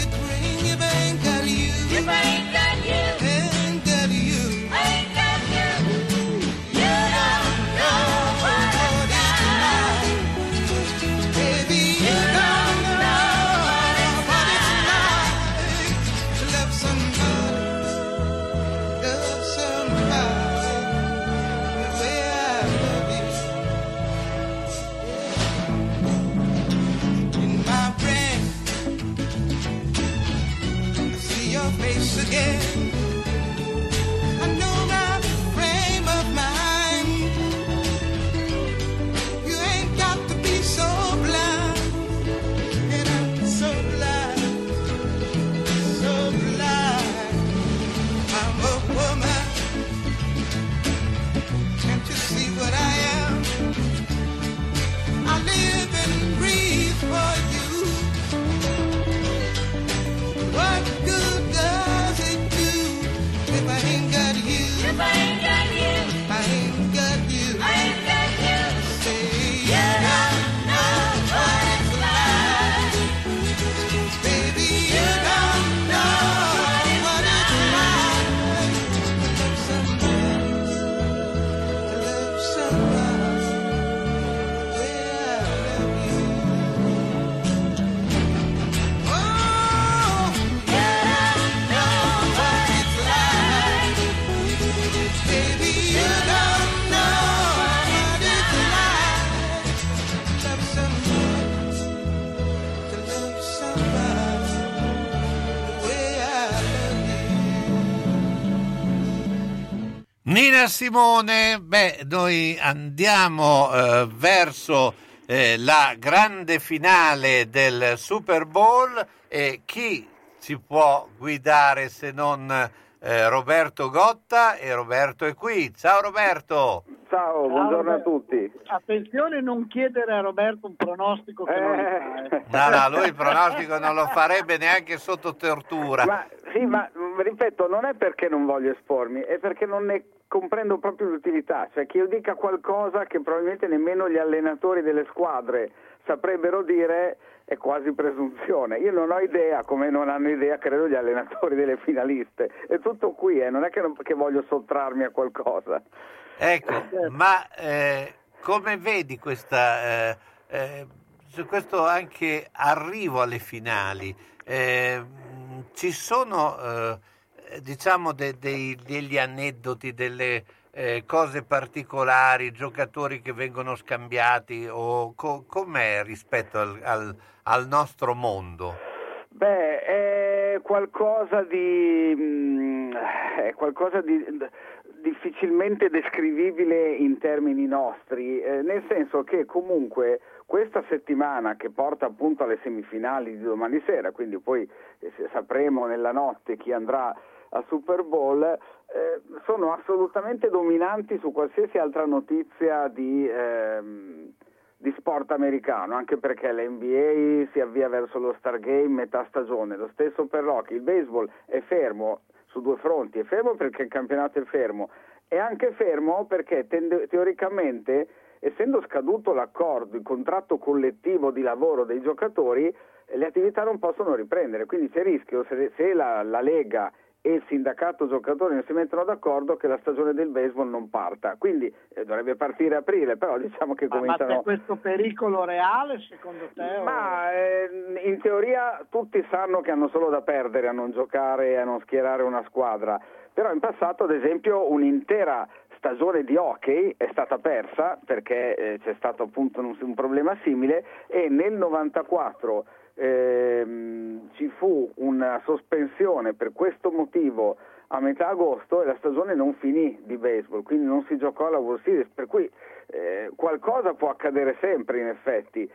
B: Nina Simone, noi andiamo verso la grande finale del Super Bowl e chi ci può guidare se non Roberto Gotta, e Roberto è qui. Ciao Roberto!
H: Ciao, buongiorno a tutti.
I: Attenzione a non chiedere a Roberto un pronostico che non lo fa.
B: No, lui il pronostico non lo farebbe neanche sotto tortura.
H: Ma ripeto, non è perché non voglio espormi, è perché non ne comprendo proprio l'utilità. Cioè che io dica qualcosa che probabilmente nemmeno gli allenatori delle squadre saprebbero dire è quasi presunzione. Io non ho idea, come non hanno idea credo gli allenatori delle finaliste. È tutto qui, non è che voglio sottrarmi a qualcosa.
B: Ecco, ma come vedi questa su questo anche arrivo alle finali? Ci sono diciamo degli aneddoti, delle cose particolari, giocatori che vengono scambiati, o com'è rispetto al nostro mondo?
H: È qualcosa di difficilmente descrivibile in termini nostri, nel senso che comunque questa settimana, che porta appunto alle semifinali di domani sera, quindi poi sapremo nella notte chi andrà al Super Bowl, sono assolutamente dominanti su qualsiasi altra notizia di sport americano, anche perché l'NBA si avvia verso lo Stargame metà stagione, lo stesso per l'hockey. Il baseball è fermo su due fronti, è fermo perché il campionato è fermo, è anche fermo perché teoricamente, essendo scaduto l'accordo, il contratto collettivo di lavoro dei giocatori, le attività non possono riprendere, quindi c'è il rischio, se la Lega e il sindacato giocatori non si mettono d'accordo, che la stagione del baseball non parta, quindi dovrebbe partire a aprile, però diciamo che cominciano...
I: Ma c'è questo pericolo reale secondo te?
H: Ma in teoria tutti sanno che hanno solo da perdere a non giocare e a non schierare una squadra, però in passato ad esempio un'intera stagione di hockey è stata persa perché c'è stato appunto un problema simile, e nel 94 ci fu una sospensione per questo motivo a metà agosto e la stagione non finì di baseball, quindi non si giocò la World Series, per cui qualcosa può accadere sempre in effetti.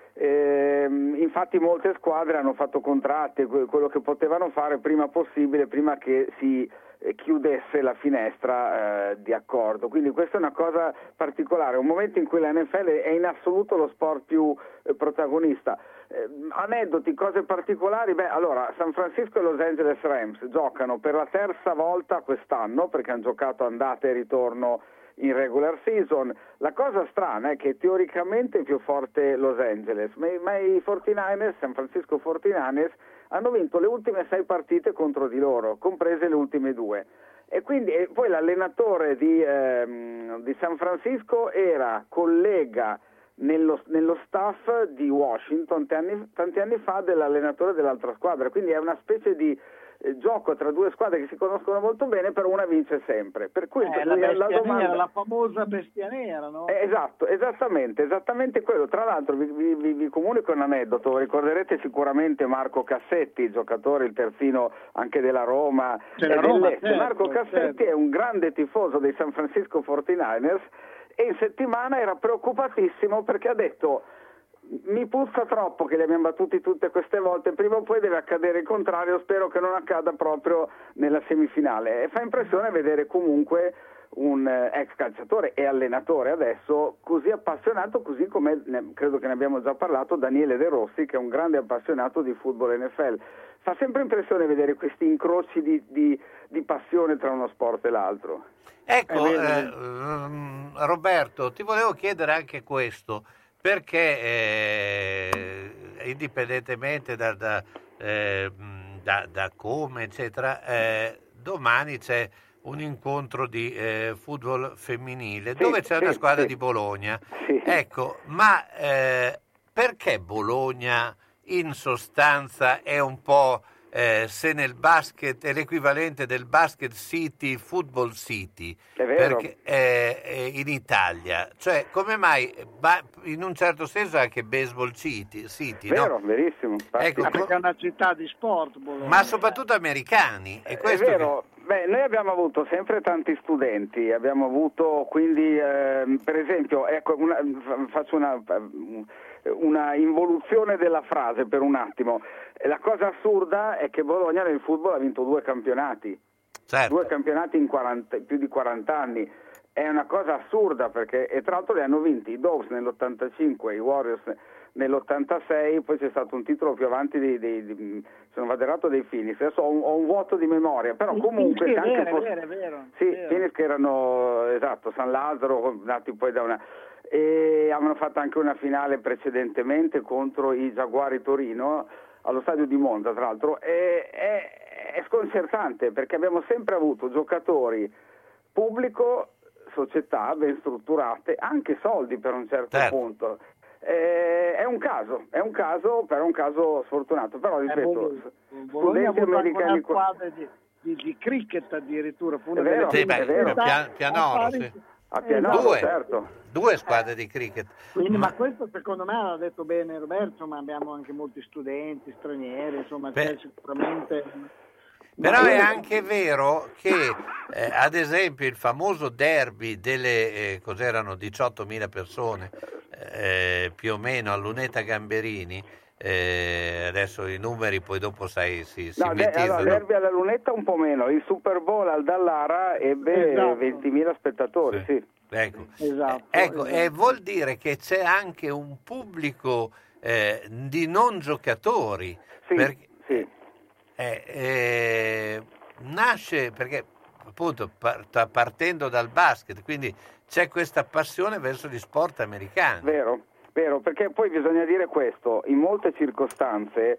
H: Infatti molte squadre hanno fatto contratti, quello che potevano fare prima possibile, prima che si chiudesse la finestra di accordo, quindi questa è una cosa particolare, un momento in cui la NFL è in assoluto lo sport più protagonista. Aneddoti, cose particolari, allora San Francisco e Los Angeles Rams giocano per la terza volta quest'anno, perché hanno giocato andata e ritorno in regular season. La cosa strana è che teoricamente è più forte Los Angeles, ma i 49ers, San Francisco 49ers, hanno vinto le ultime 6 partite contro di loro, comprese le ultime 2. E quindi poi l'allenatore di San Francisco era collega nello staff di Washington tanti anni fa dell'allenatore dell'altra squadra, quindi è una specie di gioco tra due squadre che si conoscono molto bene, però una vince sempre. Per cui
I: la famosa bestia nera, no?
H: Esatto, esattamente quello. Tra l'altro vi comunico un aneddoto, ricorderete sicuramente Marco Cassetti, giocatore, il terzino anche della Roma,
I: certo,
H: Marco Cassetti è un grande tifoso dei San Francisco 49ers e in settimana era preoccupatissimo perché ha detto: mi puzza troppo che li abbiamo battuti tutte queste volte, prima o poi deve accadere il contrario, spero che non accada proprio nella semifinale. E fa impressione vedere comunque un ex calciatore e allenatore adesso così appassionato, così come credo che ne abbiamo già parlato, Daniele De Rossi, che è un grande appassionato di football NFL. Fa sempre impressione vedere questi incroci di passione tra uno sport e l'altro.
B: Ecco, Roberto, ti volevo chiedere anche questo, perché indipendentemente da come eccetera, domani c'è un incontro di football femminile dove c'è una squadra di Bologna. Ecco, ma perché Bologna in sostanza è un po' se nel basket è l'equivalente del Basket City, Football City,
H: è vero.
B: Perché in Italia, cioè come mai in un certo senso anche Baseball City,
H: vero,
B: no?
H: Verissimo.
B: Ecco,
I: perché è una città di sport Bologna.
B: ma soprattutto americani, e questo
H: è vero. Beh, noi abbiamo avuto sempre tanti studenti, abbiamo avuto quindi, per esempio, ecco, faccio una involuzione della frase per un attimo. La cosa assurda è che Bologna nel football ha vinto 2 campionati,
B: certo.
H: 2 campionati in più di 40 anni. È una cosa assurda perché, e tra l'altro li hanno vinti i Dogs nell'85, i Warriors nell'86, poi c'è stato un titolo più avanti se non vado errato, dei Phoenix. Adesso ho un vuoto di memoria, però comunque
I: è vero.
H: sì, Phoenix che erano, esatto, San Lazzaro, nati poi da una, e avevano fatto anche una finale precedentemente contro i Jaguari Torino allo stadio di Monza, tra l'altro. È sconcertante perché abbiamo sempre avuto giocatori, pubblico, società ben strutturate, anche soldi per un certo punto. È un caso, però è un caso sfortunato. Però ripeto,
I: Bologna ha
H: studenti
I: avuto anche
H: americani
I: una squadra di cricket addirittura, fu una
H: È vero,
I: delle
H: sì, è vero.
B: Pianoro, sì.
H: a Pianoro,
B: 2,
H: certo.
B: 2 squadre di cricket.
I: Quindi, ma questo secondo me l'ha detto bene Roberto, ma abbiamo anche molti studenti stranieri, insomma, c'è sicuramente.
B: Però è anche vero che, ad esempio, il famoso derby delle, cos'erano, 18.000 persone, più o meno, a Lunetta Gamberini, adesso i numeri poi dopo si metizzano.
H: Allora, derby alla Lunetta un po' meno, il Super Bowl al Dallara ebbe 20.000 spettatori, sì.
B: Ecco,
H: Esatto.
B: E vuol dire che c'è anche un pubblico di non giocatori.
H: Sì.
B: Nasce perché appunto partendo dal basket, quindi c'è questa passione verso gli sport americani.
H: Vero, perché poi bisogna dire questo, in molte circostanze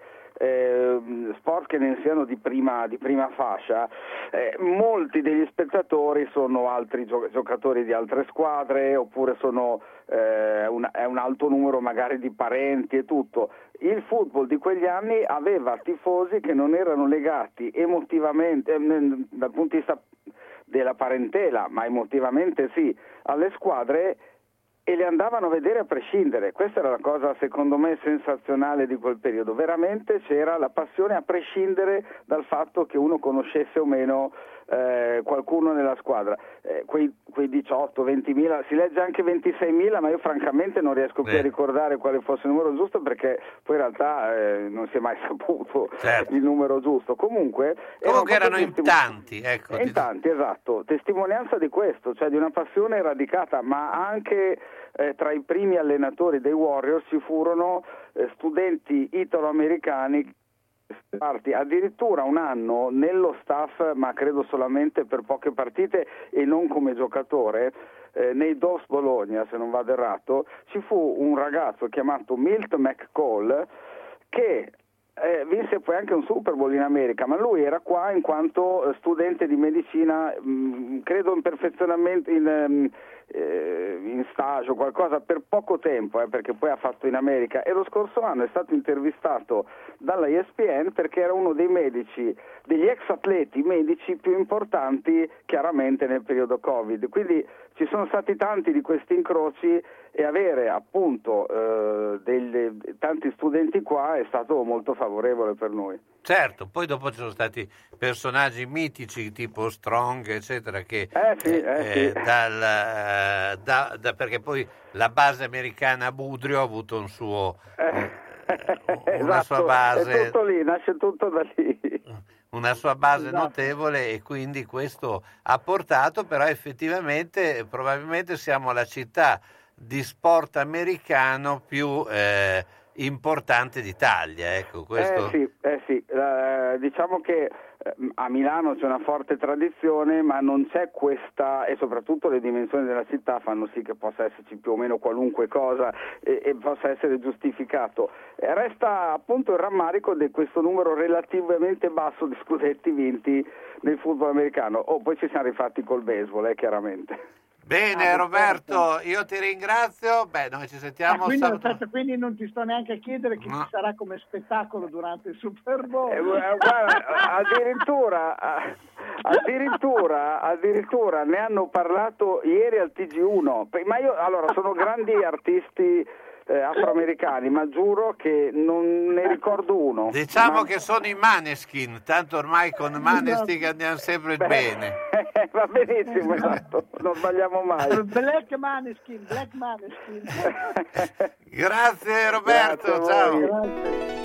H: sport che ne siano di prima fascia, molti degli spettatori sono altri giocatori di altre squadre, oppure sono è un alto numero magari di parenti e tutto. Il football di quegli anni aveva tifosi che non erano legati emotivamente dal punto di vista della parentela, ma emotivamente sì, alle squadre, e le andavano a vedere a prescindere. Questa era la cosa secondo me sensazionale di quel periodo, veramente c'era la passione a prescindere dal fatto che uno conoscesse o meno qualcuno nella squadra. Quei 18, 20.000, si legge anche 26.000, ma io francamente non riesco più a ricordare quale fosse il numero giusto, perché poi in realtà non si è mai saputo il numero giusto. Comunque
B: erano in tanti, ecco.
H: In tanti, esatto, testimonianza di questo, cioè di una passione radicata, ma anche tra i primi allenatori dei Warriors ci furono studenti italo-americani addirittura un anno nello staff, ma credo solamente per poche partite e non come giocatore. Nei Doves Bologna, se non vado errato, ci fu un ragazzo chiamato Milt McCall che vinse poi anche un Super Bowl in America, ma lui era qua in quanto studente di medicina, credo in perfezionamento, in stage o qualcosa, per poco tempo, perché poi ha fatto in America, e lo scorso anno è stato intervistato dalla ESPN perché era uno dei medici, degli ex atleti medici più importanti chiaramente nel periodo Covid. Quindi ci sono stati tanti di questi incroci, e avere appunto tanti studenti qua è stato molto favorevole per noi.
B: Certo, poi dopo ci sono stati personaggi mitici tipo Strong, eccetera, che perché poi la base americana a Budrio ha avuto un suo una sua base.
H: È tutto lì, nasce tutto da lì.
B: Una sua base notevole, e quindi questo ha portato, però effettivamente probabilmente siamo la città di sport americano più importante d'Italia, ecco, questo.
H: Sì. Diciamo che a Milano c'è una forte tradizione, ma non c'è questa, e soprattutto le dimensioni della città fanno sì che possa esserci più o meno qualunque cosa e possa essere giustificato. Resta appunto il rammarico di questo numero relativamente basso di scudetti vinti nel football americano. Poi ci siamo rifatti col baseball, chiaramente.
B: Bene, Roberto, io ti ringrazio. Noi ci sentiamo
I: quindi non ti sto neanche a chiedere chi ci sarà come spettacolo durante il Super Bowl.
H: Guarda, addirittura ne hanno parlato ieri al TG1. Ma io sono grandi artisti afroamericani, ma giuro che non ne ricordo uno.
B: Diciamo che sono i Maneskin, tanto ormai con Maneskin andiamo sempre bene.
H: Va benissimo, esatto, non sbagliamo mai.
I: Black Maneskin.
B: Grazie Roberto, ciao.
I: Grazie.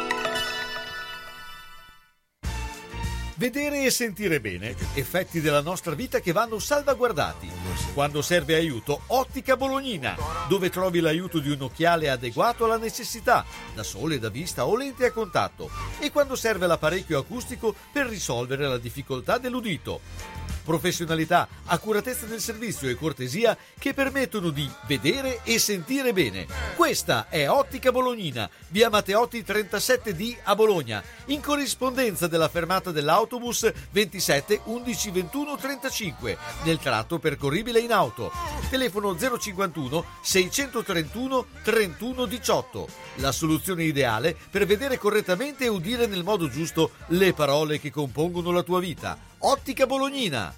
A: Vedere e sentire bene, effetti della nostra vita che vanno salvaguardati. Quando serve aiuto, Ottica Bolognina, dove trovi l'aiuto di un occhiale adeguato alla necessità, da sole, da vista o lente a contatto, e quando serve l'apparecchio acustico per risolvere la difficoltà dell'udito. Professionalità, accuratezza del servizio e cortesia che permettono di vedere e sentire bene. Questa è Ottica Bolognina, via Matteotti 37D a Bologna, in corrispondenza della fermata dell'autobus 27 11 21 35, nel tratto percorribile in auto. Telefono 051 631 31 18. La soluzione ideale per vedere correttamente e udire nel modo giusto le parole che compongono la tua vita. Ottica Bolognina.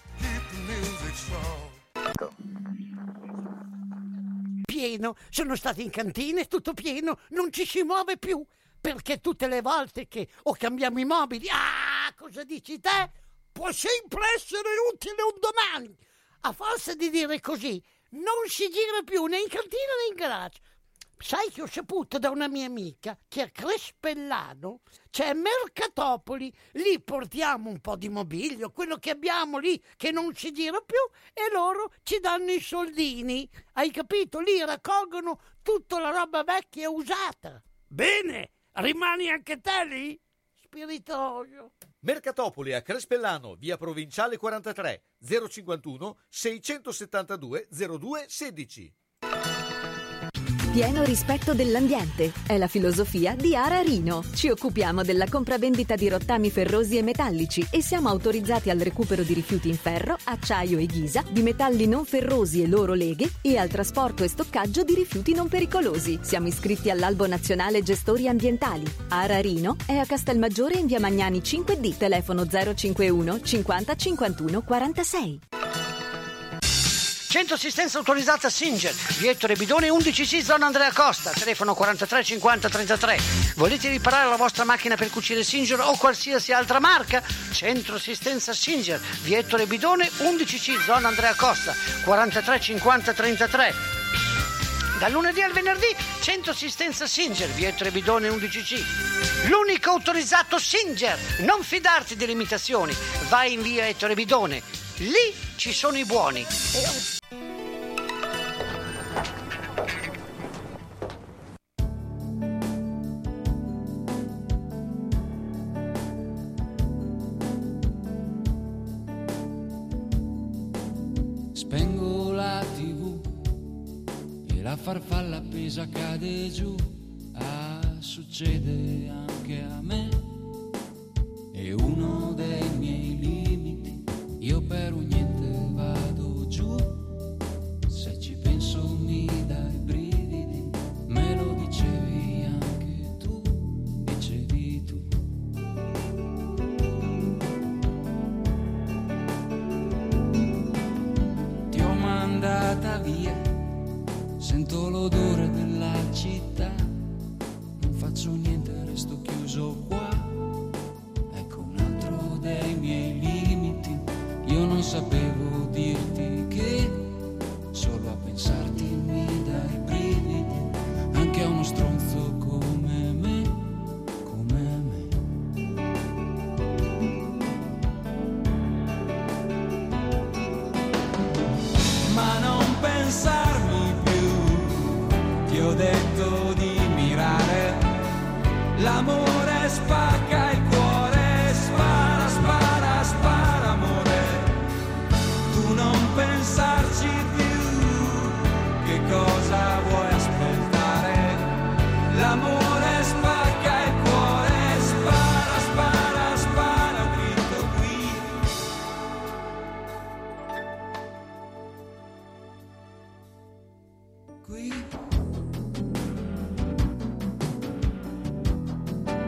F: Pieno, sono stato in cantina, è tutto pieno, non ci si muove più, perché tutte le volte che cambiamo i mobili, cosa dici te? Può sempre essere utile un domani. A forza di dire così, non si gira più né in cantina né in garage. Sai che ho saputo da una mia amica che a Crespellano c'è Mercatopoli, lì portiamo un po' di mobilio, quello che abbiamo lì che non si gira più, e loro ci danno i soldini, hai capito? Lì raccolgono tutta la roba vecchia e usata. Bene, rimani anche te lì? Spiritoso.
A: Mercatopoli a Crespellano, via Provinciale 43, 051 672 02 16.
M: Pieno rispetto dell'ambiente è la filosofia di Ara Rino. Ci occupiamo della compravendita di rottami ferrosi e metallici e siamo autorizzati al recupero di rifiuti in ferro, acciaio e ghisa, di metalli non ferrosi e loro leghe e al trasporto e stoccaggio di rifiuti non pericolosi. Siamo iscritti all'Albo Nazionale Gestori Ambientali. Ara Rino è a Castelmaggiore in via Magnani 5D, telefono 051 50 51 46.
F: Centro assistenza autorizzata Singer, via Ettore Bidone 11C, zona Andrea Costa, telefono 43 50 33. Volete riparare la vostra macchina per cucire Singer o qualsiasi altra marca? Centro assistenza Singer, via Ettore Bidone 11C, zona Andrea Costa, 43 50 33. Dal lunedì al venerdì, Centro assistenza Singer, via Ettore Bidone 11C. L'unico autorizzato Singer. Non fidarti delle imitazioni. Vai in via Ettore Bidone. Lì ci sono i buoni.
J: Spengo la TV e la farfalla appesa cade giù. Succede anche a me. È uno dei miei limiti. Io per un niente vado giù. Se ci penso mi dai brividi. Me lo dicevi anche tu. Dicevi tu. Ti ho mandata via. Sento l'odore della città. Non faccio niente, resto chiuso qua. Ecco un altro dei miei limiti. Io non sapevo dirti che solo a pensarti mi dai brividi. Anche a uno stronzo come me, come me. Ma non pensarmi più, ti ho detto di mirare. L'amore spacca il cuore, spara, spara, spara amore. Tu non pensarci più, che cosa vuoi aspettare? L'amore spacca il cuore, spara, spara, spara dritto qui. Qui.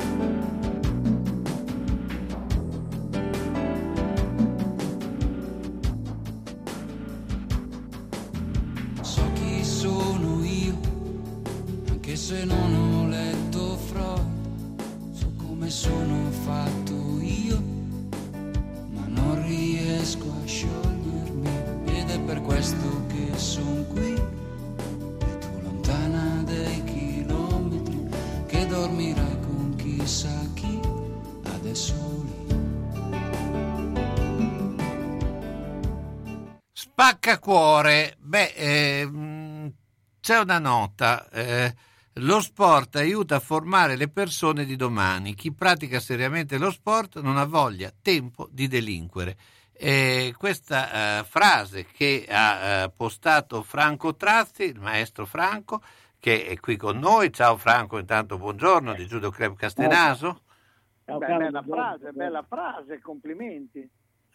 J: dormirai con chissà chi, adesso lì.
B: Spaccacuore, c'è una nota, lo sport aiuta a formare le persone di domani, chi pratica seriamente lo sport non ha voglia, tempo di delinquere. Questa frase che ha postato Franco Trazzi, il maestro Franco, che è qui con noi. Ciao Franco, intanto buongiorno, di Judo Club Castenaso.
I: Bella frase, complimenti.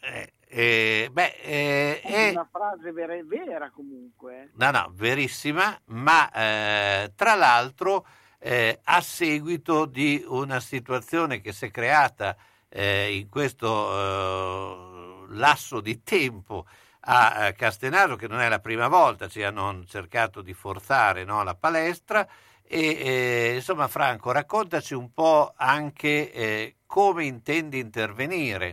B: Una
I: frase vera comunque.
B: No, verissima, ma tra l'altro a seguito di una situazione che si è creata in questo lasso di tempo a Castenaso, che non è la prima volta, ci hanno cercato di forzare, no, la palestra, e insomma Franco, raccontaci un po' anche come intendi intervenire.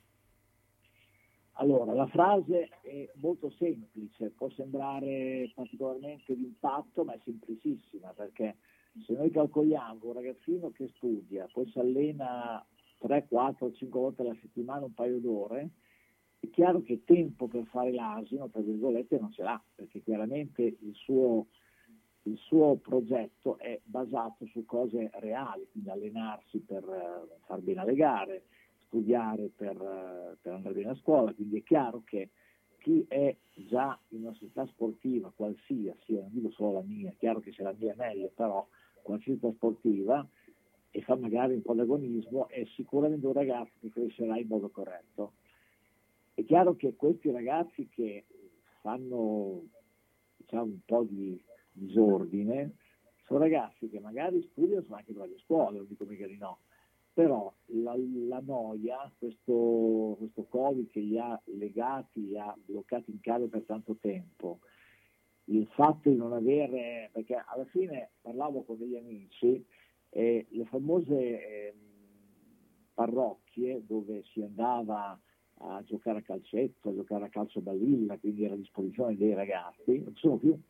L: Allora, la frase è molto semplice, può sembrare particolarmente d'impatto, ma è semplicissima, perché se noi calcoliamo un ragazzino che studia, poi si allena 3, 4, 5 volte alla settimana un paio d'ore, è chiaro che tempo per fare l'asino, tra virgolette, non ce l'ha, perché chiaramente il suo progetto è basato su cose reali, quindi allenarsi per far bene alle gare, studiare per andare bene a scuola, quindi è chiaro che chi è già in una società sportiva qualsiasi, non dico solo la mia, è chiaro che se la mia è meglio, però qualsiasi società sportiva e fa magari un po' di agonismo, è sicuramente un ragazzo che crescerà in modo corretto. È chiaro che questi ragazzi che fanno, diciamo, un po' di disordine, sono ragazzi che magari studiano, sono anche bravi a scuola, non dico mica di no, però la noia, questo Covid che li ha legati, li ha bloccati in casa per tanto tempo, il fatto di non avere, perché alla fine parlavo con degli amici, le famose parrocchie dove si andava a giocare a calcetto, a giocare a calcio balilla, quindi era a disposizione dei ragazzi, non sono più.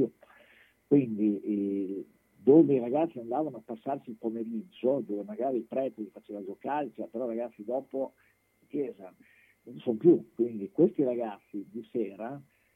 L: Quindi dove i ragazzi andavano a passarsi il pomeriggio, dove magari il prete li faceva giocare, però ragazzi dopo chiesa, non sono più. Quindi questi ragazzi di sera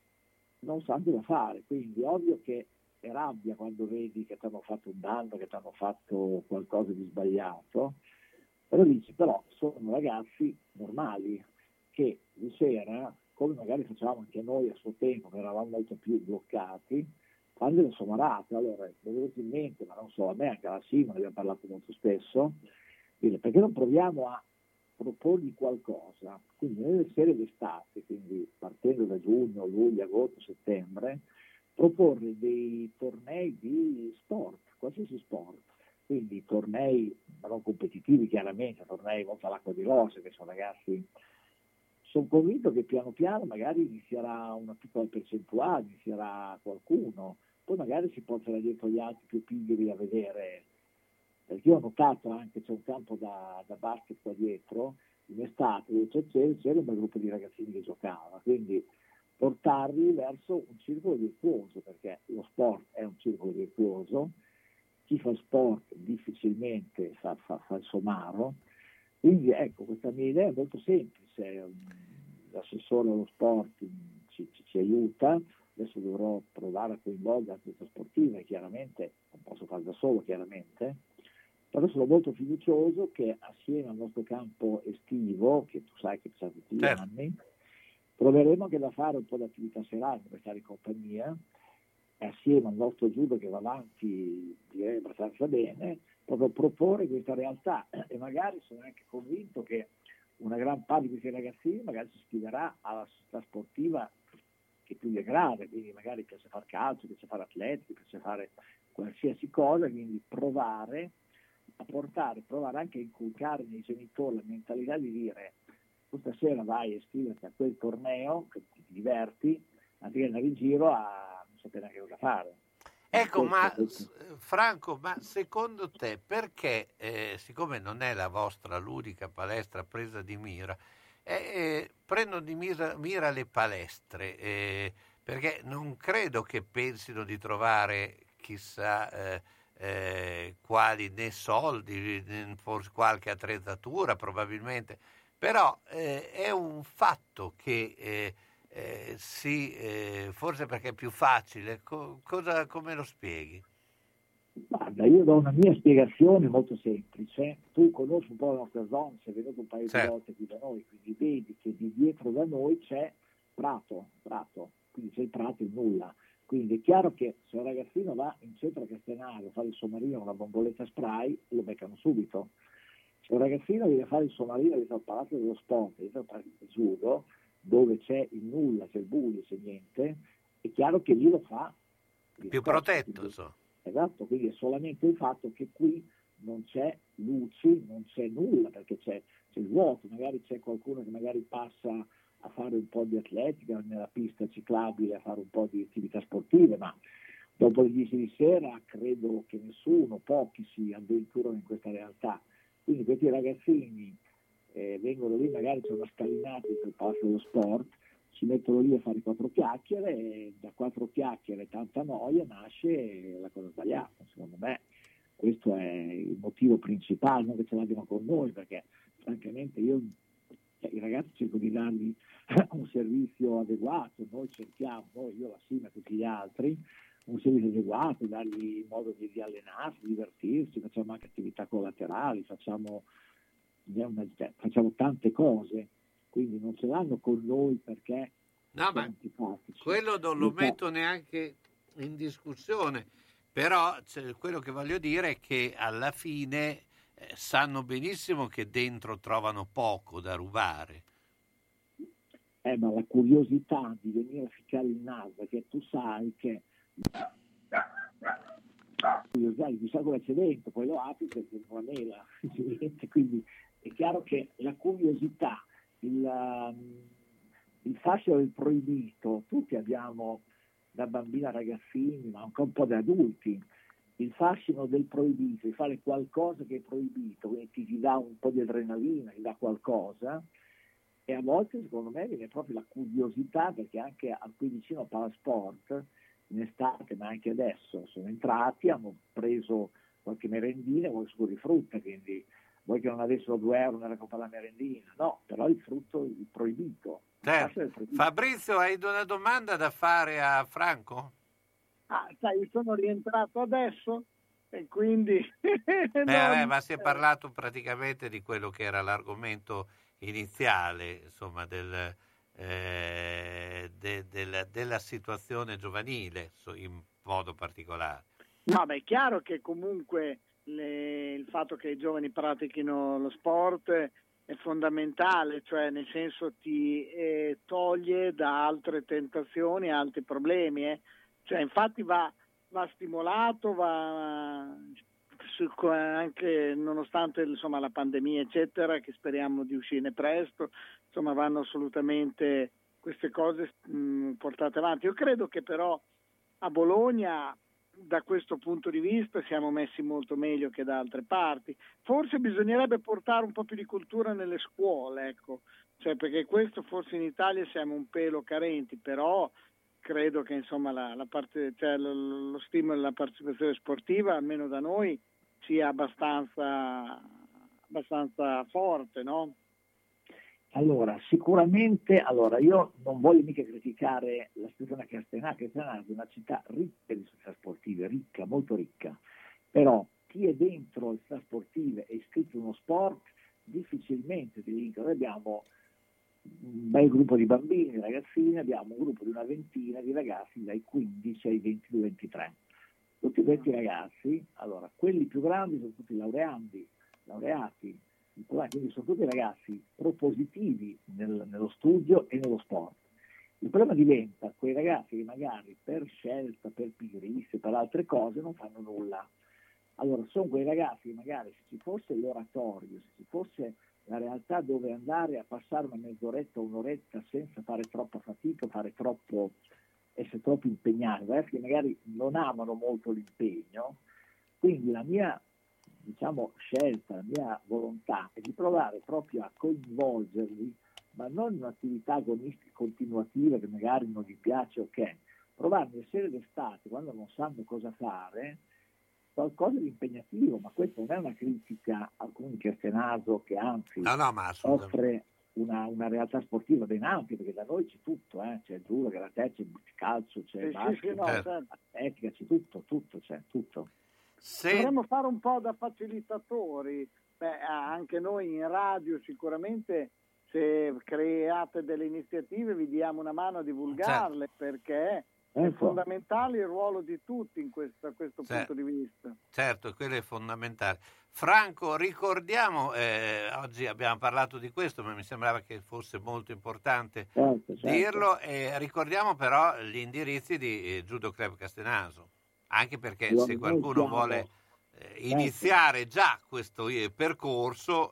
L: non sanno cosa fare, quindi ovvio che è rabbia quando vedi che ti hanno fatto un danno, che ti hanno fatto qualcosa di sbagliato, però dici, però sono ragazzi normali che di sera, come magari facevamo anche noi a suo tempo, che eravamo molto più bloccati, fanno delle somarate. Allora, mi è venuto in mente, ma non solo a me, anche alla Sima, ne abbiamo parlato molto spesso, quindi, perché non proviamo a proporgli qualcosa, quindi nelle serie d'estate, quindi partendo da giugno, luglio, agosto, settembre, proporre dei tornei di sport, qualsiasi sport, quindi tornei non competitivi chiaramente, tornei molto all'acqua di rose, che sono ragazzi. Sono convinto che piano piano magari inizierà una piccola percentuale, inizierà qualcuno, poi magari si porterà dietro gli altri più pigri a vedere, perché io ho notato anche, c'è un campo da basket qua dietro, in estate c'era un bel gruppo di ragazzini che giocava, quindi portarli verso un circolo virtuoso, perché lo sport è un circolo virtuoso, chi fa sport difficilmente fa il somaro. Quindi ecco, questa mia idea è molto semplice, l'assessore allo sport ci aiuta, adesso dovrò provare a coinvolgere l'attività sportiva, chiaramente non posso farlo da solo chiaramente, però sono molto fiducioso che assieme al nostro campo estivo, che tu sai che c'è tutti gli anni, proveremo anche da fare un po' di attività serale per stare in compagnia, e assieme al nostro judo che va avanti direi abbastanza bene, proprio proporre questa realtà, e magari sono anche convinto che una gran parte di questi ragazzini magari si iscriverà alla società sportiva che più gli aggrada, quindi magari piace fare calcio, piace fare atletica, piace fare qualsiasi cosa, quindi provare anche a inculcare nei genitori la mentalità di dire questa sera vai a iscriverti a quel torneo, che ti diverti, anziché andare in giro a non sapere neanche cosa fare.
B: Ecco, ma Franco, ma secondo te perché, siccome non è la vostra l'unica palestra presa di mira, prendono di mira le palestre, perché non credo che pensino di trovare chissà quali né soldi, né forse qualche attrezzatura probabilmente, però è un fatto che forse perché è più facile, come lo spieghi?
L: Guarda, io do una mia spiegazione molto semplice. Tu conosci un po' la nostra zona, sei venuto un paio di volte qui da noi, quindi vedi che di dietro da noi c'è prato, quindi c'è il prato e nulla. Quindi è chiaro che se un ragazzino va in centro a Castenario a fare il sommarino con una bomboletta spray, lo beccano subito. Se un ragazzino deve fare il sommarino dentro al Palazzo dello Sport, dentro al Palazzo del Judo, dove c'è il nulla, c'è il buio, c'è niente, è chiaro che lì lo fa.
B: Più protetto, insomma.
L: Esatto, quindi è solamente il fatto che qui non c'è luci, non c'è nulla, perché c'è il vuoto, magari c'è qualcuno che magari passa a fare un po' di atletica nella pista ciclabile, a fare un po' di attività sportive, ma dopo le 10 di sera credo che pochi si avventurano in questa realtà. Quindi questi ragazzini vengono lì, magari c'è una scalinata per il Palazzo dello Sport, si mettono lì a fare 4 chiacchiere e da 4 chiacchiere e tanta noia nasce la cosa sbagliata. Secondo me questo è il motivo principale, non che ce l'abbiano con noi, perché francamente i ragazzi cerco di dargli un servizio adeguato, io la SIM e tutti gli altri, un servizio adeguato, dargli modo di allenarsi, divertirsi, facciamo anche attività collaterali, facciamo tante cose, quindi non ce l'hanno con noi perché
B: no, ma quello non lo metto neanche in discussione, però quello che voglio dire è che alla fine sanno benissimo che dentro trovano poco da rubare.
L: Ma la curiosità di venire a ficcare il naso, perché tu sai che chissà cosa c'è dentro, poi lo apri perché è una mela, quindi è chiaro che la curiosità, il fascino del proibito, tutti abbiamo da bambini a ragazzini, ma anche un po' da adulti, il fascino del proibito, di fare qualcosa che è proibito, quindi ti dà un po' di adrenalina, ti dà qualcosa, e a volte secondo me viene proprio la curiosità, perché anche qui vicino a Palasport in estate, ma anche adesso, sono entrati, hanno preso qualche merendina e qualche succo di frutta, quindi vuoi che non avessero 2 euro nella coppa della merendina, no, però il frutto, il proibito.
B: Fabrizio, hai una domanda da fare a Franco?
I: Sai, sono rientrato adesso e quindi...
B: Ma si è parlato praticamente di quello che era l'argomento iniziale, insomma, della situazione giovanile in modo particolare.
I: No, è chiaro che comunque il fatto che i giovani pratichino lo sport è fondamentale, cioè nel senso ti toglie da altre tentazioni, altri problemi. Cioè, infatti va stimolato, anche nonostante insomma la pandemia eccetera, che speriamo di uscirne presto, insomma vanno assolutamente queste cose portate avanti. Io credo che però a Bologna da questo punto di vista siamo messi molto meglio che da altre parti. Forse bisognerebbe portare un po' più di cultura nelle scuole, ecco, cioè, perché questo forse in Italia siamo un pelo carenti, però credo che insomma la parte, cioè, lo stimolo alla partecipazione sportiva, almeno da noi, sia abbastanza forte, no?
L: Allora, sicuramente, io non voglio mica criticare la situazione Castenario. Castenario è una città ricca di società sportive, ricca, molto ricca, però chi è dentro le società sportive e iscritto in uno sport difficilmente ti vince. Noi abbiamo un bel gruppo di bambini, ragazzini, abbiamo un gruppo di una ventina di ragazzi dai 15 ai 22-23. Tutti questi ragazzi, allora, quelli più grandi sono tutti laureati, quindi sono tutti ragazzi propositivi nello studio e nello sport. Il problema diventa quei ragazzi che magari per scelta, per pigrizia, per altre cose non fanno nulla. Allora sono quei ragazzi che magari se ci fosse l'oratorio, se ci fosse la realtà dove andare a passare una mezz'oretta o un'oretta senza fare troppa fatica, essere troppo impegnati, ragazzi che magari non amano molto l'impegno, quindi la mia scelta, la mia volontà è di provare proprio a coinvolgerli, ma non in un'attività agonistica continuativa che magari non gli piace, ok, provare nel sera d'estate, quando non sanno cosa fare, qualcosa di impegnativo, ma questa non è una critica al comune di Castenaso, che anzi
B: ma
L: offre una realtà sportiva ben ampia, perché da noi c'è tutto, c'è judo, karate, c'è calcio, c'è basket, atletica, c'è tutto, c'è tutto.
I: Dovremmo fare un po' da facilitatori. Anche noi in radio sicuramente, se create delle iniziative vi diamo una mano a divulgarle, perché è fondamentale il ruolo di tutti in questo punto di vista.
B: Certo, quello è fondamentale. Franco, ricordiamo, oggi abbiamo parlato di questo, ma mi sembrava che fosse molto importante dirlo, ricordiamo però gli indirizzi di Judo Club Castenaso, anche perché se qualcuno vuole iniziare già questo percorso,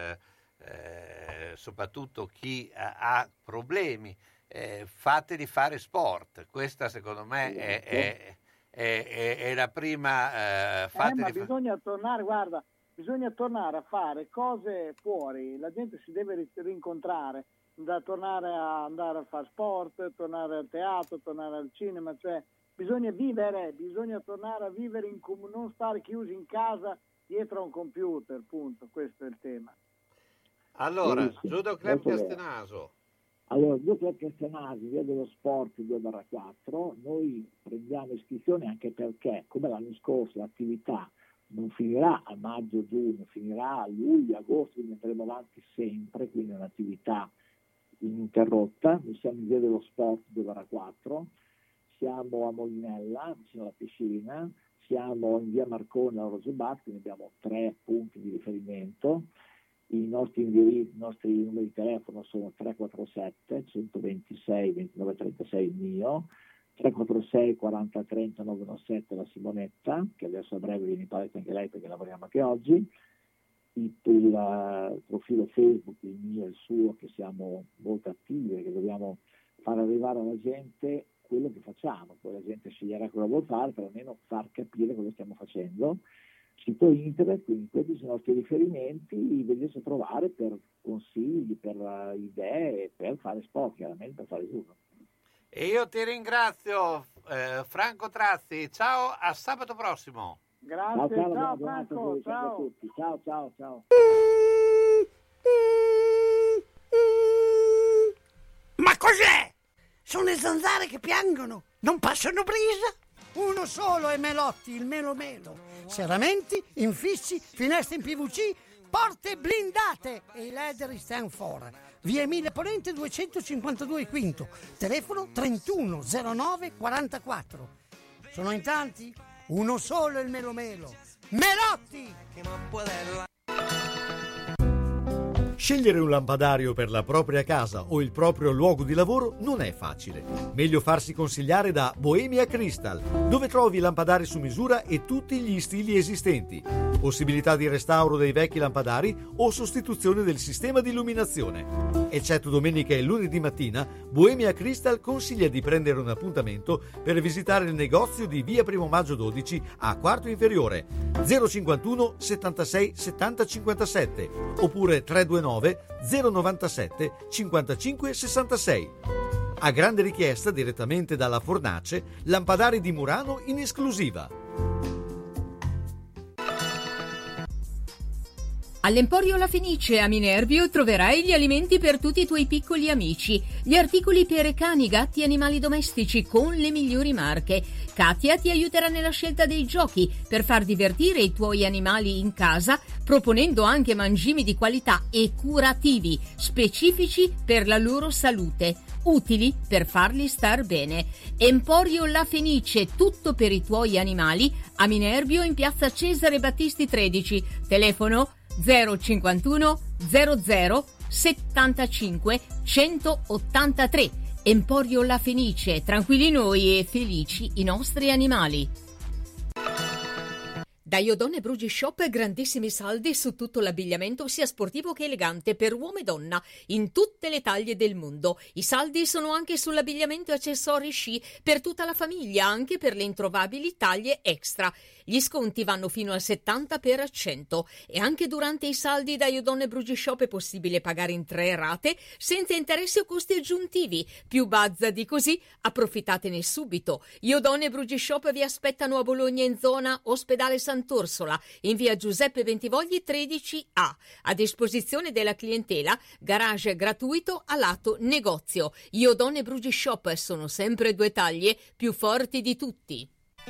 B: soprattutto chi ha problemi, fateli fare sport. Questa secondo me è la prima.
I: Ma bisogna tornare a fare cose fuori, la gente si deve rincontrare, tornare a andare a fare sport, tornare al teatro, tornare al cinema, cioè bisogna vivere, bisogna tornare a vivere in comune, non stare chiusi in casa dietro a un computer, punto. Questo è il tema.
B: Allora, Judo Club Castenaso.
L: Allora, Judo Club Castenaso, via dello sport 2/4, noi prendiamo iscrizioni anche perché, come l'anno scorso, l'attività non finirà a maggio-giugno, finirà a luglio-agosto, quindi andremo avanti sempre, quindi è un'attività ininterrotta. Noi siamo in via dello sport 2/4, siamo a Molinella, vicino alla piscina, siamo in via Marconi a Rosebat, quindi abbiamo 3 punti di riferimento. I nostri indirizzi, i nostri numeri di telefono sono 347 126 29 36 il mio, 346 40 30 917 la Simonetta, che adesso a breve viene in palestra anche lei perché lavoriamo anche oggi. Il profilo Facebook, il mio e il suo, che siamo molto attivi e che dobbiamo far arrivare alla gente quello che facciamo, poi la gente sceglierà cosa vuol fare, per almeno far capire cosa stiamo facendo. Sito internet, quindi questi sono i nostri riferimenti, vedete trovare per consigli, per idee, per fare sport, chiaramente per fare judo.
B: E io ti ringrazio, Franco Trazzi, ciao, a sabato prossimo.
I: Grazie, ciao Franco, ciao a tutti,
L: ciao.
F: Ma cos'è? Sono le zanzare che piangono, non passano brisa? Uno solo è Melotti, il Melo Melo. Serramenti, infissi, finestre in PVC, porte blindate e i leder stand for. Via Emile Ponente 252 Quinto, telefono 31 09 44. Sono in tanti? Uno solo è il Melo Melo. Melotti!
A: Scegliere un lampadario per la propria casa o il proprio luogo di lavoro non è facile. Meglio farsi consigliare da Bohemia Crystal, dove trovi lampadari su misura e tutti gli stili esistenti. Possibilità di restauro dei vecchi lampadari o sostituzione del sistema di illuminazione. Eccetto domenica e lunedì mattina, Bohemia Crystal consiglia di prendere un appuntamento per visitare il negozio di via 1 Maggio 12 a Quarto Inferiore, 051 76 70 57 oppure 329 097 55 66. A grande richiesta direttamente dalla Fornace, lampadari di Murano in esclusiva.
R: All'Emporio La Fenice a Minerbio troverai gli alimenti per tutti i tuoi piccoli amici, gli articoli per cani, gatti e animali domestici con le migliori marche. Katia ti aiuterà nella scelta dei giochi per far divertire i tuoi animali in casa, proponendo anche mangimi di qualità e curativi, specifici per la loro salute, utili per farli star bene. Emporio La Fenice, tutto per i tuoi animali, a Minerbio in piazza Cesare Battisti 13, telefono 051 00 75 183. Emporio La Fenice, tranquilli noi e felici i nostri animali. Da Iodone Brugi Shop grandissimi saldi su tutto l'abbigliamento sia sportivo che elegante per uomo e donna in tutte le taglie del mondo. I saldi sono anche sull'abbigliamento e accessori sci per tutta la famiglia, anche per le introvabili taglie extra. Gli sconti vanno fino al 70% e anche durante i saldi da Iodone Brugi Shop è possibile pagare in 3 rate senza interessi o costi aggiuntivi. Più buzz di così, approfittatene subito. Iodone Brugi Shop vi aspettano a Bologna in zona Ospedale Sant'Orsola, in via Giuseppe Bentivogli 13A. A disposizione della clientela, garage gratuito a lato negozio. Iodone Brugi Shop sono sempre 2 taglie più forti di tutti.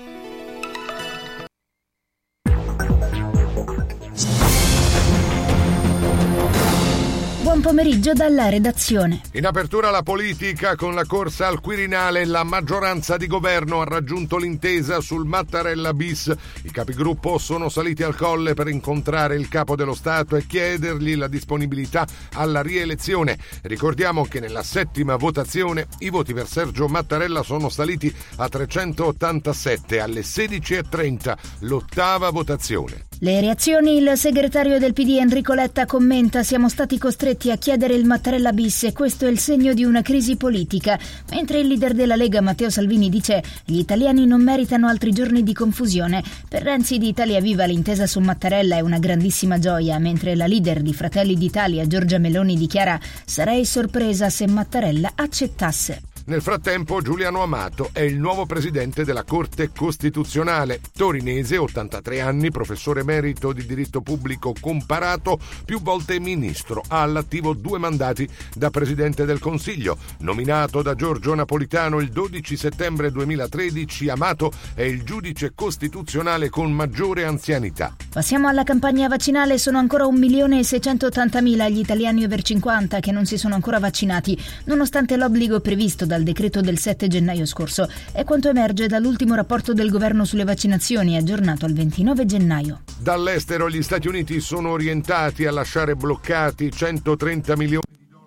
C: Buon pomeriggio dalla redazione.
U: In apertura la politica, con la corsa al Quirinale, la maggioranza di governo ha raggiunto l'intesa sul Mattarella bis. I capigruppo sono saliti al colle per incontrare il capo dello Stato e chiedergli la disponibilità alla rielezione. Ricordiamo che nella 7ª votazione i voti per Sergio Mattarella sono saliti a 387 alle 16:30, l'8ª votazione.
C: Le reazioni: il segretario del PD Enrico Letta commenta: siamo stati costretti a chiedere il Mattarella bis e questo è il segno di una crisi politica, mentre il leader della Lega Matteo Salvini dice: gli italiani non meritano altri giorni di confusione. Per Renzi di Italia Viva l'intesa su Mattarella è una grandissima gioia, mentre la leader di Fratelli d'Italia Giorgia Meloni dichiara: sarei sorpresa se Mattarella accettasse.
U: Nel frattempo Giuliano Amato è il nuovo presidente della Corte Costituzionale. Torinese, 83 anni, professore emerito di diritto pubblico comparato, più volte ministro. Ha all'attivo 2 mandati da presidente del Consiglio. Nominato da Giorgio Napolitano il 12 settembre 2013, Amato è il giudice costituzionale con maggiore anzianità.
C: Passiamo alla campagna vaccinale. Sono ancora 1.680.000 gli italiani over 50 che non si sono ancora vaccinati, nonostante l'obbligo previsto dal decreto del 7 gennaio scorso. È quanto emerge dall'ultimo rapporto del governo sulle vaccinazioni aggiornato al 29 gennaio.
U: Dall'estero gli Stati Uniti sono orientati a lasciare bloccati 130 milioni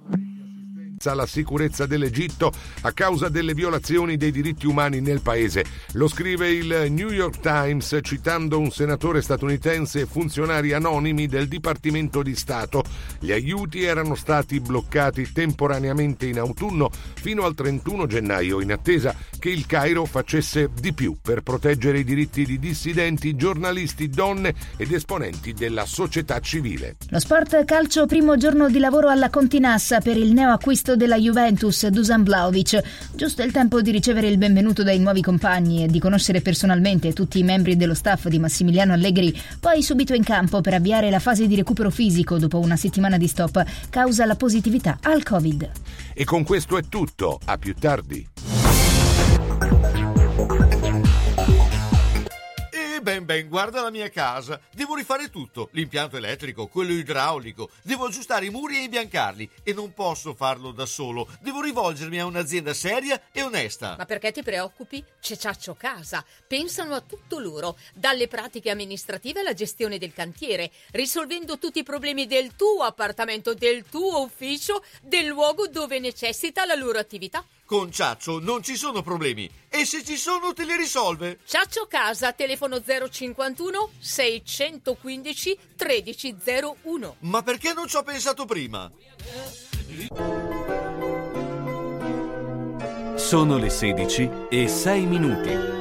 U: alla sicurezza dell'Egitto a causa delle violazioni dei diritti umani nel paese. Lo scrive il New York Times citando un senatore statunitense e funzionari anonimi del Dipartimento di Stato. Gli aiuti erano stati bloccati temporaneamente in autunno fino al 31 gennaio in attesa che il Cairo facesse di più per proteggere i diritti di dissidenti, giornalisti, donne ed esponenti della società civile.
C: Lo sport calcio, primo giorno di lavoro alla Continassa per il neoacquisto della Juventus Dusan Vlahovic. Giusto il tempo di ricevere il benvenuto dai nuovi compagni e di conoscere personalmente tutti i membri dello staff di Massimiliano Allegri, poi subito in campo per avviare la fase di recupero fisico dopo una settimana di stop causa la positività al Covid.
U: E con questo è tutto, a più tardi.
A: Ben, guarda la mia casa. Devo rifare tutto, l'impianto elettrico, quello idraulico. Devo aggiustare i muri e imbiancarli e non posso farlo da solo. Devo rivolgermi a un'azienda seria e onesta.
R: Ma perché ti preoccupi? C'è Ciaccio Casa. Pensano a tutto loro, dalle pratiche amministrative alla gestione del cantiere, risolvendo tutti i problemi del tuo appartamento, del tuo ufficio, del luogo dove necessita la loro attività.
A: Con Ciaccio non ci sono problemi e se ci sono te li risolve.
R: Ciaccio Casa, telefono 051 615 1301.
A: Ma perché non ci ho pensato prima?
V: Sono le 16:06.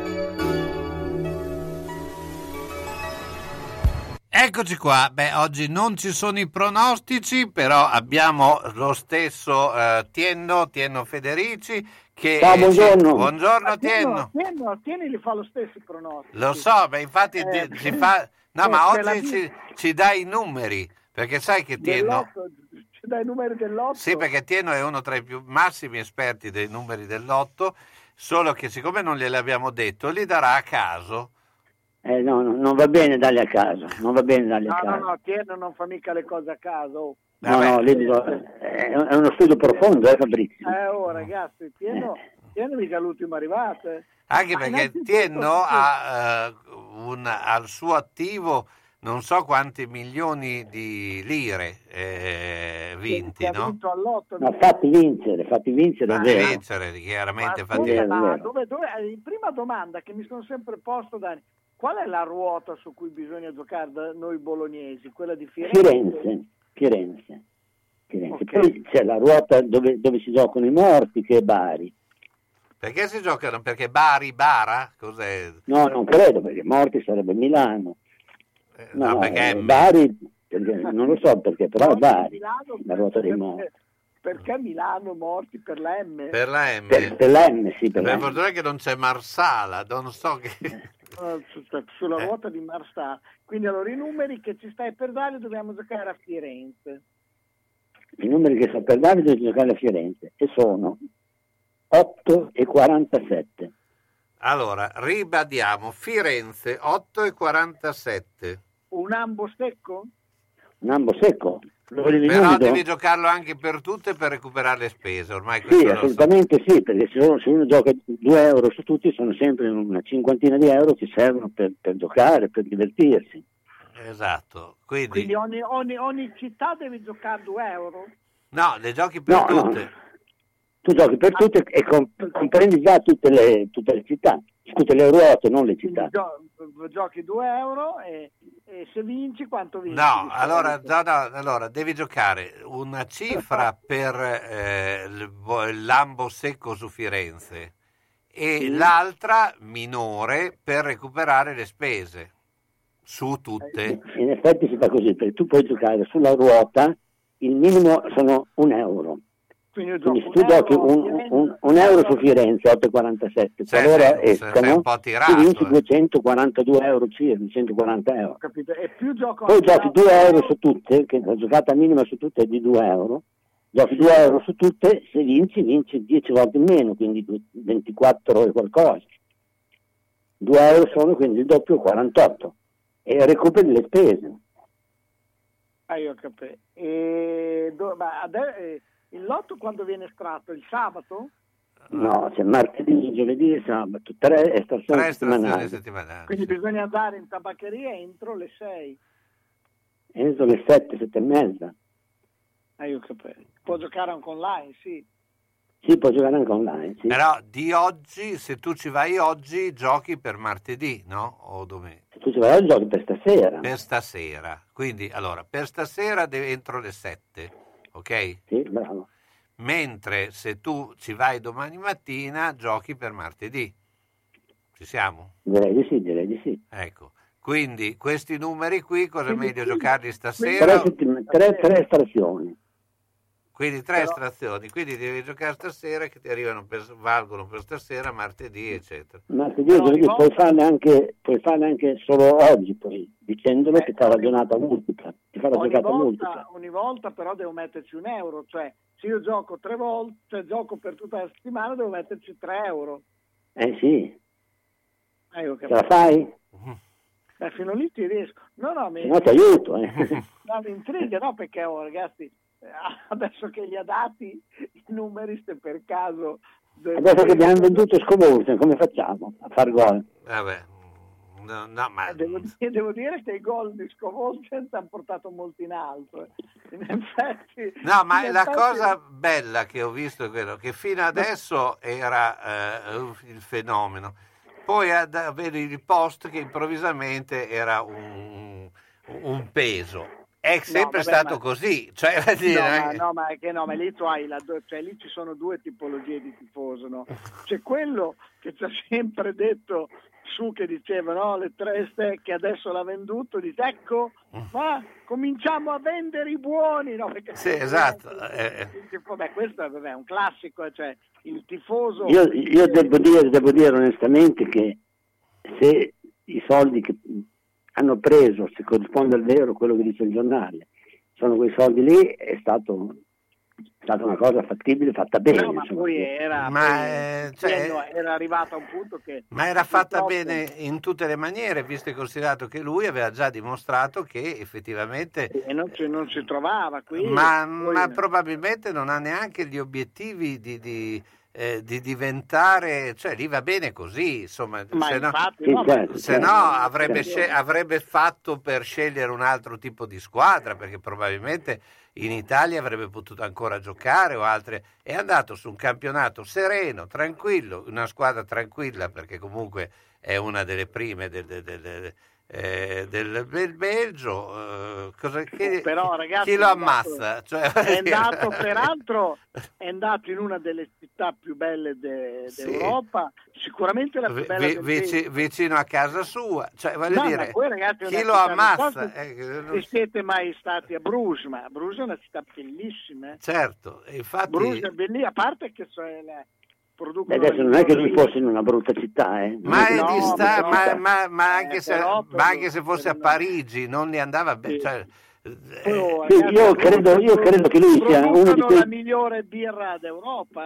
B: Eccoci qua. Oggi non ci sono i pronostici, però abbiamo lo stesso Tienno Federici che
I: buongiorno.
B: Buongiorno Tienno.
I: Tieni li fa lo stesso i pronostici.
B: Lo so, infatti ci fa. No, ma oggi ci dai i numeri, perché sai che Tienno
I: ci dai i numeri dell'otto.
B: Sì, perché Tienno è uno tra i più massimi esperti dei numeri dell'otto, solo che siccome non glieli abbiamo detto, li darà a caso.
N: No, non va bene darli a caso, non va bene darli a caso.
I: No, Tienno non fa mica le cose a caso.
N: No, è uno studio profondo, Fabrizio.
I: Ragazzi, Tienno mica l'ultimo arrivato.
B: Anche perché Tienno ha al suo attivo non so quanti milioni di lire vinti,
I: ha
B: no?
I: vinto all'otto.
N: No, fatti vincere davvero.
B: Vincere, chiaramente.
I: Ma scusa, dove, in prima domanda che mi sono sempre posto, Dani, Qual è la ruota su cui bisogna giocare da noi bolognesi? Quella di Firenze?
N: Firenze.
I: Ok.
N: Poi c'è la ruota dove si giocano i morti, che è Bari.
B: Perché si giocano? Perché Bara? Cos'è?
N: No, non credo, perché morti sarebbe Milano.
B: No, perché
N: Bari, perché, non lo so perché, però è Bari,
I: Milano,
N: la ruota dei morti.
I: Perché Milano morti per la M?
B: Per la M.
N: Per la M, sì, per la
B: Per
N: M.
B: fortuna che non c'è Marsala, non so che...
I: Sulla ruota di Marsala. Quindi allora i numeri che ci stai per dare dobbiamo giocare a Firenze.
N: I numeri che sto per dare devo giocare a Firenze e sono 8 e 47.
B: Allora, ribadiamo, Firenze 8 e 47.
I: Un ambo secco?
N: Un ambo secco. Lo volevi
B: Però
N: nudo?
B: devi giocarlo anche per tutte per recuperare le spese, ormai
N: Sì,
B: questo lo so.
N: assolutamente sì, perché se uno gioca 2 euro su tutti sono sempre una cinquantina di euro che servono per giocare, per divertirsi.
B: Esatto, quindi
I: Quindi ogni città deve giocare 2 euro?
B: no, le giochi per tutte.
N: Tu giochi per tutte e comprendi già tutte le città, tutte le ruote, non le città.
I: Giochi 2 euro e se vinci quanto vinci?
B: No, allora devi giocare una cifra per l'ambo secco su Firenze e l'altra minore per recuperare le spese su tutte.
N: In effetti si fa così, perché tu puoi giocare sulla ruota, il minimo sono 1 euro.
I: Quindi
N: se tu giochi un euro su Firenze, 8,47, qualora escano,
B: un po' tirato,
N: tu vinci 242 euro circa, 240 euro.
I: Capito? E più gioco
N: Poi giochi 2 euro su tutte, che la giocata minima su tutte è di 2 euro, giochi 2 euro su tutte, se vinci 10 volte in meno, quindi 24 e qualcosa. 2 euro sono quindi il doppio, 48, e recuperi le spese.
I: Io capito. Il lotto quando viene estratto? Il sabato?
N: No, c'è martedì, giovedì e sabato, 3 estrazioni settimanali.
I: Quindi bisogna andare in tabaccheria entro le 6.
N: Entro le 7, 7 e mezza.
I: Io capito. Può giocare anche online, sì.
N: Sì, può giocare anche online, sì.
B: Però di oggi, se tu ci vai oggi, giochi per martedì, no? O domenica?
N: Se tu ci vai oggi, giochi per stasera.
B: Per stasera. Quindi, allora, per stasera entro le 7, ok?
N: Sì, bravo.
B: Mentre se tu ci vai domani mattina, giochi per martedì. Ci siamo?
N: Direi di sì.
B: Ecco. Quindi, questi numeri qui, cosa è meglio giocarli stasera?
N: 3 estrazioni.
B: Quindi 3 estrazioni, quindi devi giocare stasera che ti valgono per stasera, martedì, eccetera.
N: Martedì e giovedì puoi farle anche solo oggi, poi, dicendolo che fa la giornata multipla. Ti fa la giocata multipla.
I: Ogni volta però devo metterci 1 euro, cioè se io gioco 3 volte, cioè gioco per tutta la settimana, devo metterci 3 euro.
N: Sì.
I: Ce
N: la fai?
I: Fino lì ti riesco. No,
N: ti aiuto.
I: No, mi intriga, no, perché ragazzi, adesso che gli ha dati i numeri, se per caso...
N: Adesso che abbiamo venduto Scovolsen, come facciamo a far gol?
B: Vabbè, no, ma...
I: Devo dire che i gol di Scovolsen ti hanno portato molto in alto. In effetti...
B: No, ma la cosa bella che ho visto è quello che fino adesso era il fenomeno. Poi vedi il post che improvvisamente era un peso. È sempre stato così, cioè
I: ma lì tu hai lì ci sono 2 tipologie di tifoso, no? C'è quello che ci ha sempre detto su, che diceva no, le 3 stecche adesso l'ha venduto, dice ecco, ma cominciamo a vendere i buoni, no? Perché
B: sì, esatto.
I: Questo è un classico, cioè il tifoso.
N: Io devo dire onestamente che se i soldi che hanno preso, se corrisponde al vero quello che dice il giornale, sono quei soldi lì, è stata una cosa fattibile, fatta bene.
I: No, ma poi era arrivato a un punto che...
B: Ma era fatta bene in tutte le maniere, visto e considerato che lui aveva già dimostrato che effettivamente...
I: E non si trovava qui.
B: Ma probabilmente non ha neanche gli obiettivi di di diventare, cioè lì va bene così, insomma,
I: Ma
B: se no,
I: infatti, no, ma-
B: se no avrebbe fatto per scegliere un altro tipo di squadra, perché probabilmente in Italia avrebbe potuto ancora giocare o altre. È andato su un campionato sereno, tranquillo, una squadra tranquilla, perché comunque è una delle prime del Belgio.
I: Però, ragazzi,
B: chi lo
I: è
B: ammazza?
I: andato- è andato, peraltro, è andato in una delle città più belle d'Europa, sicuramente la più bella del mondo.
B: Vicino a casa sua, cioè voglio
I: No,
B: dire,
I: ma poi, ragazzi, è
B: chi
I: una
B: lo
I: città- non
B: ammazza?
I: so se siete mai stati a Bruges, ma Bruges è una città bellissima.
B: Certo, infatti.
I: Bruges è bellissima, a parte che producono...
N: Adesso non è che lui fosse in una brutta città,
B: Ma, è
I: No,
B: dista-
I: però-
B: ma anche, se,
I: però-
B: ma anche se fosse a Parigi non gli andava bene. Cioè,
N: Sì, io credo che lui sia uno di
I: producono
N: quei...
I: la migliore birra d'Europa,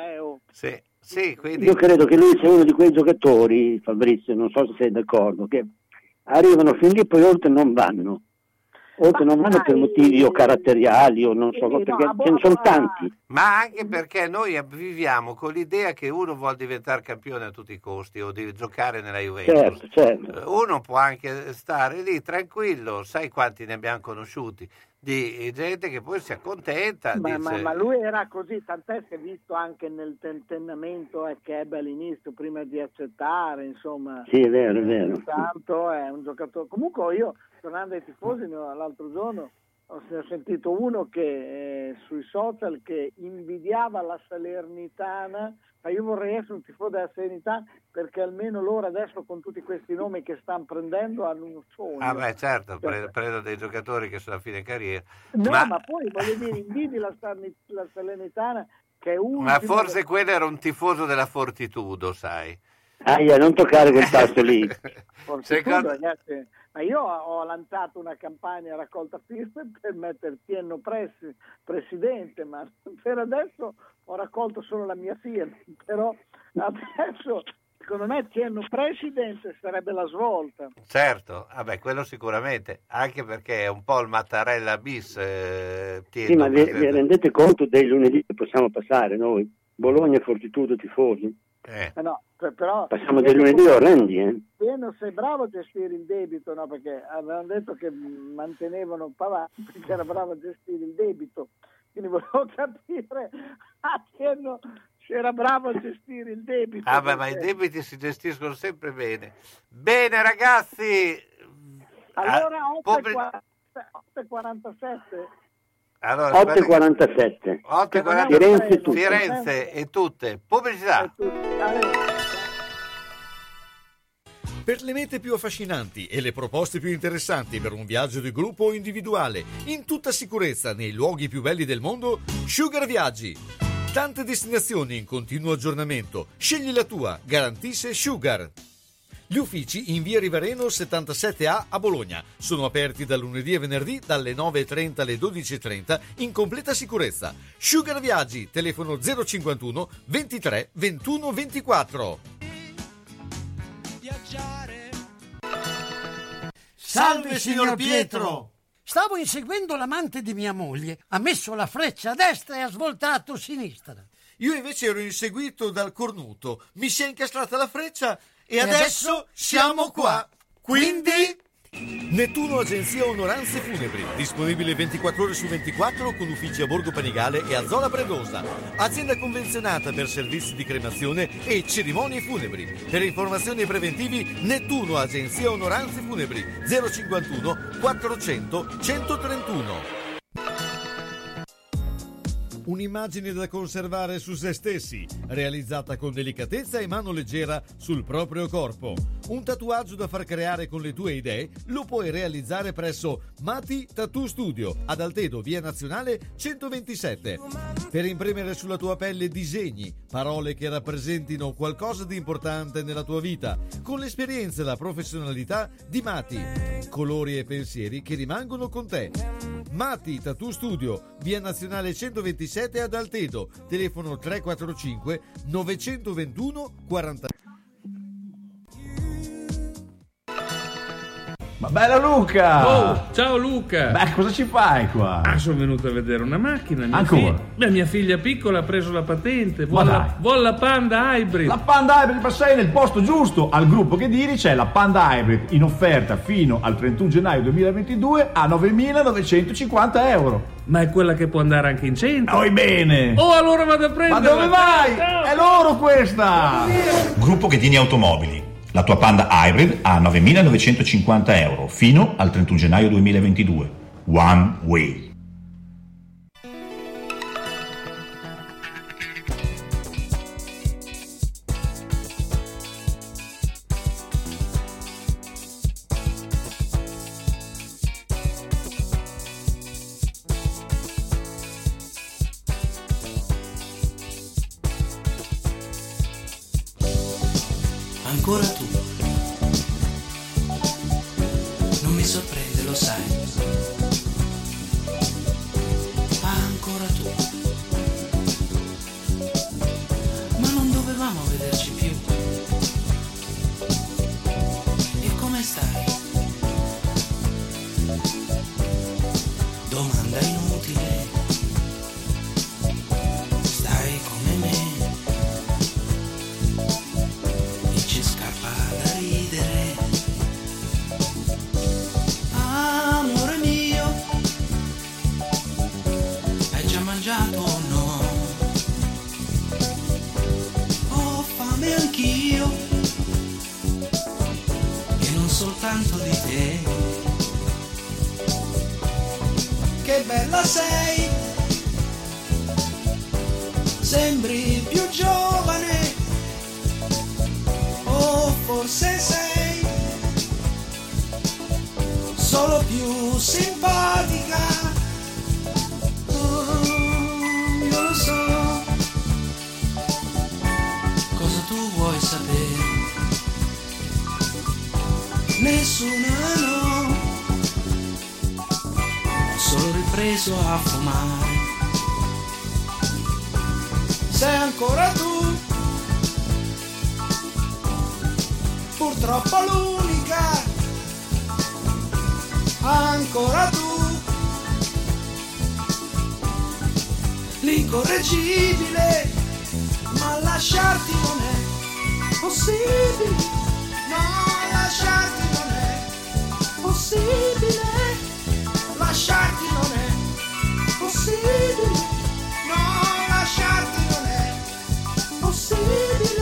B: Sì, quindi...
N: Io credo che lui sia uno di quei giocatori, Fabrizio, non so se sei d'accordo, che arrivano fin lì, poi oltre non vanno. Oltre non vanno per motivi o caratteriali o non so, perché ce ne sono tanti.
B: Ma anche perché noi viviamo con l'idea che uno vuole diventare campione a tutti i costi o di giocare nella Juventus.
N: Certo.
B: Uno può anche stare lì tranquillo, sai quanti ne abbiamo conosciuti, di gente che poi si accontenta.
I: Ma lui era così, tant'è che visto anche nel tentennamento che ebbe all'inizio prima di accettare, insomma.
N: Sì, è vero.
I: Tanto è un giocatore. Comunque io, tornando ai tifosi, l'altro giorno ho sentito uno che sui social che invidiava la Salernitana, ma io vorrei essere un tifoso della Salernitana perché almeno loro adesso con tutti questi nomi che stanno prendendo hanno un sogno.
B: Ah beh, certo, prendo dei giocatori che sono a fine carriera.
I: No, ma poi voglio dire, invidi la Salernitana che è ultima.
B: Ma forse quello era un tifoso della Fortitudo, sai.
N: Non toccare quel tasto lì.
I: Fortitudo, ragazzi, ma io ho lanciato una campagna raccolta firme per mettere Tienno presidente, ma per adesso ho raccolto solo la mia firma, però adesso secondo me Tienno presidente sarebbe la svolta.
B: Certo, vabbè, quello sicuramente, anche perché è un po' il Mattarella bis.
N: Sì, ma vi rendete conto dei lunedì che possiamo passare noi? Bologna, Fortitudo, tifosi?
I: No, però
N: passiamo dei lunedì orrendi,
I: Tienno sei bravo a gestire il debito, no? Perché avevano detto che mantenevano Pavani perché era bravo a gestire il debito, quindi volevo capire Tienno se era bravo a gestire il debito.
B: Ah beh, ma i debiti si gestiscono sempre bene. Bene ragazzi,
I: allora 8:47.
B: Allora,
N: 8:47.
B: Firenze e tutte. Pubblicità.
A: Per le mete più affascinanti e le proposte più interessanti per un viaggio di gruppo o individuale, in tutta sicurezza nei luoghi più belli del mondo, Sugar Viaggi. Tante destinazioni in continuo aggiornamento. Scegli la tua, garantisce Sugar. Gli uffici in via Rivareno 77A a Bologna sono aperti dal lunedì e venerdì dalle 9:30 alle 12:30 in completa sicurezza. Sugar Viaggi, telefono 051 23 21 24.
F: Salve signor Pietro! Stavo inseguendo l'amante di mia moglie, ha messo la freccia a destra e ha svoltato a sinistra.
A: Io invece ero inseguito dal cornuto, mi si è incastrata la freccia e adesso siamo qua. Quindi... Nettuno Agenzia Onoranze Funebri, disponibile 24 ore su 24 con uffici a Borgo Panigale e a Zola Predosa. Azienda convenzionata per servizi di cremazione e cerimonie funebri. Per informazioni e preventivi Nettuno Agenzia Onoranze Funebri 051 400 131. Un'immagine da conservare su se stessi, realizzata con delicatezza e mano leggera sul proprio corpo. Un tatuaggio da far creare con le tue idee lo puoi realizzare presso Mati Tattoo Studio ad Altedo, via Nazionale 127. Per imprimere sulla tua pelle disegni, parole che rappresentino qualcosa di importante nella tua vita, con l'esperienza e la professionalità di Mati. Colori e pensieri che rimangono con te. Mati Tattoo Studio, via Nazionale 127 ad Altedo, telefono 345 921 40.
O: Ma bella Luca!
P: Oh, ciao Luca!
O: Beh, cosa ci fai qua?
P: Sono venuto a vedere una macchina.
O: Ancora?
P: Mia figlia piccola ha preso la patente.
O: Ma dai.
P: Vuole la Panda Hybrid.
O: La Panda Hybrid, ma sei nel posto giusto. Al gruppo che diri c'è la Panda Hybrid in offerta fino al 31 gennaio 2022 a 9.950 euro.
P: Ma è quella che può andare anche in centro?
O: Oi bene!
P: Oh, allora vado a prenderla!
O: Ma dove vai?
P: Ciao.
O: È loro questa!
Q: Gruppo Ghedini Automobili. La tua Panda Hybrid a 9.950 euro fino al 31 gennaio 2022. One Way.
J: Ancora tu, non mi sorprende, lo sai. Ancora tu, ma non dovevamo vederci più. E come stai? Domanda inutile. Stai come me? Ci scappa da ridere. Amore mio, hai già mangiato o no? Ho fame anch'io, e non soltanto di te. Che bella sei, sembri più giovane. O forse sei solo più simpatica. Oh, io lo so cosa tu vuoi sapere. Nessuna no, ho solo ripreso a fumare. Sei ancora tu, purtroppo l'unica, ancora tu, l'incorreggibile, ma lasciarti non è possibile, no, lasciarti non è possibile, lasciarti non è possibile, no, lasciarti non è possibile.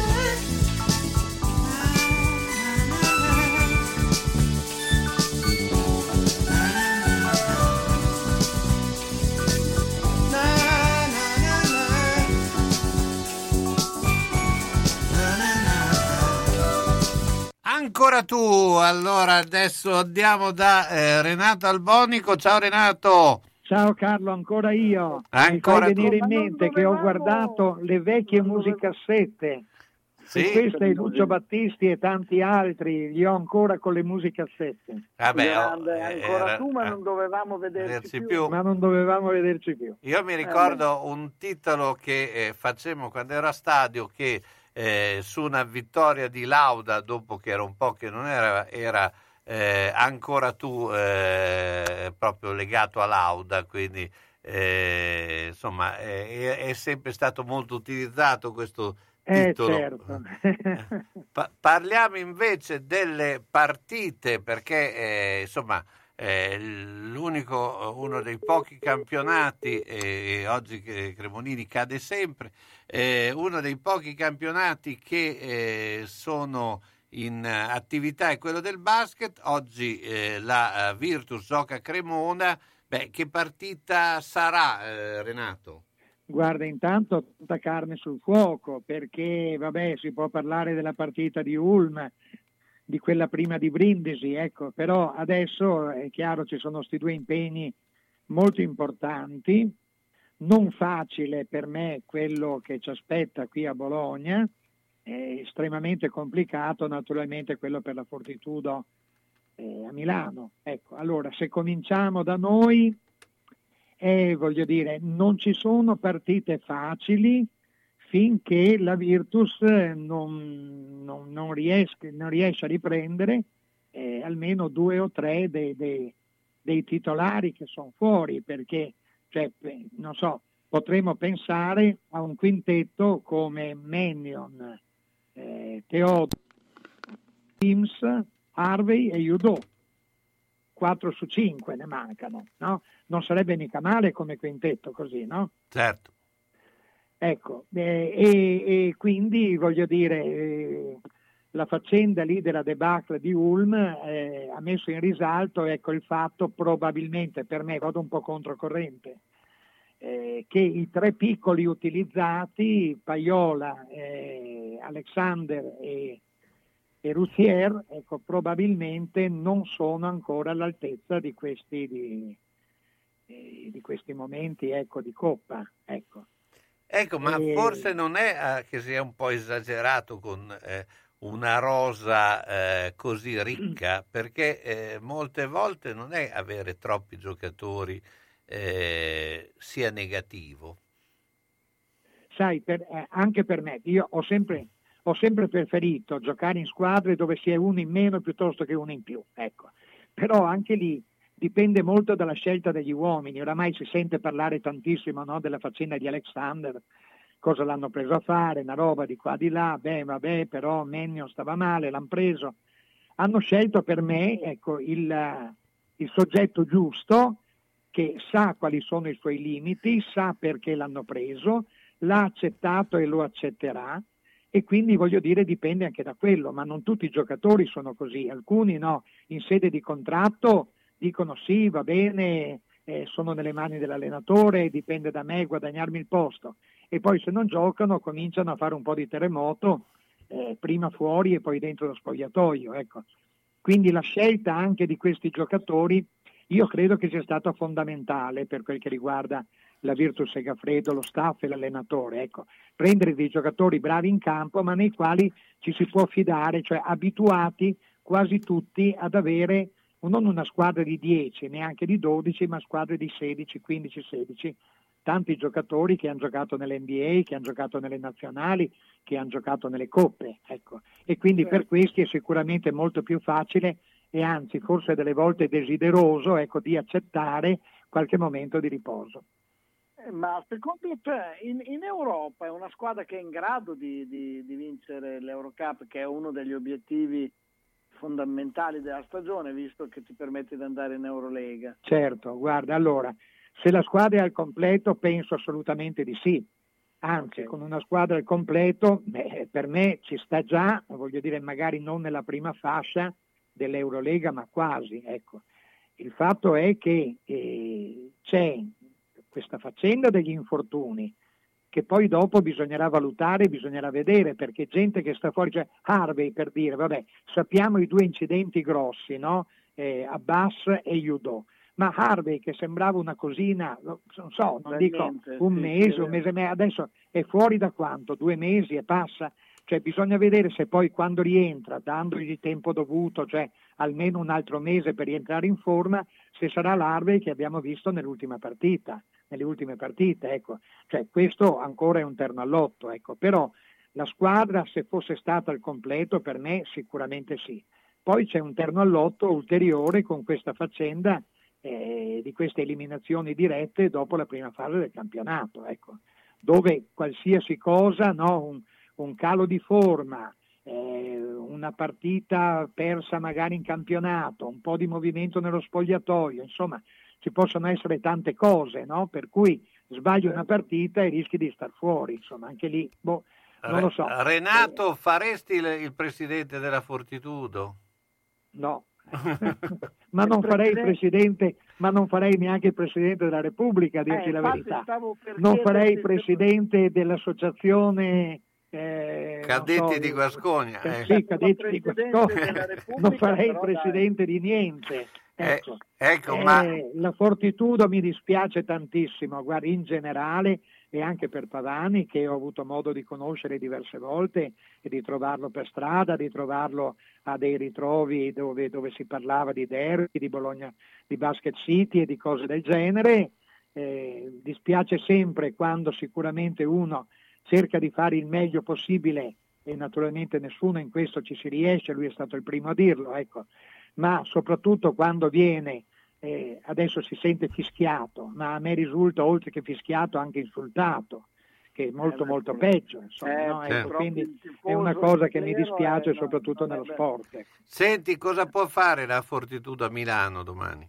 B: Ancora tu, allora adesso andiamo da Renato Albonico. Ciao Renato.
X: Ciao Carlo, ancora io.
B: Ancora
X: mi fai venire
B: tu.
X: in mente che ho guardato le vecchie musicassette.
B: Sì.
X: E questa è Lucio Battisti e tanti altri, li ho ancora con le musicassette.
B: Vabbè,
I: Grande, ancora tu, ma non dovevamo vederci più.
X: Ma non dovevamo vederci più.
B: Io mi ricordo un titolo che facemmo quando ero a stadio, che su una vittoria di Lauda, dopo che era un po' che non era ancora tu, proprio legato a Lauda, quindi insomma è sempre stato molto utilizzato questo titolo.
X: Certo.
B: Parliamo invece delle partite, perché insomma uno dei pochi campionati, e oggi Cremonini cade sempre, uno dei pochi campionati che sono in attività è quello del basket. Oggi la Virtus gioca a Cremona. Che partita sarà, Renato?
X: Guarda, intanto tanta carne sul fuoco, perché vabbè, si può parlare della partita di Ulm, di quella prima di Brindisi, ecco, però adesso è chiaro ci sono questi due impegni molto importanti, non facile per me quello che ci aspetta qui a Bologna, è estremamente complicato naturalmente quello per la Fortitudo a Milano. Ecco, allora se cominciamo da noi, voglio dire, non ci sono partite facili finché la Virtus non riesce a riprendere almeno 2 o 3 dei titolari che sono fuori, perché non so, potremmo pensare a un quintetto come Mannion, Theodore, Sims, Harvey e Udoh. 4 su 5 ne mancano, no? Non sarebbe mica male come quintetto così, no?
B: Certo.
X: Ecco, e quindi voglio dire, la faccenda lì della debacle di Ulm ha messo in risalto, ecco, il fatto, probabilmente per me, vado un po' controcorrente, che i 3 piccoli utilizzati, Paiola, Alexander e Roussier, ecco, probabilmente non sono ancora all'altezza di questi momenti, ecco, di Coppa, ecco.
B: Ecco, ma forse non è che sia un po' esagerato con una rosa così ricca, perché molte volte non è avere troppi giocatori sia negativo.
X: Sai, anche per me, io ho sempre preferito giocare in squadre dove si è uno in meno piuttosto che uno in più, ecco. Però anche lì dipende molto dalla scelta degli uomini. Oramai si sente parlare tantissimo, no, della faccenda di Alexander, cosa l'hanno preso a fare, una roba di qua di là, vabbè, però Mannion stava male, l'hanno preso. Hanno scelto per me, ecco, il soggetto giusto, che sa quali sono i suoi limiti, sa perché l'hanno preso, l'ha accettato e lo accetterà, e quindi voglio dire dipende anche da quello, ma non tutti i giocatori sono così, alcuni no, in sede di contratto dicono sì, va bene, sono nelle mani dell'allenatore, dipende da me guadagnarmi il posto, e poi se non giocano cominciano a fare un po' di terremoto, prima fuori e poi dentro lo spogliatoio, ecco. Quindi la scelta anche di questi giocatori io credo che sia stata fondamentale per quel che riguarda la Virtus Segafredo, lo staff e l'allenatore, ecco, prendere dei giocatori bravi in campo ma nei quali ci si può fidare, cioè abituati quasi tutti ad avere non una squadra di 10, neanche di 12, ma squadre di 16, 15, 16, tanti giocatori che hanno giocato nell'NBA, che hanno giocato nelle nazionali, che hanno giocato nelle coppe, ecco. E quindi per questi è sicuramente molto più facile e anzi forse delle volte desideroso, ecco, di accettare qualche momento di riposo.
I: Ma secondo te in Europa è una squadra che è in grado di vincere l'Eurocup, che è uno degli obiettivi fondamentali della stagione, visto che ti permette di andare in Eurolega?
X: Certo, guarda, allora, se la squadra è al completo penso assolutamente di sì, anzi con una squadra al completo per me ci sta già, voglio dire magari non nella prima fascia dell'Eurolega ma quasi, ecco. Il fatto è che c'è questa faccenda degli infortuni che poi dopo bisognerà valutare, bisognerà vedere, perché gente che sta fuori, cioè Harvey per dire, vabbè, sappiamo i 2 incidenti grossi, no? Abbas e Udoh, ma Harvey che sembrava una cosina, non so, non dico un mese e mezzo, adesso è fuori da quanto? 2 mesi e passa? Cioè bisogna vedere se poi quando rientra, dandogli il tempo dovuto, cioè almeno un altro mese per rientrare in forma, se sarà l'Harvey che abbiamo visto nelle ultime partite, ecco. Cioè questo ancora è un terno all'otto, ecco. Però la squadra se fosse stata al completo per me sicuramente sì. Poi c'è un terno all'otto ulteriore con questa faccenda di queste eliminazioni dirette dopo la prima fase del campionato, ecco, dove qualsiasi cosa, no, un calo di forma, una partita persa magari in campionato, un po' di movimento nello spogliatoio, insomma ci possono essere tante cose, no? Per cui sbagli una partita e rischi di star fuori, insomma anche lì, non lo so.
B: Renato, faresti il presidente della Fortitudo?
X: No, ma non farei il presidente, ma non farei neanche il presidente della Repubblica, a dirti la verità. Non farei il presidente dell'associazione
B: Cadetti di Guascogna.
X: Sì, Cadetti di Guascogna. Non farei il presidente di niente. Ecco,
B: ma
X: la Fortitudo mi dispiace tantissimo, guarda, in generale e anche per Pavani, che ho avuto modo di conoscere diverse volte e di trovarlo per strada, di trovarlo a dei ritrovi dove si parlava di derby, di Bologna, di Basket City e di cose del genere. Dispiace sempre quando sicuramente uno cerca di fare il meglio possibile e naturalmente nessuno in questo ci si riesce, lui è stato il primo a dirlo, ecco. ma soprattutto quando viene, adesso si sente fischiato, ma a me risulta oltre che fischiato anche insultato, che è molto molto peggio, insomma, no? Ecco, quindi è una cosa che mi dispiace soprattutto nello sport. Ecco.
B: Senti, cosa può fare la Fortitudo a Milano domani?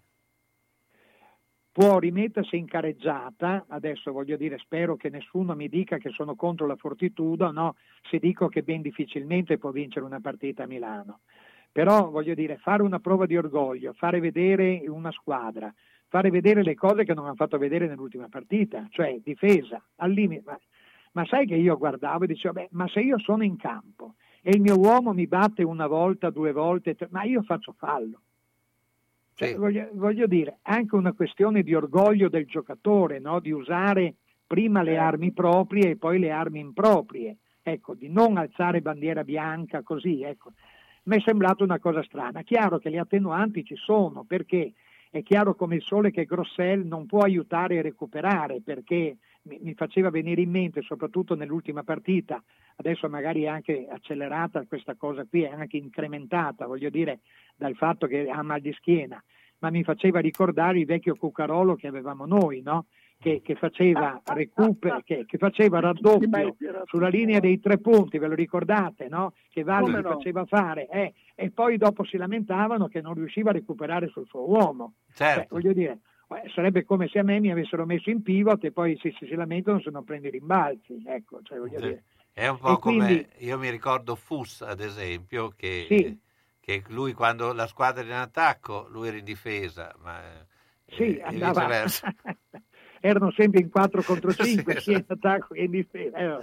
X: Può rimettersi in careggiata, adesso voglio dire, spero che nessuno mi dica che sono contro la Fortitudo, no, se dico che ben difficilmente può vincere una partita a Milano. Però voglio dire, fare una prova di orgoglio, fare vedere una squadra, fare vedere le cose che non hanno fatto vedere nell'ultima partita, cioè difesa, al limite. Ma sai che io guardavo e dicevo, ma se io sono in campo e il mio uomo mi batte una volta, 2 volte, ma io faccio fallo. Cioè, voglio dire, anche una questione di orgoglio del giocatore, no? Di usare prima le armi proprie e poi le armi improprie, ecco, di non alzare bandiera bianca così, ecco. Mi è sembrato una cosa strana. Chiaro che le attenuanti ci sono, perché è chiaro come il sole che Grossel non può aiutare a recuperare, perché mi faceva venire in mente, soprattutto nell'ultima partita, adesso magari è anche accelerata questa cosa qui, è anche incrementata, voglio dire, dal fatto che ha mal di schiena, ma mi faceva ricordare il vecchio Cuccarolo che avevamo noi, no? Che faceva recupero, che faceva raddoppio sulla linea dei 3 punti, ve lo ricordate, no? Che Valli gli faceva fare, e poi dopo si lamentavano che non riusciva a recuperare sul suo uomo.
B: Certo.
X: Voglio dire, sarebbe come se a me mi avessero messo in pivot e poi si lamentano se non prendi i rimbalzi, ecco, cioè voglio dire.
B: È un po' come,
X: quindi,
B: io mi ricordo Fuss ad esempio, che,
X: sì,
B: che lui quando la squadra era in attacco, lui era in difesa, ma
X: sì,
B: e
X: andava,
B: viceversa.
X: erano sempre in 4 contro 5,
B: Sì,
X: sia in attacco che in difesa.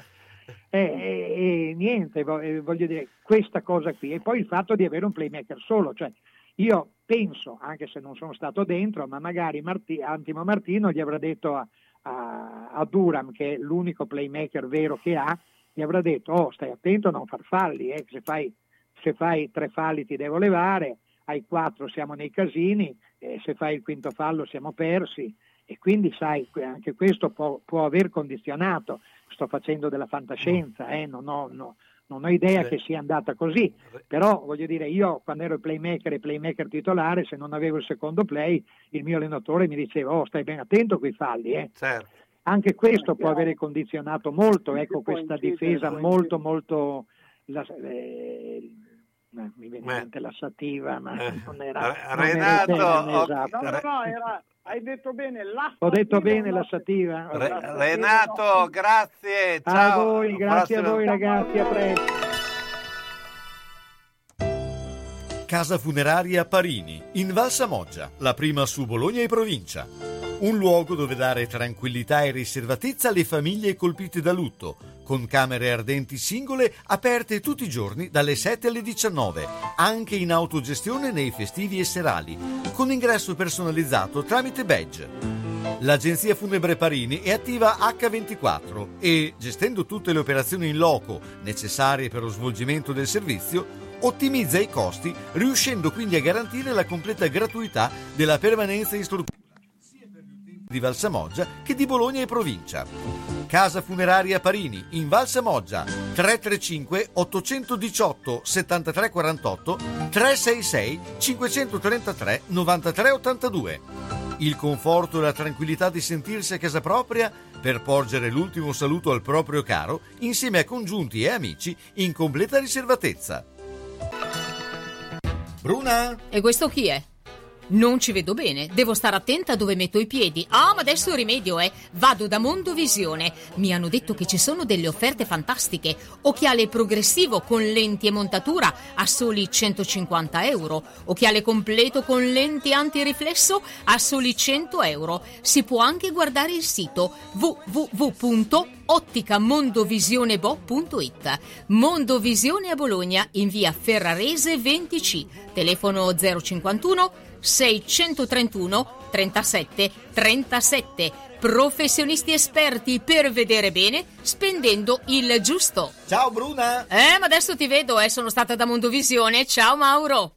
X: Niente, voglio dire, questa cosa qui, e poi il fatto di avere un playmaker solo, cioè io penso, anche se non sono stato dentro, ma magari Antimo Martino gli avrà detto a Durham, che è l'unico playmaker vero che ha, gli avrà detto, stai attento a non far falli, se fai 3 falli ti devo levare, ai 4 siamo nei casini, se fai il quinto fallo siamo persi, e quindi sai, anche questo può aver condizionato. Sto facendo della fantascienza, non ho idea che sia andata così, però voglio dire, io quando ero il playmaker titolare, se non avevo il secondo play, il mio allenatore mi diceva, stai ben attento coi falli,
B: Certo.
X: Anche questo può avere condizionato molto, ecco, questa difesa molto mi viene in mente lassativa, ma non era
B: Renato,
X: esatto.
I: No, hai detto bene lassativa.
X: Ho detto bene lassativa.
B: Renato, grazie, ciao.
X: A voi, grazie a voi ragazzi, a presto.
A: Casa funeraria Parini, in Val Samoggia, la prima su Bologna e provincia. Un luogo dove dare tranquillità e riservatezza alle famiglie colpite da lutto, con camere ardenti singole aperte tutti i giorni dalle 7 alle 19, anche in autogestione nei festivi e serali, con ingresso personalizzato tramite badge. L'agenzia funebre Parini è attiva H24 e, gestendo tutte le operazioni in loco necessarie per lo svolgimento del servizio, ottimizza i costi, riuscendo quindi a garantire la completa gratuità della permanenza in struttura di Val Samoggia che di Bologna e provincia. Casa funeraria Parini in Val Samoggia, 335 818 73 48 366 533 93 82. Il conforto e la tranquillità di sentirsi a casa propria per porgere l'ultimo saluto al proprio caro insieme a congiunti e amici in completa riservatezza. Bruna?
R: E questo chi è? Non ci vedo bene, devo stare attenta dove metto i piedi. Ma adesso rimedio, vado da Mondovisione. Mi hanno detto che ci sono delle offerte fantastiche. Occhiale progressivo con lenti e montatura a soli 150 euro. Occhiale completo con lenti antiriflesso a soli 100 euro. Si può anche guardare il sito www.otticamondovisionebo.it. Mondovisione a Bologna in via Ferrarese 20C. Telefono 051 631 37 37. Professionisti esperti per vedere bene spendendo il giusto.
A: Ciao Bruna.
R: Ma adesso ti vedo, sono stata da Mondovisione. Ciao Mauro.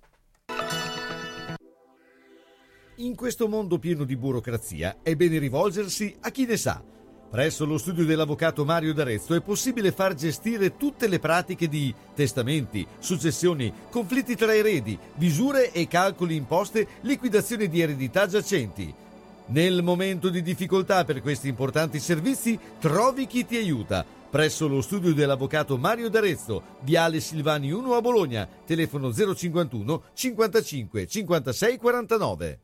A: In questo mondo pieno di burocrazia è bene rivolgersi a chi ne sa. Presso lo studio dell'avvocato Mario D'Arezzo è possibile far gestire tutte le pratiche di testamenti, successioni, conflitti tra eredi, visure e calcoli imposte, liquidazione di eredità giacenti. Nel momento di difficoltà per questi importanti servizi, trovi chi ti aiuta. Presso lo studio dell'avvocato Mario D'Arezzo, Viale Silvani 1 a Bologna, telefono 051 55 56 49.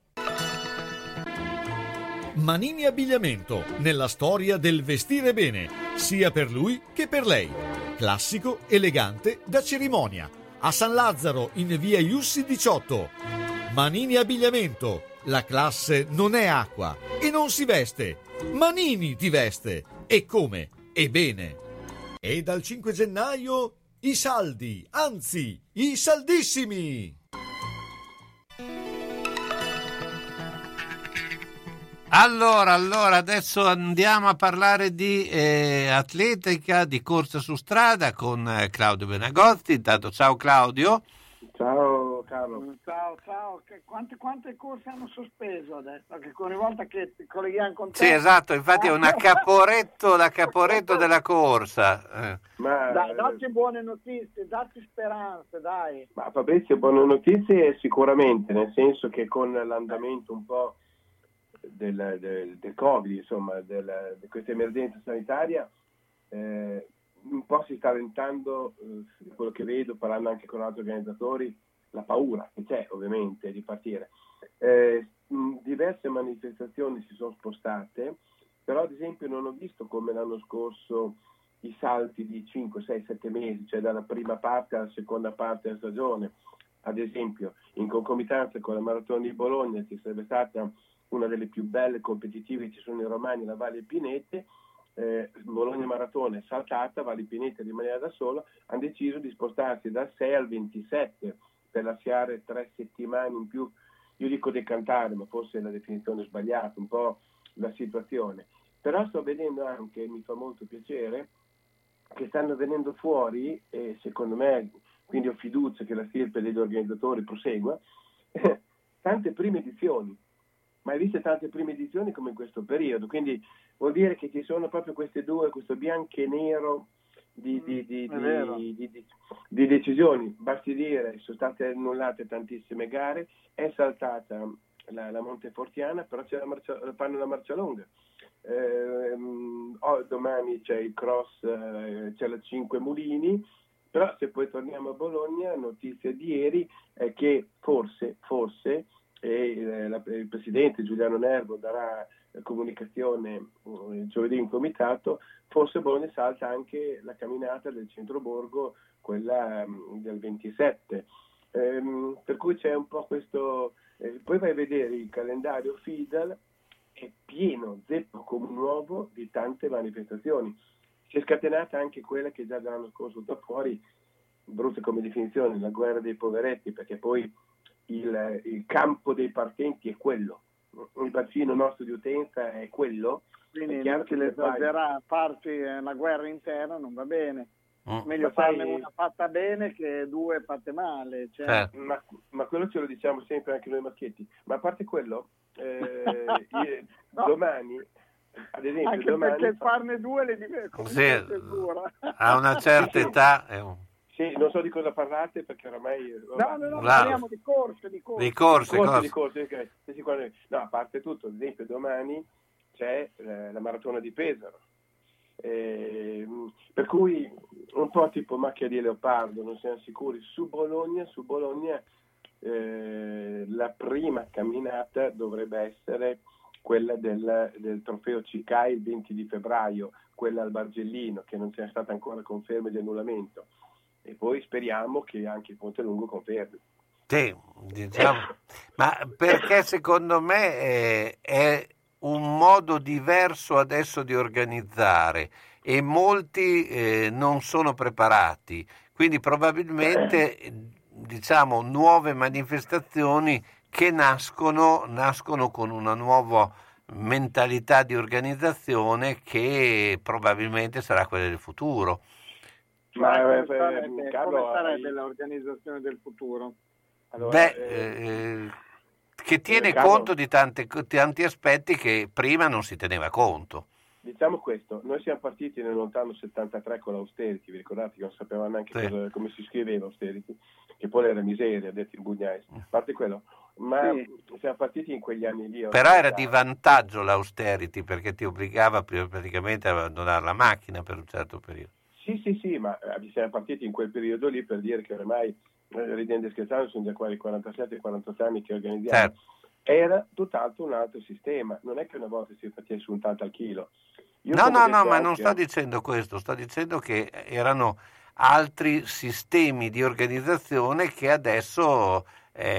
A: Manini Abbigliamento, nella storia del vestire bene, sia per lui che per lei. Classico, elegante, da cerimonia. A San Lazzaro, in via Iussi 18. Manini Abbigliamento, la classe non è acqua e non si veste. Manini ti veste. E come? E bene. E dal 5 gennaio i saldi, anzi, i saldissimi.
B: Allora, adesso andiamo a parlare di atletica, di corsa su strada con Claudio Benagotti. Intanto, ciao Claudio.
I: Ciao Carlo. Ciao. Quante corse hanno sospeso adesso? Che ogni volta che ti colleghiamo con te...
B: Sì, esatto, infatti è una da caporetto della corsa.
I: Dai, dacci buone notizie, dacci speranze, dai.
D: Ma Fabrizio, buone notizie sicuramente, nel senso che con l'andamento un po' del Covid, insomma, di questa emergenza sanitaria, un po' si sta allentando, quello che vedo, parlando anche con altri organizzatori, la paura che c'è ovviamente di partire. Diverse manifestazioni si sono spostate, però ad esempio non ho visto come l'anno scorso i salti di 5, 6, 7 mesi, cioè dalla prima parte alla seconda parte della stagione. Ad esempio, in concomitanza con la Maratona di Bologna, che sarebbe stata una delle più belle competitive che ci sono in Romagna, la Valle Pinete, Bologna Maratona è saltata, Valle Pinete rimaneva da solo, hanno deciso di spostarsi dal 6 al 27 per lasciare 3 settimane in più, io dico decantare, ma forse è la definizione sbagliata, un po' la situazione. Però sto vedendo anche, mi fa molto piacere, che stanno venendo fuori, e secondo me, quindi ho fiducia che la stirpe degli organizzatori prosegua, tante prime edizioni. Mai viste tante prime edizioni come in questo periodo, quindi vuol dire che ci sono proprio queste due, questo bianco e nero di decisioni. Basti dire, sono state annullate tantissime gare, è saltata la Montefortiana, però fanno la marcia lunga. Domani c'è il cross, c'è la 5 Mulini, però se poi torniamo a Bologna, notizia di ieri è che forse il presidente Giuliano Nervo darà comunicazione giovedì in comitato, forse Bologna salta anche la camminata del centro borgo, quella del 27, per cui c'è un po' questo, poi vai a vedere il calendario FIDAL, è pieno, zeppo come un uovo di tante manifestazioni. Si è scatenata anche quella che già dall'anno scorso da fuori, brutta come definizione, la guerra dei poveretti, perché poi il campo dei partenti è quello, il bacino nostro di utenza è quello.
I: Quindi non che l'esagerare, farci la guerra interna non va bene. Meglio farne una fatta bene che due fatte male. Cioè.
D: Ma quello ce lo diciamo sempre anche noi maschietti. Ma a parte quello, domani, ad esempio,
I: anche perché farne due le diventa
B: a una certa età è un...
D: Sì, non so di cosa parlate perché oramai...
I: No, parliamo di corse. Di
B: corse.
D: Okay. No, a parte tutto, ad esempio domani c'è la Maratona di Pesaro, per cui un po' tipo macchia di leopardo, non siamo sicuri. Su Bologna la prima camminata dovrebbe essere quella del trofeo CICAI il 20 di febbraio, quella al Bargellino, che non c'è stata ancora conferma di annullamento. E poi speriamo che anche il Ponte Lungo confermi.
B: Sì, diciamo, ma perché secondo me è un modo diverso adesso di organizzare e molti non sono preparati, quindi probabilmente diciamo nuove manifestazioni che nascono con una nuova mentalità di organizzazione che probabilmente sarà quella del futuro.
I: Come sarebbe l'organizzazione del futuro?
D: Allora,
B: che tiene conto di tanti aspetti che prima non si teneva conto.
D: diciamo questo, noi siamo partiti nel lontano 73 con l'austerity, vi ricordate che non sapevamo neanche come si scriveva austerity, che poi era miseria, detto in Bugnais, a parte quello, ma siamo partiti in quegli anni lì.
B: Però era di vantaggio l'austerity, perché ti obbligava praticamente a abbandonare la macchina per un certo periodo.
D: Sì, ma siamo partiti in quel periodo lì per dire che ormai, ridendo e scherzando, sono già quasi 47-48 anni che organizziamo.
B: Certo.
D: Era tutt'altro un altro sistema, non è che una volta si facesse un tanto al chilo.
B: No, ma non sto dicendo questo, sto dicendo che erano altri sistemi di organizzazione che adesso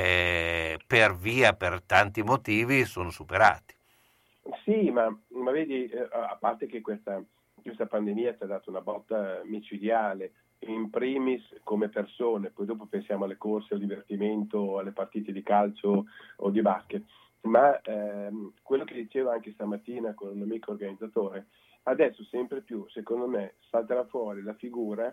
B: per tanti motivi sono superati.
D: Sì, ma vedi, a parte che questa pandemia ci ha dato una botta micidiale, in primis come persone, poi dopo pensiamo alle corse, al divertimento, alle partite di calcio o di basket, ma quello che dicevo anche stamattina con un amico organizzatore, adesso sempre più, secondo me, salterà fuori la figura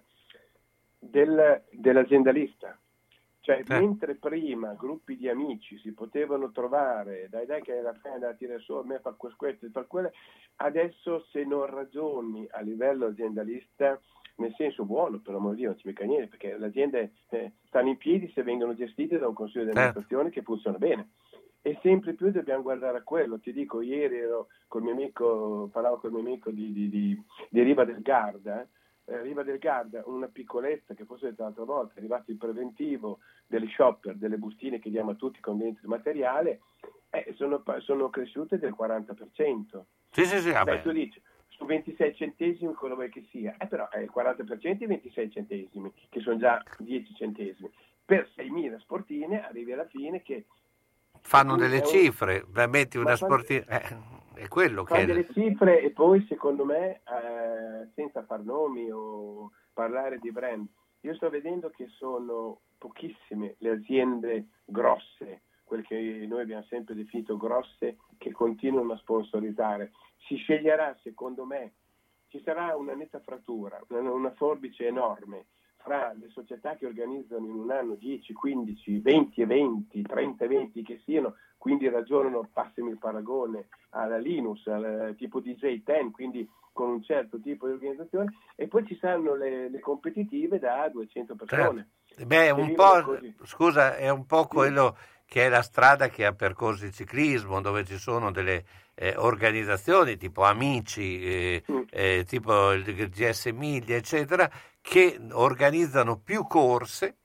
D: dell'aziendalista. Cioè, mentre prima gruppi di amici si potevano trovare, dai che era appena da tirare su, a me fa questo e fa quello, adesso se non ragioni a livello aziendalista, nel senso buono, per amor di Dio, non ci mica niente, perché le aziende stanno in piedi se vengono gestite da un consiglio di amministrazione che funziona bene. E sempre più dobbiamo guardare a quello. Ti dico, ieri ero parlavo col mio amico di Riva del Garda. Riva del Garda, una piccolezza che forse l'altra volta è arrivato il preventivo delle shopper, delle bustine che diamo a tutti con vendita di materiale, sono cresciute del 40%.
B: Sì, vabbè.
D: Tu dici, su 26 centesimi quello vuoi che sia, però è il 40% i 26 centesimi, che sono già 10 centesimi. Per 6.000 sportine arrivi alla fine che
B: fanno delle cifre, metti una sportina, è quello che
D: fanno delle cifre. E poi secondo me, senza far nomi o parlare di brand, io sto vedendo che sono pochissime le aziende grosse, quelle che noi abbiamo sempre definito grosse, che continuano a sponsorizzare. Si sceglierà, secondo me, ci sarà una netta frattura, una forbice enorme fra le società che organizzano in un anno 10, 15, 20 eventi, 30 eventi che siano, quindi ragionano, passami il paragone, alla Linus, al tipo DJ10, quindi con un certo tipo di organizzazione, e poi ci saranno le competitive da 200 persone.
B: Beh, scusa, è un po' quello che è la strada che ha percorso il ciclismo, dove ci sono delle organizzazioni tipo Amici, tipo il GS Emilia, eccetera, che organizzano più corse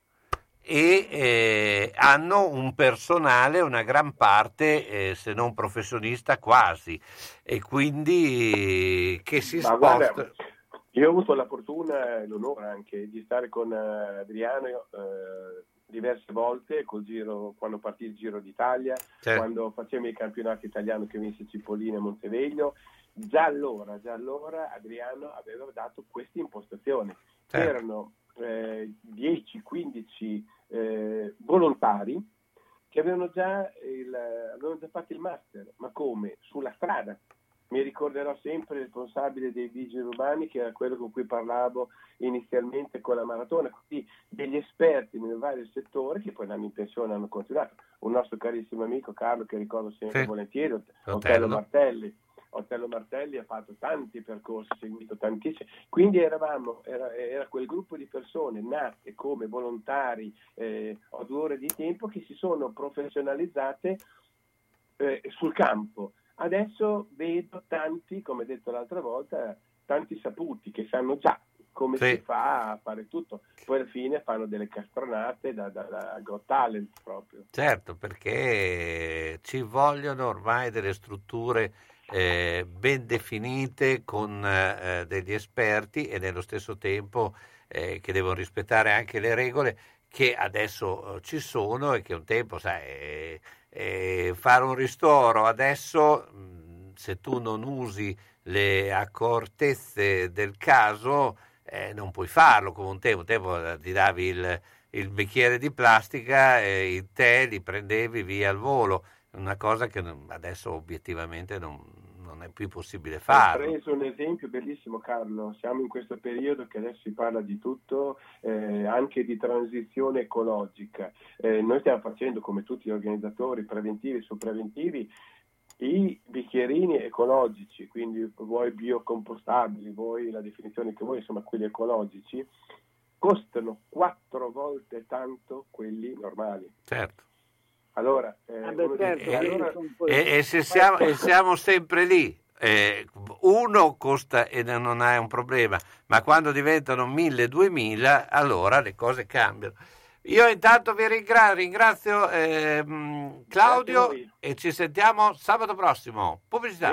B: e hanno un personale, una gran parte, se non professionista, quasi, e quindi che si sposta.
D: Guarda, io ho avuto la fortuna e l'onore anche di stare con Adriano diverse volte quando partì il Giro d'Italia, quando facevamo i campionati italiani che vinse Cipollini a Monteveglio. Già allora Adriano aveva dato questa impostazione. Erano 10-15 volontari che avevano già fatto il master, ma come? Sulla strada. Mi ricorderò sempre il responsabile dei vigili urbani, che era quello con cui parlavo inizialmente con la maratona, quindi degli esperti nel vario settore che poi andando in pensione hanno continuato. Un nostro carissimo amico Carlo, che ricordo sempre volentieri, Otello Martelli ha fatto tanti percorsi, seguito tantissimi, quindi era quel gruppo di persone nate come volontari a 2 ore di tempo che si sono professionalizzate sul campo. Adesso vedo tanti, come detto l'altra volta, tanti saputi che sanno già come si fa a fare tutto, poi alla fine fanno delle castronate da Got Talent proprio.
B: Certo, perché ci vogliono ormai delle strutture ben definite con degli esperti e nello stesso tempo che devono rispettare anche le regole che adesso ci sono e che un tempo, sai, fare un ristoro adesso, se tu non usi le accortezze del caso, non puoi farlo come un tempo ti davi il bicchiere di plastica, il tè li prendevi via al volo, una cosa che adesso obiettivamente non è più possibile fare.
D: Ho preso un esempio bellissimo, Carlo. Siamo in questo periodo che adesso si parla di tutto, anche di transizione ecologica. Noi stiamo facendo, come tutti gli organizzatori, preventivi su preventivi, I bicchierini ecologici, quindi voi biocompostabili, voi la definizione che voi, insomma quelli ecologici, costano 4 volte tanto quelli normali.
B: Certo.
D: Allora,
B: se siamo sempre lì, uno costa e non è un problema, ma quando diventano 1.000-2.000, allora le cose cambiano. Io intanto vi ringrazio Claudio e ci sentiamo sabato prossimo. Pubblicità.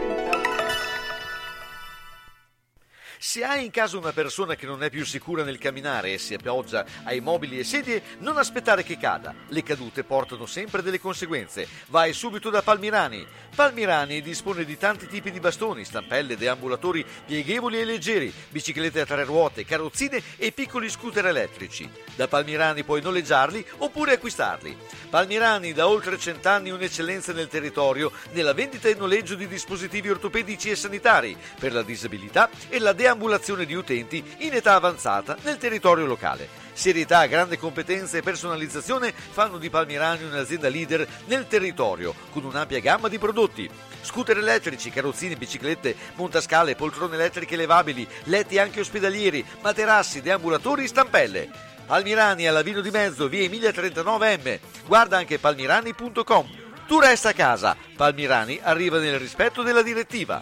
A: Se hai in casa una persona che non è più sicura nel camminare e si appoggia ai mobili e sedie, non aspettare che cada. Le cadute portano sempre delle conseguenze. Vai subito da Palmirani. Palmirani dispone di tanti tipi di bastoni, stampelle, deambulatori pieghevoli e leggeri, biciclette a 3 ruote, carrozzine e piccoli scooter elettrici. Da Palmirani puoi noleggiarli oppure acquistarli. Palmirani, da oltre 100 anni un'eccellenza nel territorio nella vendita e noleggio di dispositivi ortopedici e sanitari per la disabilità e la deambulazione di utenti in età avanzata nel territorio locale. Serietà, grande competenza e personalizzazione fanno di Palmirani un'azienda leader nel territorio, con un'ampia gamma di prodotti. Scooter elettrici, carrozzine, biciclette, montascale, poltrone elettriche levabili, letti anche ospedalieri, materassi, deambulatori, stampelle. Palmirani alla Vino di Mezzo, via Emilia 39M. Guarda anche palmirani.com. Tu resta a casa. Palmirani arriva nel rispetto della direttiva.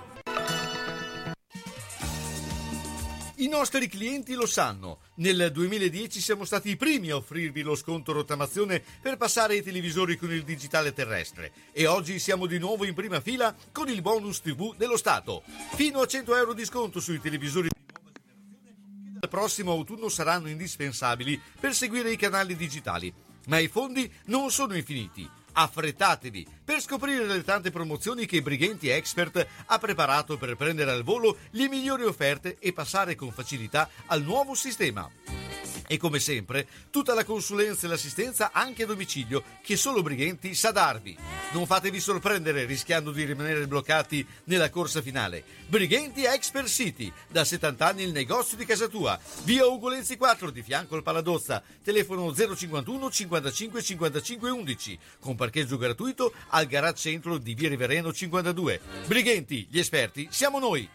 A: I nostri clienti lo sanno. Nel 2010 siamo stati i primi a offrirvi lo sconto rottamazione per passare ai televisori con il digitale terrestre e oggi siamo di nuovo in prima fila con il bonus TV dello Stato. Fino a 100 euro di sconto sui televisori di nuova generazione che dal prossimo autunno saranno indispensabili per seguire i canali digitali. Ma i fondi non sono infiniti. Affrettatevi per scoprire le tante promozioni che Brighenti Expert ha preparato per prendere al volo le migliori offerte e passare con facilità al nuovo sistema. E come sempre, tutta la consulenza e l'assistenza anche a domicilio che solo Brighenti sa darvi. Non fatevi sorprendere rischiando di rimanere bloccati nella corsa finale. Brighenti Expert City, da 70 anni il negozio di casa tua. Via Ugolenzi 4 di fianco al Paladozza. Telefono 051 55 55 11 con parcheggio gratuito al garage centro di Via Rivereno 52. Brighenti, gli esperti siamo noi.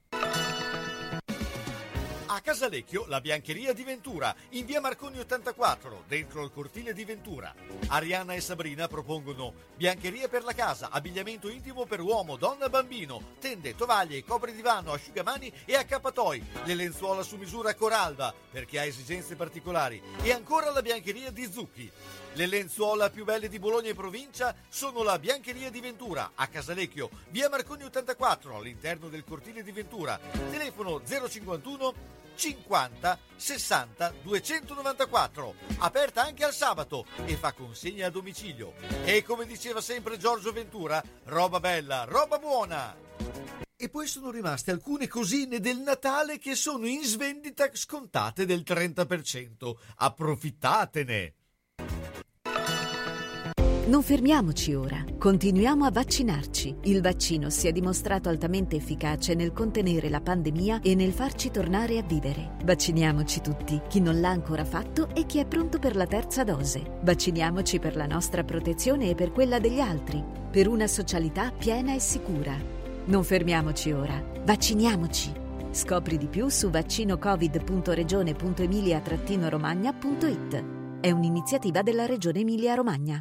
A: A Casalecchio, la biancheria di Ventura, in via Marconi 84, dentro il cortile di Ventura. Arianna e Sabrina propongono biancheria per la casa, abbigliamento intimo per uomo, donna e bambino, tende, tovaglie, copridivano, asciugamani e accappatoi, le lenzuola su misura Coralba, per chi ha esigenze particolari, e ancora la biancheria di Zucchi. Le lenzuola più belle di Bologna e provincia sono la biancheria di Ventura, a Casalecchio, via Marconi 84, all'interno del cortile di Ventura. Telefono 051 50 60 294, aperta anche al sabato e fa consegna a domicilio. E come diceva sempre Giorgio Ventura, roba bella, roba buona. E poi sono rimaste alcune cosine del Natale che sono in svendita scontate del 30%. Approfittatene!
M: Non fermiamoci ora, continuiamo a vaccinarci. Il vaccino si è dimostrato altamente efficace nel contenere la pandemia e nel farci tornare a vivere. Vacciniamoci tutti, chi non l'ha ancora fatto e chi è pronto per la terza dose. Vacciniamoci per la nostra protezione e per quella degli altri, per una socialità piena e sicura. Non fermiamoci ora, vacciniamoci. Scopri di più su vaccinocovid.regione.emilia-romagna.it. È un'iniziativa della Regione Emilia-Romagna.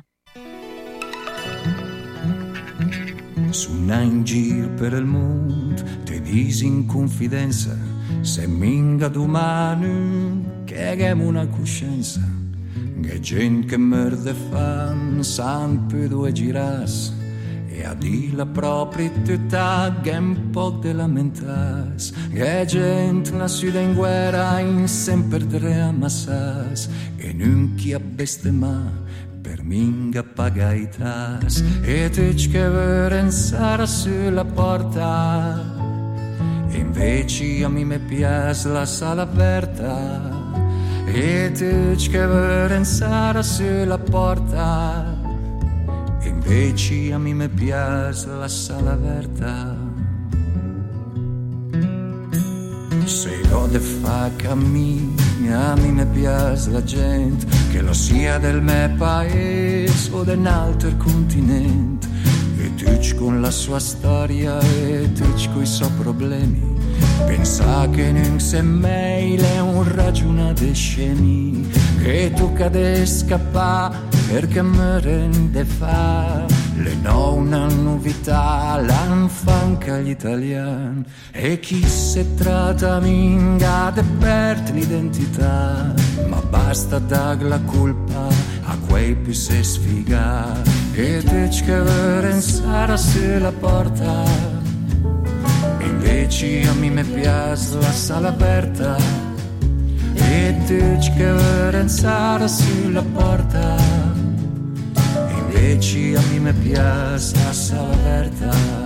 J: Sunna in giro per il mondo, te disi in confidenza, se minga domani che abbiamo una coscienza, che gente che merde fan, san più dove giras, e a di la proprietà che un po' de lamentas, che gente nascida in guerra in sempre tre ammassas, e non chi abbestema per minga pagai tas, e te che veren sarà sulla porta, e invece a me piace la sala aperta, e te che veren sarà sulla porta, e invece a me piace la sala aperta. Se gode fa cammino, a me piace la gente, che lo sia del mio paese o del altro continente, e Tuc con la sua storia e Tuc coi suoi problemi. Pensa che non sei mai è un ragione de scemi, che tu cade scappa perché mi rende fa. Le no una novità, l'anfanca gli italiani, e chi se tratta minga de perde l'identità. Ma basta dar la colpa a quei più se sfiga, e te che pensare se la porta. E invece a me piace la sala aperta, e te che pensare sulla porta. E invece a me piace la sala aperta.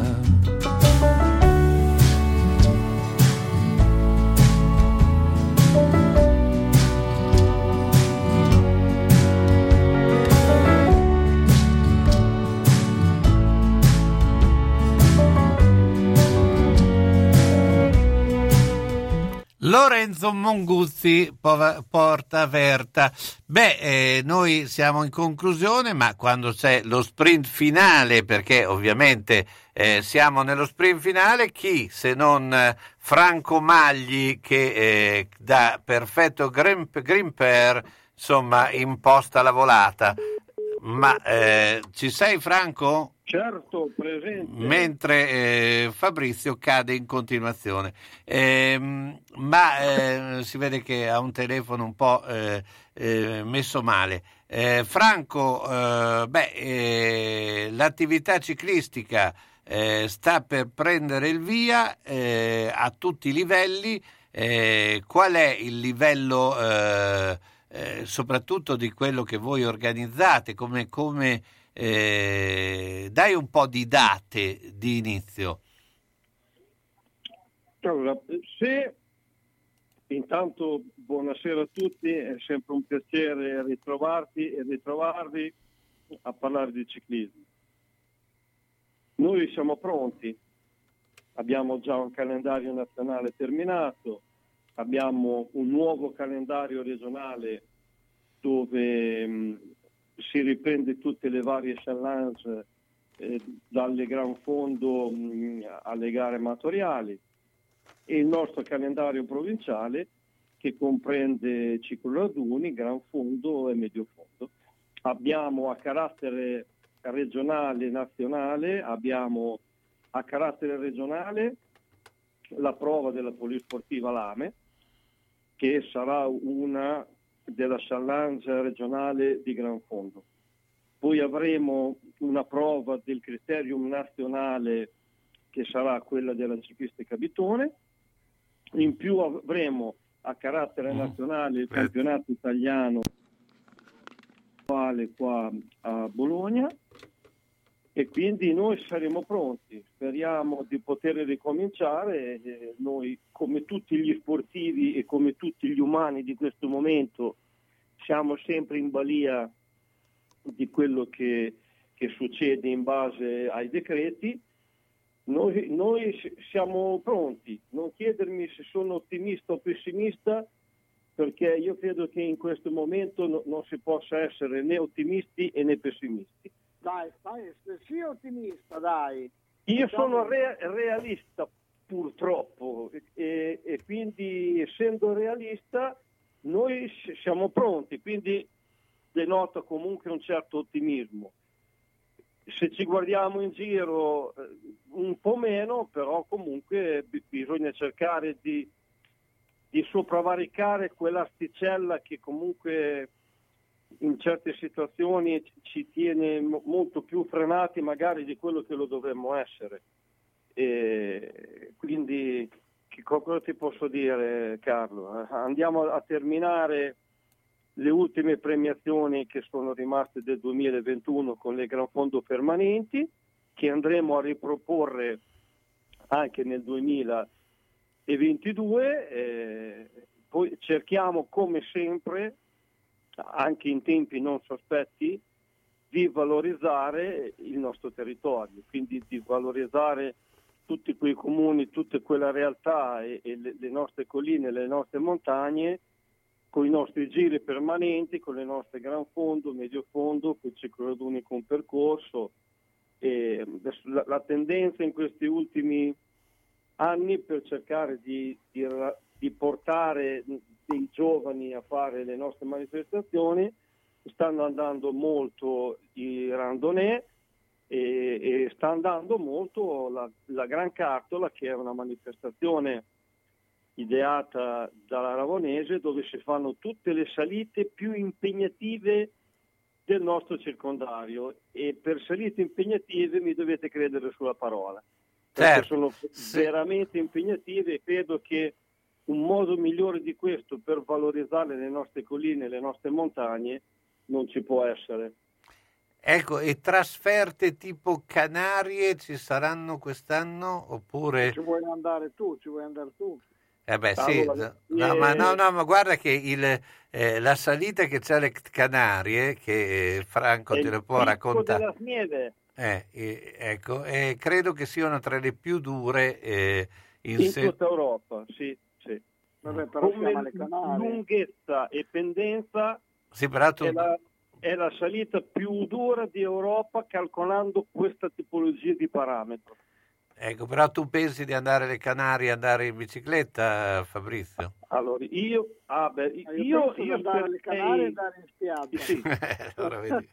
B: Lorenzo Monguzzi, Porta Verta. Noi siamo in conclusione, ma quando c'è lo sprint finale, perché ovviamente siamo nello sprint finale, chi se non Franco Magli che da perfetto grimper, insomma, imposta la volata. Ma ci sei, Franco?
E: Certo, presente.
B: Mentre Fabrizio cade in continuazione. Si vede che ha un telefono un po' messo male. Franco, l'attività ciclistica sta per prendere il via a tutti i livelli. Qual è il livello soprattutto di quello che voi organizzate? Come dai un po' di date di inizio.
E: Allora, intanto buonasera a tutti, è sempre un piacere ritrovarti e ritrovarvi a parlare di ciclismo. Noi siamo pronti, abbiamo già un calendario nazionale terminato, abbiamo un nuovo calendario regionale dove si riprende tutte le varie challenge dalle Gran Fondo alle gare amatoriali, e il nostro calendario provinciale che comprende cicloraduni, Gran Fondo e Medio Fondo. Abbiamo a carattere regionale e nazionale, abbiamo a carattere regionale la prova della polisportiva Lame, che sarà una della challenge regionale di Gran Fondo. Poi avremo una prova del criterium nazionale che sarà quella della ciclistica Bitone. In più avremo a carattere nazionale il campionato italiano qua a Bologna, e quindi noi saremo pronti, speriamo di poter ricominciare. Noi, come tutti gli sportivi e come tutti gli umani di questo momento, siamo sempre in balia di quello che succede in base ai decreti. Noi siamo pronti, non chiedermi se sono ottimista o pessimista, perché io credo che in questo momento non si possa essere né ottimisti né pessimisti.
X: Dai, sii ottimista, dai.
E: Io sono realista purtroppo, e quindi, essendo realista, noi siamo pronti, quindi denota comunque un certo ottimismo. Se ci guardiamo in giro un po' meno, però comunque bisogna cercare di sopravvaricare quell'asticella che comunque in certe situazioni ci tiene molto più frenati magari di quello che lo dovremmo essere. E quindi cosa ti posso dire, Carlo? Andiamo a terminare le ultime premiazioni che sono rimaste del 2021 con le Gran Fondo permanenti, che andremo a riproporre anche nel 2022. Poi cerchiamo, come sempre, anche in tempi non sospetti, di valorizzare il nostro territorio, quindi di valorizzare tutti quei comuni, tutte quelle realtà e le nostre colline, le nostre montagne, con i nostri giri permanenti, con le nostre Gran Fondo, Medio Fondo, con i cicloraduni con percorso, E la tendenza in questi ultimi anni per cercare di portare dei giovani a fare le nostre manifestazioni, stanno andando molto i randonnée e sta andando molto la Gran Cartola, che è una manifestazione ideata dalla Ravonese, dove si fanno tutte le salite più impegnative del nostro circondario, e per salite impegnative mi dovete credere sulla parola, perché sono veramente impegnative, e credo che un modo migliore di questo per valorizzare le nostre colline e le nostre montagne non ci può essere.
B: Ecco, e trasferte tipo Canarie ci saranno quest'anno oppure?
I: Ci vuoi andare tu?
B: Sì, ma guarda che la salita che c'è alle Canarie, che Franco te lo può raccontare.
E: Della Snieve.
B: Ecco, credo che siano tra le più dure
E: in tutta Europa, sì.
I: Vabbè, però
E: come lunghezza e pendenza è la salita più dura di Europa, calcolando questa tipologia di parametro.
B: Ecco, però tu pensi di andare alle Canarie, andare in bicicletta, Fabrizio?
E: Allora, io
I: andare alle Canarie e andare in spiaggia.
E: Sì.
B: Allora vedi.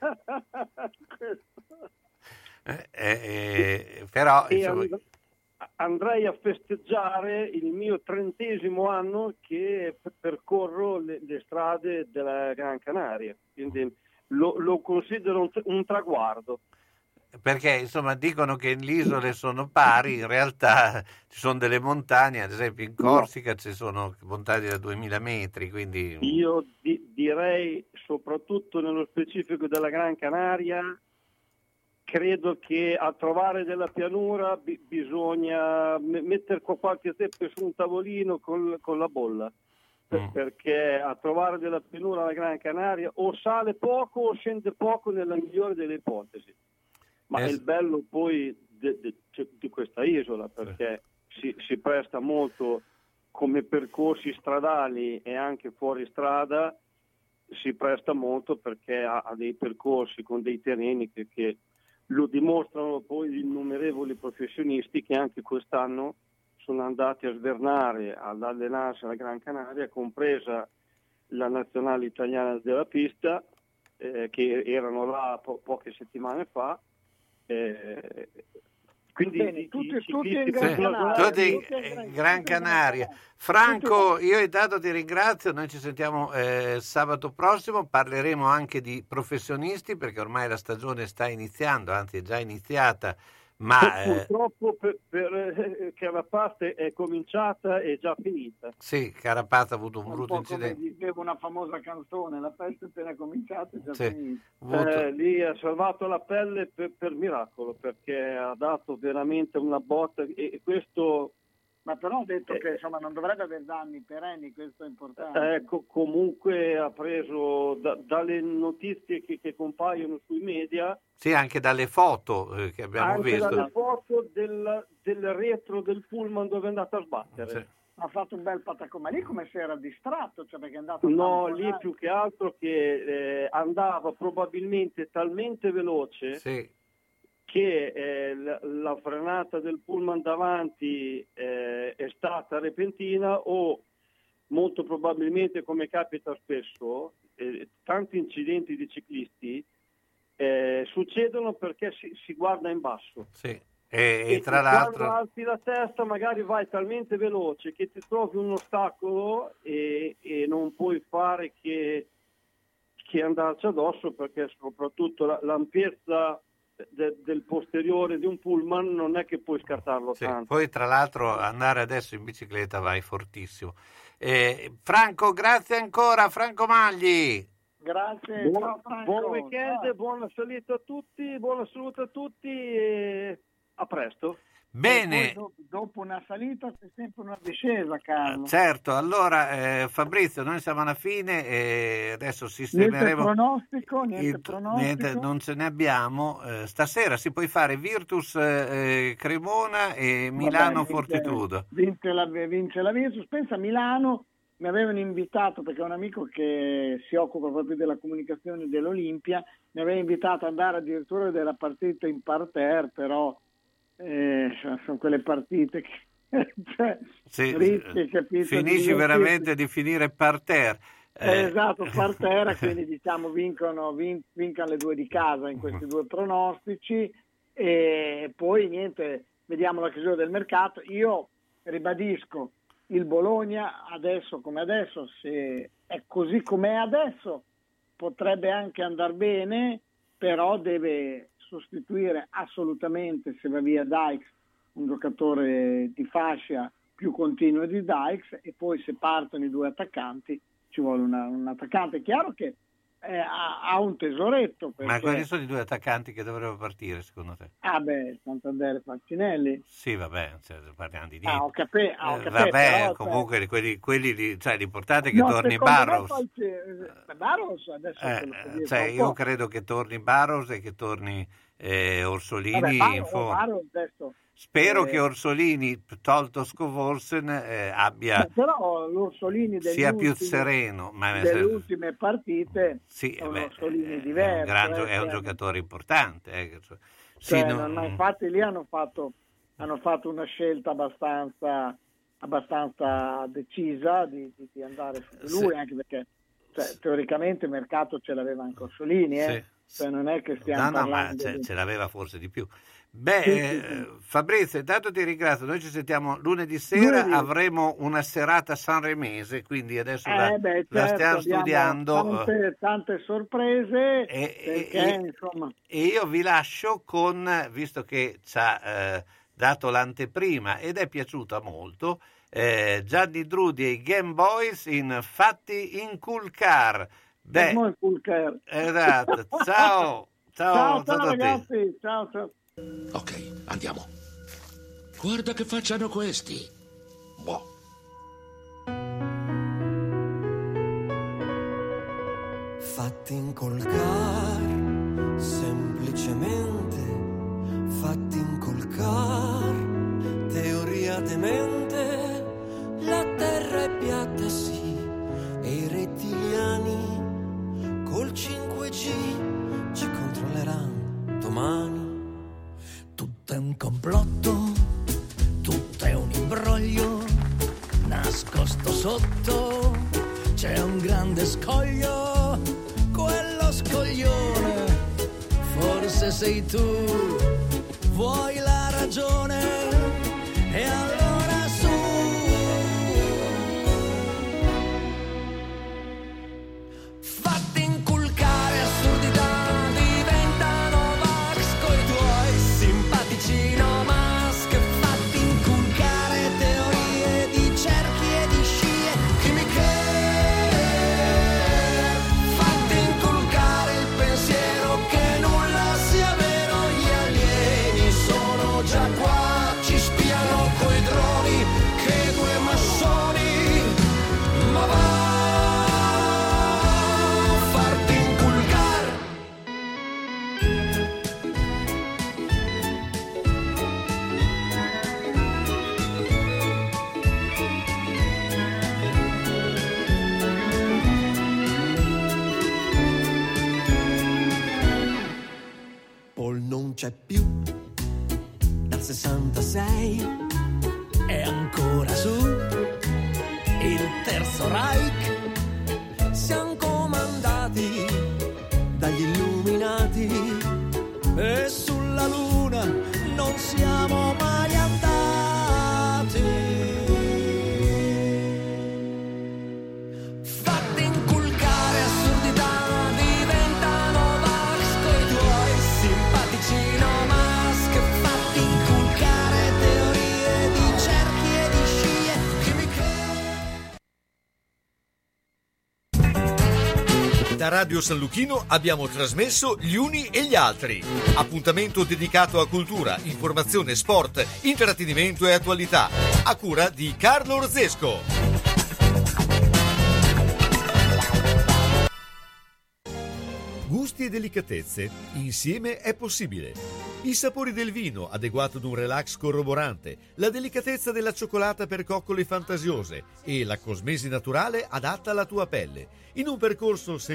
B: Però insomma,
E: andrei a festeggiare il mio 30° anno che percorro le strade della Gran Canaria, quindi lo considero un traguardo.
B: Perché insomma dicono che le isole sono pari, in realtà ci sono delle montagne, ad esempio in Corsica ci sono montagne da 2000 metri, quindi...
E: Io direi, soprattutto nello specifico della Gran Canaria, credo che a trovare della pianura bisogna mettere qualche teppe su un tavolino con la bolla, perché a trovare della pianura alla Gran Canaria o sale poco o scende poco, nella migliore delle ipotesi. Ma è il bello poi di questa isola, perché si presta molto come percorsi stradali e anche fuori strada, si presta molto perché ha dei percorsi con dei terreni che lo dimostrano poi gli innumerevoli professionisti che anche quest'anno sono andati a svernare, ad allenarsi alla Gran Canaria, compresa la nazionale italiana della pista, che erano là poche settimane fa. Quindi
I: bene, tutti in
B: Gran Canaria. Franco, io intanto ti ringrazio, noi ci sentiamo sabato prossimo, parleremo anche di professionisti perché ormai la stagione sta iniziando, anzi è già iniziata, ma
E: purtroppo per Carapaz è cominciata e già finita.
B: Sì, Carapaz ha avuto un brutto incidente.
I: Come diceva una famosa canzone, la peste appena cominciata è già finita.
E: Lì ha salvato la pelle per miracolo, perché ha dato veramente una botta e questo...
I: Ma però ha detto che insomma non dovrebbe avere danni perenni, questo è importante.
E: Ecco, comunque ha preso dalle notizie che compaiono sui media.
B: Sì, anche dalle foto che abbiamo visto.
E: Anche dalle foto del retro del pullman dove è andato a sbattere.
B: Sì.
I: Ha fatto un bel patacco, ma lì come si era distratto? Cioè perché è andato
E: lì più che altro che andava probabilmente talmente veloce che la frenata del pullman davanti è stata repentina, o molto probabilmente, come capita spesso, tanti incidenti di ciclisti succedono perché si guarda in basso.
B: Sì. E tra l'altro,
E: quando alzi la testa magari vai talmente veloce che ti trovi un ostacolo e non puoi fare che andarci addosso, perché soprattutto l'ampiezza del posteriore di un pullman non è che puoi scartarlo tanto.
B: Poi tra l'altro andare adesso in bicicletta vai fortissimo. Franco, grazie ancora, Franco Magli.
I: Grazie.
E: Buon weekend, buona salita a tutti, buona salute a tutti e a presto.
B: Bene.
I: Dopo una salita c'è sempre una discesa, Carlo.
B: Certo, allora Fabrizio, noi siamo alla fine e adesso sistemeremo.
I: Niente pronostico.
B: Non ce ne abbiamo. Stasera si può fare Virtus Cremona e Milano Fortitudo.
I: Vince la Virtus, pensa Milano mi avevano invitato, perché è un amico che si occupa proprio della comunicazione dell'Olimpia, mi aveva invitato ad andare addirittura della partita in parterre, però sono quelle partite che cioè,
B: Sì,
I: rischi, capito,
B: finisci veramente di finire parterre.
I: Esatto, parterre, quindi diciamo vincono le due di casa in questi due pronostici, e poi niente, vediamo la chiusura del mercato. Io ribadisco, il Bologna adesso come adesso, se è così com'è adesso, potrebbe anche andare bene, però deve sostituire assolutamente, se va via Dykes, un giocatore di fascia più continuo di Dykes, e poi se partono i due attaccanti ci vuole un attaccante. È chiaro che ha un tesoretto. Perché...
B: Ma quali sono i due attaccanti che dovrebbero partire secondo te?
I: Santander e Falcinelli.
B: Sì, vabbè, parliamo di niente.
I: Ho capito,
B: vabbè,
I: però,
B: comunque quelli l'importante è che torni Barros.
I: Barros adesso
B: io credo che torni Barros e che torni Orsolini in forma. Spero che Orsolini, tolto Scovolsen, abbia
I: però l'Orsolini
B: sia più sereno.
I: Delle ultime partite sono Orsolini diversi.
B: È un giocatore importante.
I: Infatti lì hanno fatto una scelta abbastanza decisa di andare su lui, anche perché teoricamente il mercato ce l'aveva anche Orsolini, cioè non è che stiamo parlando
B: ma ce l'aveva forse di più. Sì. Fabrizio, intanto ti ringrazio, noi ci sentiamo lunedì sera, avremo una serata sanremese, quindi adesso la stiamo studiando.
I: Tante sorprese, insomma.
B: E io vi lascio con, visto che ci ha dato l'anteprima ed è piaciuta molto, Gianni Drudi e i Game Boys in Fatti inculcar. Esatto. Ciao
I: ragazzi, ciao.
G: Ok, andiamo. Guarda che facciano questi. Boh.
K: Fatti incolcar, semplicemente fatti incolcar, teoria demente, la terra è piatta sì, e i rettiliani col 5G ci controlleranno domani. Tutto è un complotto, tutto è un imbroglio, nascosto sotto c'è un grande scoglio, quello scoglione forse sei tu, vuoi la ragione e allora su. Fatti inculcare assurdità, diventano vax coi tuoi simpatici nomas, che fatti inculcare teorie di cerchi e di scie chimiche. Fatti inculcare il pensiero che nulla sia vero, gli alieni sono già qua, ci spiano coi droni che due massoni, ma va. Paul non c'è più dal 66, è ancora su il Terzo Reich, siamo comandati dagli illuminati e sulla luna non siamo mai andati. Fatti inculcare assurdità, diventano vax coi tuoi simpatici nomas, che fatti inculcare teorie di cerchi e di scie chimiche.
A: Da Radio San Luchino abbiamo trasmesso Gli Uni e gli Altri. Appuntamento dedicato a cultura, informazione, sport, intrattenimento e attualità. A cura di Carlo Orzesco. Gusti e delicatezze, insieme è possibile. I sapori del vino, adeguato ad un relax corroborante, la delicatezza della cioccolata per coccole fantasiose e la cosmesi naturale adatta alla tua pelle. In un percorso